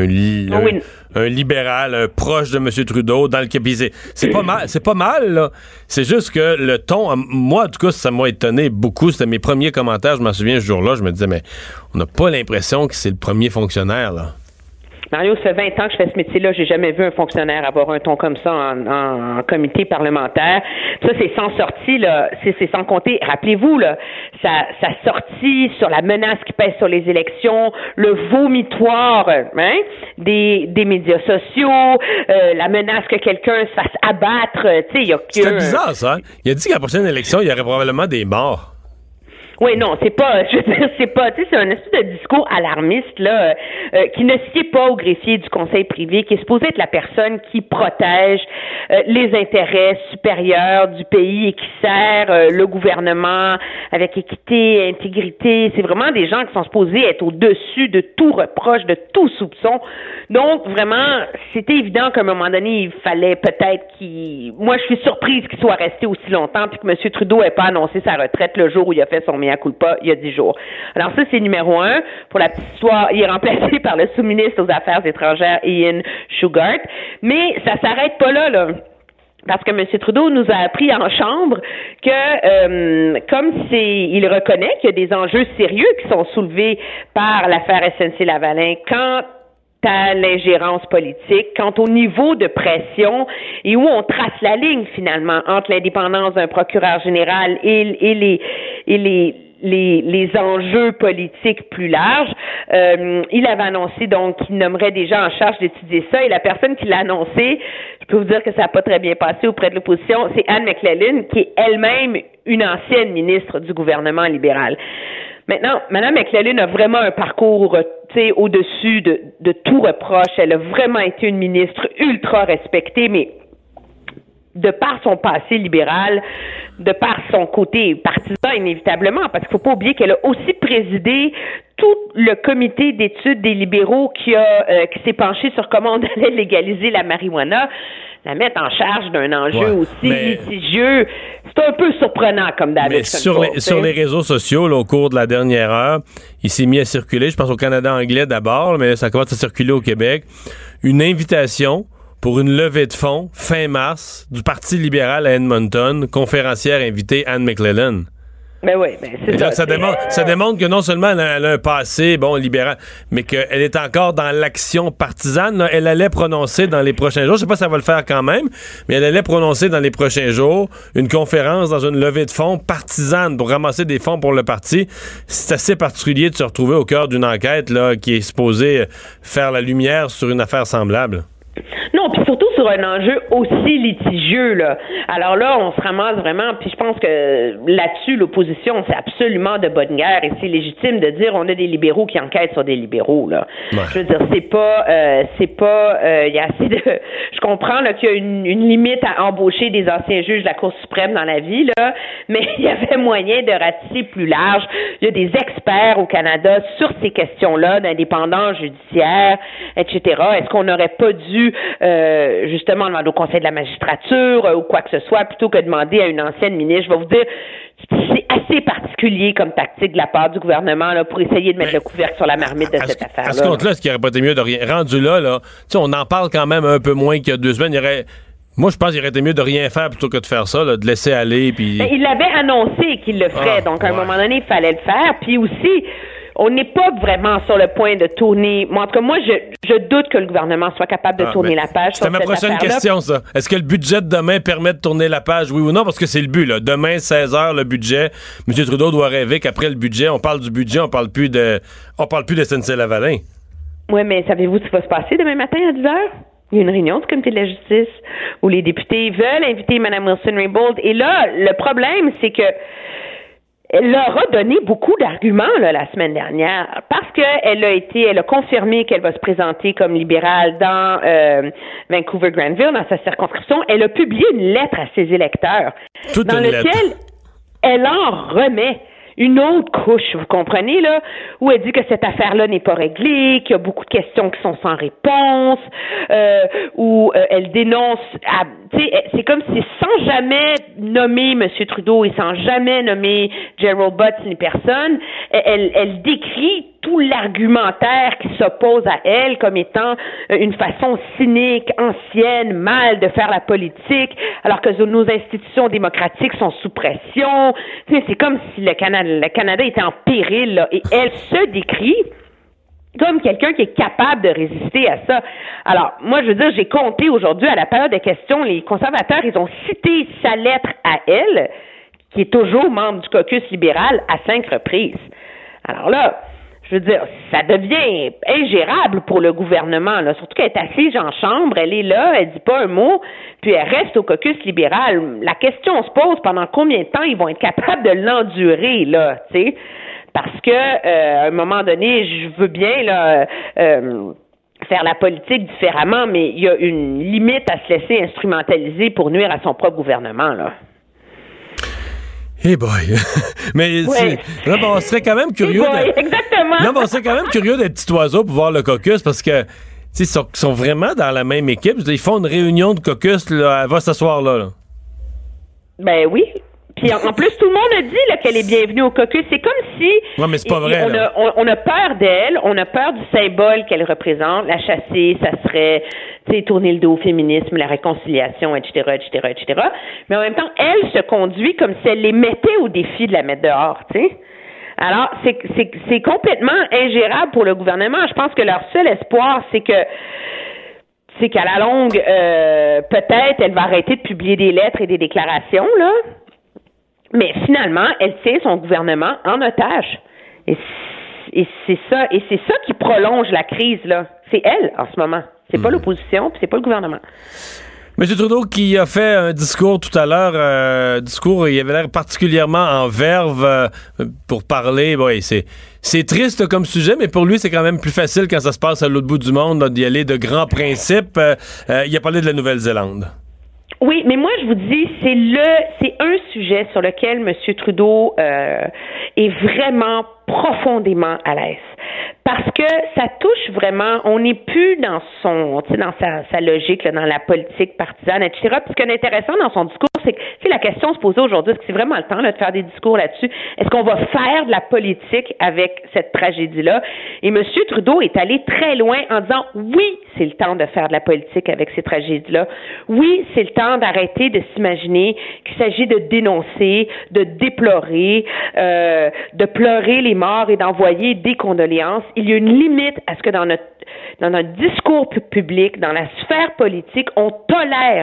un libéral, un proche de M. Trudeau, dans le cabinet. C'est pas mal, là. C'est juste que le ton, moi, en tout cas, ça m'a étonné beaucoup. C'était mes premiers commentaires, je m'en souviens ce jour-là. Je me disais, mais on n'a pas l'impression que c'est le premier fonctionnaire, là. Mario, ça fait 20 ans que je fais ce métier-là, j'ai jamais vu un fonctionnaire avoir un ton comme ça en comité parlementaire. Ça, c'est sans sortie, là, c'est sans compter. Rappelez-vous, là, sa sortie sur la menace qui pèse sur les élections, le vomitoire, des médias sociaux, la menace que quelqu'un se fasse abattre, tu sais, C'était bizarre, ça. Il a dit qu'à la prochaine élection, il y aurait probablement des morts. Oui, non, c'est pas, je veux dire, c'est pas, tu sais, c'est un espèce de discours alarmiste, là, qui ne sied pas au greffier du conseil privé, qui est supposé être la personne qui protège les intérêts supérieurs du pays et qui sert le gouvernement avec équité, intégrité. C'est vraiment des gens qui sont supposés être au-dessus de tout reproche, de tout soupçon. Donc, vraiment, c'était évident qu'à un moment donné, il fallait peut-être moi, je suis surprise qu'il soit resté aussi longtemps puis que M. Trudeau ait pas annoncé sa retraite le jour où il a fait son mea culpa, il y a 10 jours. Alors ça, c'est numéro 1. Pour la petite histoire, il est remplacé par le sous-ministre aux Affaires étrangères, Ian Shugart. Mais ça s'arrête pas là. Parce que M. Trudeau nous a appris en chambre que, il reconnaît qu'il y a des enjeux sérieux qui sont soulevés par l'affaire SNC-Lavalin quant à l'ingérence politique, quant au niveau de pression et où on trace la ligne finalement entre l'indépendance d'un procureur général et les enjeux politiques plus larges. Il avait annoncé donc qu'il nommerait des gens en charge d'étudier ça et la personne qui l'a annoncé, je peux vous dire que ça n'a pas très bien passé auprès de l'opposition, c'est Anne McLellan, qui est elle-même une ancienne ministre du gouvernement libéral. Maintenant, Mme McLellan a vraiment un parcours, au-dessus de tout reproche. Elle a vraiment été une ministre ultra respectée, mais de par son passé libéral, de par son côté partisan inévitablement, parce qu'il ne faut pas oublier qu'elle a aussi présidé tout le comité d'études des libéraux qui s'est penché sur comment on allait légaliser la marijuana. La mettre en charge d'un enjeu aussi litigieux, c'est un peu surprenant comme David. Mais sur les réseaux sociaux, là, au cours de la dernière heure, il s'est mis à circuler, je pense au Canada anglais d'abord, mais ça commence à circuler au Québec, une invitation pour une levée de fonds fin mars du Parti libéral à Edmonton, conférencière invitée Anne McLellan. Ben oui, c'est ça. Ça démontre que non seulement elle a un passé, libéral, mais qu'elle est encore dans l'action partisane. Là, elle allait prononcer dans les prochains jours, je sais pas si ça va le faire quand même, mais elle allait prononcer dans les prochains jours une conférence dans une levée de fonds partisane pour ramasser des fonds pour le parti. C'est assez particulier de se retrouver au cœur d'une enquête là qui est supposée faire la lumière sur une affaire semblable. Non, puis surtout sur un enjeu aussi litigieux, là. Alors là, on se ramasse vraiment, puis je pense que là-dessus, l'opposition, c'est absolument de bonne guerre et c'est légitime de dire on a des libéraux qui enquêtent sur des libéraux, là. Ouais. Je veux dire, il y a assez de... Je comprends, là, qu'il y a une limite à embaucher des anciens juges de la Cour suprême dans la vie, là, mais il y avait moyen de ratisser plus large. Il y a des experts au Canada sur ces questions-là, d'indépendance judiciaire, etc. Est-ce qu'on n'aurait pas dû justement demander au Conseil de la magistrature ou quoi que ce soit, plutôt que demander à une ancienne ministre? Je vais vous dire, c'est assez particulier comme tactique de la part du gouvernement là, pour essayer de mettre le couvercle sur la marmite de cette affaire-là. À ce compte-là, est-ce qu'il n'aurait pas été mieux de rien... Rendu là, on en parle quand même un peu moins qu'il y a 2 semaines. Moi, je pense qu'il aurait été mieux de rien faire plutôt que de faire ça, là, de laisser aller. Puis... il l'avait annoncé qu'il le ferait, donc à un moment donné, il fallait le faire. Puis aussi... On n'est pas vraiment sur le point de tourner. Moi, en tout cas, je doute que le gouvernement soit capable de tourner la page. C'était ma prochaine question, ça. Est-ce que le budget de demain permet de tourner la page, oui ou non? Parce que c'est le but, là. Demain, 16h, le budget. M. Trudeau doit rêver qu'après le budget, on parle du budget, on parle plus de SNC-Lavalin. Oui, mais savez-vous ce qui va se passer demain matin à 10h? Il y a une réunion du comité de la justice où les députés veulent inviter Mme Wilson-Raybould. Et là, le problème, c'est que elle leur a donné beaucoup d'arguments là, la semaine dernière parce qu'elle a confirmé qu'elle va se présenter comme libérale dans Vancouver-Granville, dans sa circonscription. Elle a publié une lettre à ses électeurs dans laquelle elle en remet une autre couche, vous comprenez, là, où elle dit que cette affaire-là n'est pas réglée, qu'il y a beaucoup de questions qui sont sans réponse, où elle dénonce, c'est comme si sans jamais nommer M. Trudeau et sans jamais nommer Gerald Butts ni personne, elle décrit tout l'argumentaire qui s'oppose à elle comme étant une façon cynique, ancienne, mal de faire la politique, alors que nos institutions démocratiques sont sous pression. C'est comme si le Canada était en péril, là, et elle se décrit comme quelqu'un qui est capable de résister à ça. Alors, moi, je veux dire, j'ai compté aujourd'hui, à la période de questions, les conservateurs, ils ont cité sa lettre à elle, qui est toujours membre du caucus libéral, à 5 reprises. Alors là, je veux dire, ça devient ingérable pour le gouvernement, là. Surtout qu'elle est assise en chambre, elle est là, elle dit pas un mot, puis elle reste au caucus libéral. La question se pose, pendant combien de temps ils vont être capables de l'endurer, là, tu sais? Parce que, à un moment donné, je veux bien, là, faire la politique différemment, mais il y a une limite à se laisser instrumentaliser pour nuire à son propre gouvernement, là. Hey boy! Mais là, bon, on serait quand même curieux. Exactement! Là, bon, on serait quand même curieux des petits oiseaux pour voir le caucus parce que, ils sont vraiment dans la même équipe. Ils font une réunion de caucus, là, elle va s'asseoir là. Ben oui. Puis en plus, tout le monde a dit là, qu'elle est bienvenue au caucus. C'est comme si ouais, mais c'est pas vrai, on a peur d'elle, on a peur du symbole qu'elle représente. La chasser, ça serait tourner le dos au féminisme, la réconciliation, etc., etc., etc. Mais en même temps, elle se conduit comme si elle les mettait au défi de la mettre dehors, tu sais. Alors, c'est complètement ingérable pour le gouvernement. Je pense que leur seul espoir, c'est qu'à la longue, peut-être, elle va arrêter de publier des lettres et des déclarations, là. Mais finalement, elle tient son gouvernement en otage. Et c'est ça qui prolonge la crise, là. C'est elle, en ce moment. C'est pas l'opposition, puis c'est pas le gouvernement. M. Trudeau qui a fait un discours tout à l'heure, il avait l'air particulièrement en verve pour parler. Oui, c'est triste comme sujet, mais pour lui, c'est quand même plus facile quand ça se passe à l'autre bout du monde d'y aller de grands principes. Il a parlé de la Nouvelle-Zélande. Oui, mais moi, je vous dis, c'est un sujet sur lequel M. Trudeau est vraiment profondément à l'aise. Parce que ça touche vraiment, on n'est plus dans sa logique, là, dans la politique partisane, etc. Puis ce qui est intéressant dans son discours, c'est que la question se posait aujourd'hui, est-ce que c'est vraiment le temps là, de faire des discours là-dessus? Est-ce qu'on va faire de la politique avec cette tragédie-là? Et M. Trudeau est allé très loin en disant, oui, c'est le temps de faire de la politique avec ces tragédies-là. Oui, c'est le temps d'arrêter de s'imaginer qu'il s'agit de dénoncer, de déplorer, de pleurer les morts et d'envoyer des condoléances. Il y a une limite à ce que dans notre discours public, dans la sphère politique, on tolère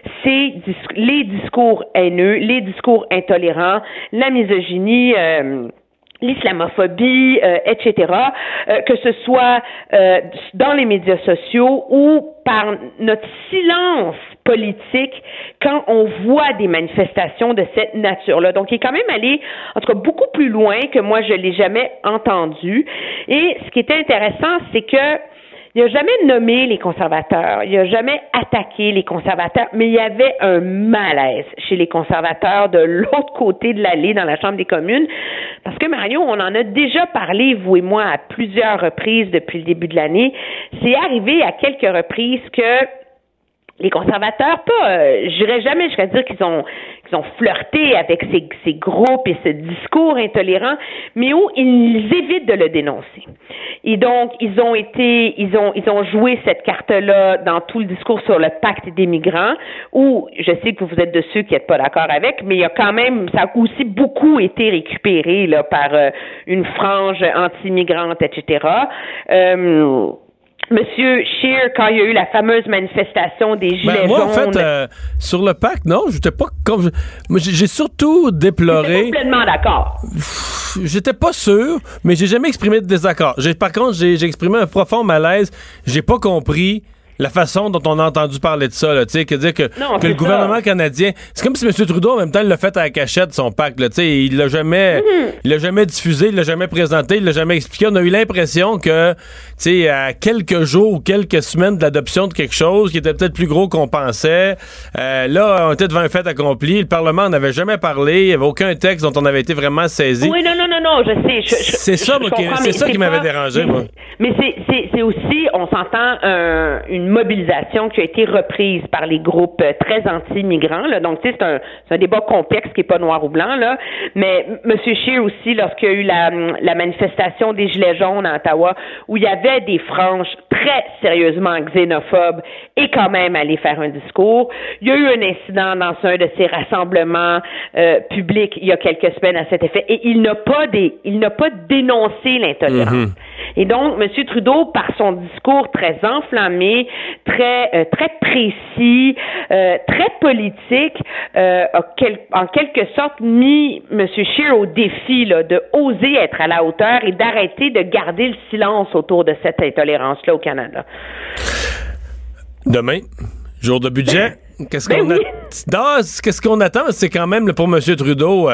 les discours haineux, les discours intolérants, la misogynie, l'islamophobie, etc., que ce soit dans les médias sociaux ou par notre silence politique quand on voit des manifestations de cette nature-là. Donc, il est quand même allé, en tout cas, beaucoup plus loin que moi, je l'ai jamais entendu. Et ce qui était intéressant, c'est que il n'a jamais nommé les conservateurs, il n'a jamais attaqué les conservateurs, mais il y avait un malaise chez les conservateurs de l'autre côté de l'allée dans la Chambre des communes. Parce que, Mario, on en a déjà parlé, vous et moi, à plusieurs reprises depuis le début de l'année. C'est arrivé à quelques reprises que les conservateurs, j'irais jamais jusqu'à dire qu'ils ont flirté avec ces groupes et ce discours intolérant, mais où ils évitent de le dénoncer. Et donc, ils ont joué cette carte-là dans tout le discours sur le pacte des migrants, où je sais que vous êtes de ceux qui n'êtes pas d'accord avec, mais il y a quand même, ça a aussi beaucoup été récupéré là par une frange anti-migrante, etc. Monsieur Scheer, quand il y a eu la fameuse manifestation des Gilets moi, jaunes... en fait, sur le pacte, non, j'étais pas... Moi, j'ai surtout déploré... J'étais complètement d'accord. J'étais pas sûr, mais j'ai jamais exprimé de désaccord. Par contre, j'ai exprimé un profond malaise. J'ai pas compris la façon dont on a entendu parler de ça, tu sais, que dire que le gouvernement canadien, c'est comme si M. Trudeau en même temps il l'a fait à la cachette son pacte, tu sais, il l'a jamais diffusé, il l'a jamais présenté, il l'a jamais expliqué. On a eu l'impression que, tu sais, à quelques jours ou quelques semaines de l'adoption de quelque chose qui était peut-être plus gros qu'on pensait, là, on était devant un fait accompli, le Parlement n'en avait jamais parlé, il n'y avait aucun texte dont on avait été vraiment saisi. Oui, non, je sais. C'est ça qui m'avait dérangé, moi. Mais c'est aussi, on s'entend, une mobilisation qui a été reprise par les groupes très anti-migrants. Là. Donc, tu sais, c'est un débat complexe qui n'est pas noir ou blanc, là. Mais M. Scheer aussi, lorsqu'il y a eu la manifestation des Gilets jaunes à Ottawa, où il y avait des franges très sérieusement xénophobes et quand même aller faire un discours. Il y a eu un incident dans un de ces rassemblements publics il y a quelques semaines à cet effet et il n'a pas dénoncé l'intolérance. Et donc, M. Trudeau, par son discours très enflammé, très précis, très politique, a en quelque sorte mis M. Scheer au défi là, de oser être à la hauteur et d'arrêter de garder le silence autour de cette intolérance-là au Canada. Demain, jour de budget. Qu'est-ce qu'on attend? C'est quand même pour M. Trudeau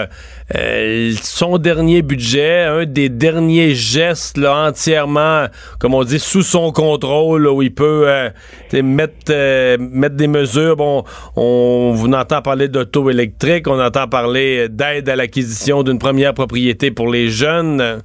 son dernier budget, un des derniers gestes là, entièrement, comme on dit, sous son contrôle, là, où il peut mettre des mesures. Bon, on entend parler d'auto électrique, on entend parler d'aide à l'acquisition d'une première propriété pour les jeunes.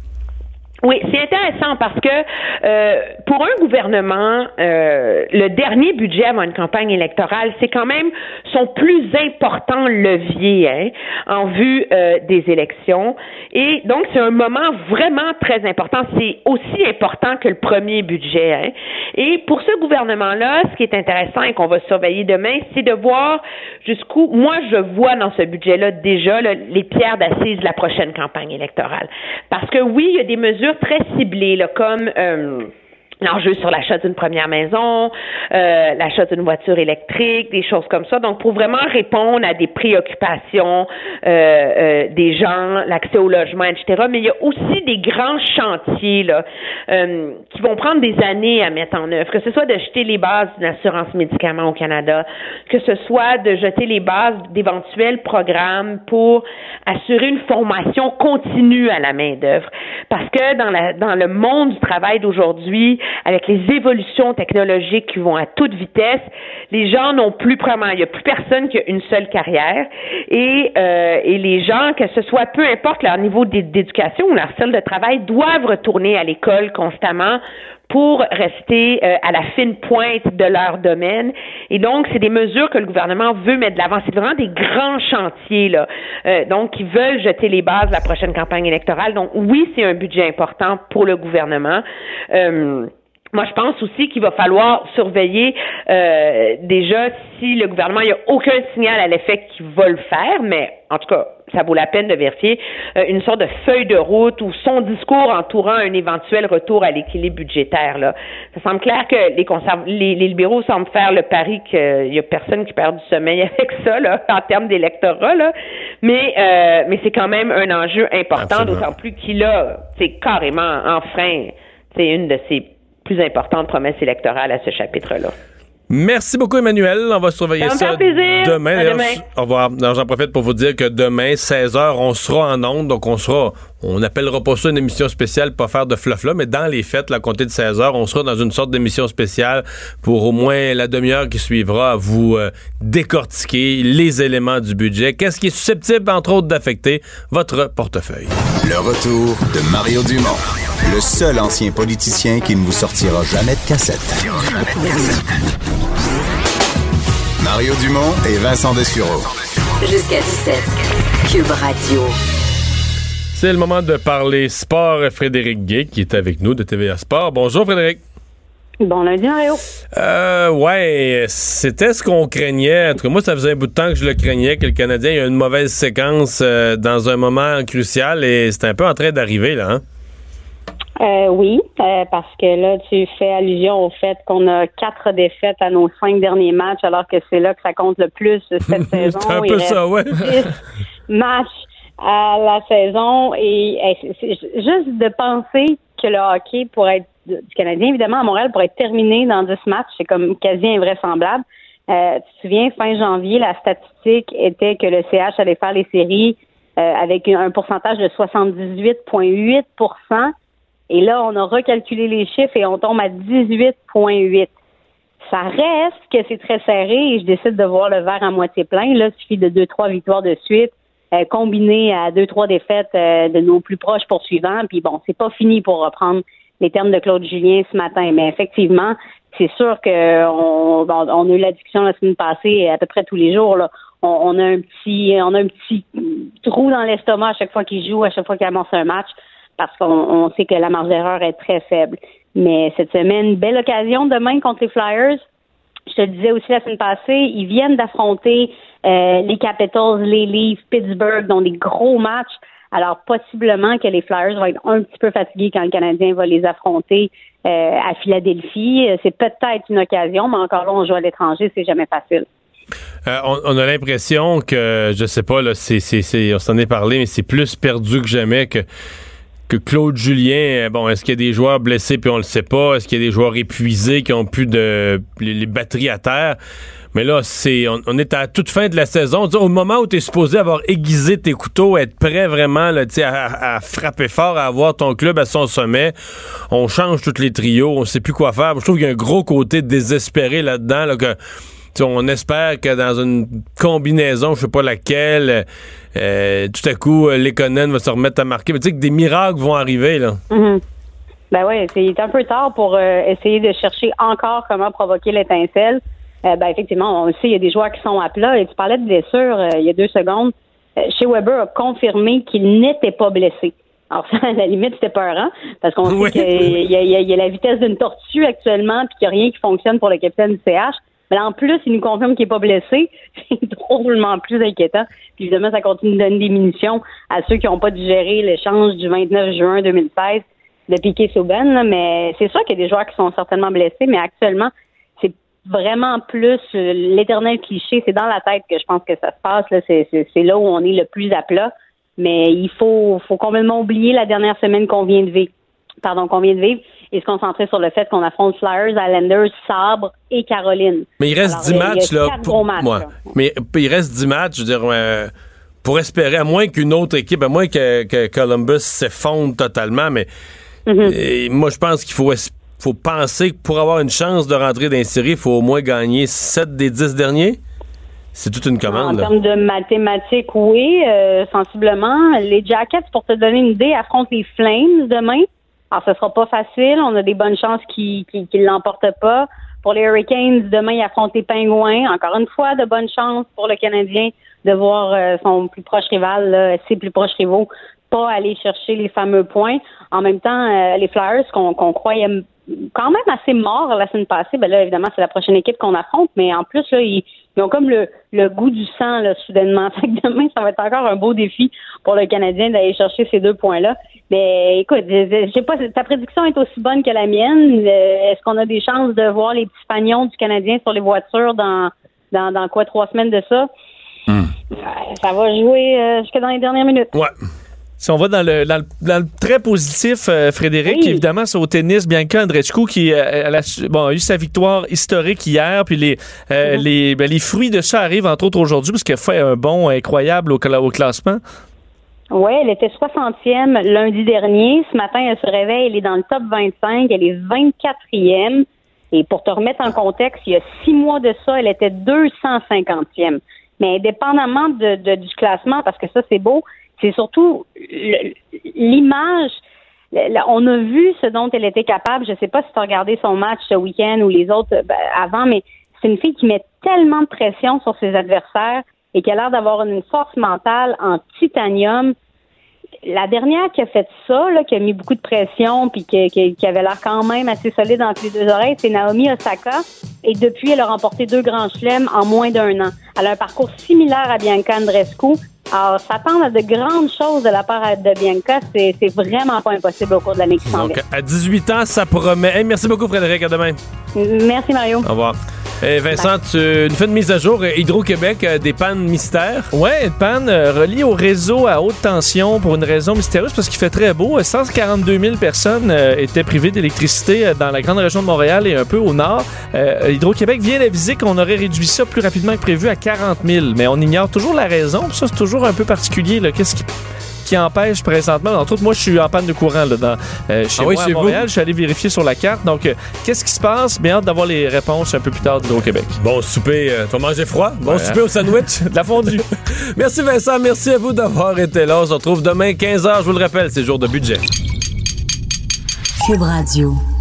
Oui, c'est intéressant parce que pour un gouvernement, le dernier budget avant une campagne électorale, c'est quand même son plus important levier en vue des élections. Et donc, c'est un moment vraiment très important. C'est aussi important que le premier budget. Et pour ce gouvernement-là, ce qui est intéressant et qu'on va surveiller demain, c'est de voir jusqu'où, moi, je vois dans ce budget-là déjà les pierres d'assises de la prochaine campagne électorale. Parce que oui, il y a des mesures très ciblés, là, comme l'enjeu sur l'achat d'une première maison, l'achat d'une voiture électrique, des choses comme ça. Donc, pour vraiment répondre à des préoccupations des gens, l'accès au logement, etc. Mais il y a aussi des grands chantiers là qui vont prendre des années à mettre en œuvre, que ce soit de jeter les bases d'une assurance médicaments au Canada, que ce soit de jeter les bases d'éventuels programmes pour assurer une formation continue à la main-d'œuvre. Parce que dans le monde du travail d'aujourd'hui, avec les évolutions technologiques qui vont à toute vitesse, les gens n'ont plus vraiment, il n'y a plus personne qui a une seule carrière et les gens, que ce soit peu importe leur niveau d'éducation ou leur style de travail, doivent retourner à l'école constamment pour rester à la fine pointe de leur domaine. Et donc, c'est des mesures que le gouvernement veut mettre de l'avant. C'est vraiment des grands chantiers, là. Donc, qui veulent jeter les bases de la prochaine campagne électorale. Donc, oui, c'est un budget important pour le gouvernement. Moi, je pense aussi qu'il va falloir surveiller déjà si le gouvernement, il n'y a aucun signal à l'effet qu'il va le faire, mais en tout cas, ça vaut la peine de vérifier une sorte de feuille de route ou son discours entourant un éventuel retour à l'équilibre budgétaire. Là. Ça semble clair que les libéraux semblent faire le pari qu'il n'y a personne qui perd du sommeil avec ça, là, en termes d'électorat, là. Mais c'est quand même un enjeu important, absolument. D'autant plus qu'il a, c'est carrément enfreint, c'est une de ses plus importante promesse électorale à ce chapitre-là. Merci beaucoup, Emmanuel. On va surveiller ça demain. Au revoir. J'en profite pour vous dire que demain, 16h, on sera en ondes. Donc, on n'appellera pas ça une émission spéciale, pas faire de fluff là, mais dans les fêtes, à compter de 16h, on sera dans une sorte d'émission spéciale pour au moins la demi-heure qui suivra à vous décortiquer les éléments du budget. Qu'est-ce qui est susceptible, entre autres, d'affecter votre portefeuille? Le retour de Mario Dumont, le seul ancien politicien qui ne vous sortira jamais de cassette. Mario Dumont et Vincent Dessureau. Jusqu'à 17. Cube Radio. C'est le moment de parler sport. Frédéric Gay, qui est avec nous de TVA Sport. Bonjour, Frédéric. Bon lundi, Mario. Ouais, c'était ce qu'on craignait. En tout cas, moi, ça faisait un bout de temps que je le craignais, que le Canadien ait une mauvaise séquence dans un moment crucial, et c'est un peu en train d'arriver, là, hein? Oui, parce que là, tu fais allusion au fait qu'on a 4 défaites à nos 5 derniers matchs, alors que c'est là que ça compte le plus cette saison. C'est un peu ça, ouais. 10 matchs à la saison, et c'est juste de penser que le hockey pourrait être du Canadien, évidemment, à Montréal, pourrait être terminé dans 10 matchs, c'est comme quasi invraisemblable. Tu te souviens, fin janvier, la statistique était que le CH allait faire les séries avec un pourcentage de 78,8%. Et là, on a recalculé les chiffres et on tombe à 18,8. Ça reste que c'est très serré et je décide de voir le verre à moitié plein. Là, il suffit de 2-3 victoires de suite, combinées à 2-3 défaites de nos plus proches poursuivants. Puis bon, c'est pas fini pour reprendre les termes de Claude Julien ce matin. Mais effectivement, c'est sûr que on a eu la discussion la semaine passée à peu près tous les jours, là. On a un petit trou dans l'estomac à chaque fois qu'il joue, à chaque fois qu'il amorce un match, parce qu'on sait que la marge d'erreur est très faible. Mais cette semaine, belle occasion demain contre les Flyers. Je te le disais aussi la semaine passée, ils viennent d'affronter les Capitals, les Leafs, Pittsburgh, dans des gros matchs. Alors, possiblement que les Flyers vont être un petit peu fatigués quand le Canadien va les affronter à Philadelphie. C'est peut-être une occasion, mais encore là, on joue à l'étranger, c'est jamais facile. On a l'impression que, je sais pas, là, on s'en est parlé, mais c'est plus perdu que jamais que Claude Julien. Bon, est-ce qu'il y a des joueurs blessés puis on le sait pas? Est-ce qu'il y a des joueurs épuisés qui ont plus les batteries à terre? Mais là, on est à la toute fin de la saison. Au moment où tu es supposé avoir aiguisé tes couteaux, être prêt vraiment là, à frapper fort, à avoir ton club à son sommet, on change tous les trios, on sait plus quoi faire. Je trouve qu'il y a un gros côté désespéré là-dedans, là, que on espère que dans une combinaison, je sais pas laquelle, tout à coup, Lekonen va se remettre à marquer. Mais tu sais que des miracles vont arriver, là. Mm-hmm. Ben oui, c'est un peu tard pour essayer de chercher encore comment provoquer l'étincelle. Effectivement, on le sait, il y a des joueurs qui sont à plat. Et tu parlais de blessure il y a 2 secondes. Shea Weber a confirmé qu'il n'était pas blessé. Alors ça, à la limite, c'était peurant, parce qu'on sait qu'il y a la vitesse d'une tortue actuellement, puis qu'il n'y a rien qui fonctionne pour le capitaine du CH. Mais là, en plus, il nous confirme qu'il n'est pas blessé. C'est drôlement plus inquiétant. Puis évidemment, ça continue de donner des munitions à ceux qui n'ont pas digéré l'échange du 29 juin 2016 de Piquet-Souban. Là. Mais c'est sûr qu'il y a des joueurs qui sont certainement blessés, mais actuellement, c'est vraiment plus l'éternel cliché. C'est dans la tête que je pense que ça se passe. Là. C'est là où on est le plus à plat. Mais il faut complètement oublier la dernière semaine qu'on vient de vivre. Et se concentrer sur le fait qu'on affronte Flyers, Islanders, Sabres et Caroline. Mais il reste 10 matchs, là. Mais il reste 10 matchs, je veux dire, pour espérer, à moins qu'une autre équipe, à moins que Columbus s'effondre totalement, mais moi, je pense qu'il faut penser que pour avoir une chance de rentrer dans les séries, il faut au moins gagner 7 des 10 derniers. C'est toute une commande. En termes de mathématiques, oui, sensiblement. Les Jackets, pour te donner une idée, affrontent les Flames demain. Alors, ce sera pas facile. On a des bonnes chances qu'ils l'emportent pas. Pour les Hurricanes, demain, ils affrontent les Pingouins. Encore une fois, de bonnes chances pour le Canadien de voir son plus proche rival, ses plus proches rivaux, pas aller chercher les fameux points. En même temps, les Flyers, qu'on croyait quand même assez morts la semaine passée, ben là, évidemment, c'est la prochaine équipe qu'on affronte, mais en plus, là, ils ont comme le goût du sang, là, soudainement. Fait que demain, ça va être encore un beau défi pour le Canadien d'aller chercher ces 2 points-là. Mais écoute, je sais pas, ta prédiction est aussi bonne que la mienne. Est-ce qu'on a des chances de voir les petits fagnons du Canadien sur les voitures dans quoi, 3 semaines de ça? Ça va jouer jusque dans les dernières minutes. Ouais. Si on va dans le très positif, Frédéric, évidemment, c'est au tennis, Bianca Andreescu qui a eu sa victoire historique hier, puis les fruits de ça arrivent entre autres aujourd'hui parce qu'elle fait un bond incroyable au classement. Oui, elle était 60e lundi dernier. Ce matin, elle se réveille, elle est dans le top 25, elle est 24e. Et pour te remettre en contexte, il y a 6 mois de ça, elle était 250e. Mais indépendamment du classement, parce que ça, c'est beau, c'est surtout l'image. On a vu ce dont elle était capable. Je ne sais pas si tu as regardé son match ce week-end ou les autres avant, mais c'est une fille qui met tellement de pression sur ses adversaires et qui a l'air d'avoir une force mentale en titanium. La dernière qui a fait ça, là, qui a mis beaucoup de pression puis qui avait l'air quand même assez solide entre les 2 oreilles, c'est Naomi Osaka. Et depuis, elle a remporté 2 grands chelems en moins d'1 an. Elle a un parcours similaire à Bianca Andreescu. Alors, s'attendre à de grandes choses de la part de Bianca, c'est vraiment pas impossible au cours de l'année qui s'en vient. À 18 ans, ça promet. Hey, merci beaucoup, Frédéric. À demain. Merci, Mario. Au revoir. Vincent, tu nous fais une mise à jour. Hydro-Québec, des pannes mystères. Oui, une panne reliée au réseau à haute tension pour une raison mystérieuse parce qu'il fait très beau. 142 000 personnes étaient privées d'électricité dans la grande région de Montréal et un peu au nord. Hydro-Québec vient d'aviser qu'on aurait réduit ça plus rapidement que prévu à 40 000, mais on ignore toujours la raison. Puis ça, c'est toujours un peu particulier. Là. Qu'est-ce qui empêche présentement? Entre autres, moi, je suis en panne de courant là, chez moi à Montréal. Je suis allé vérifier sur la carte. Donc, qu'est-ce qui se passe? Bien hâte d'avoir les réponses un peu plus tard d'Hydro-Québec. Bon souper. Tu vas manger froid? Bon souper au sandwich? De la fondue. Merci Vincent. Merci à vous d'avoir été là. On se retrouve demain 15h. Je vous le rappelle, c'est jour de budget. Cube Radio.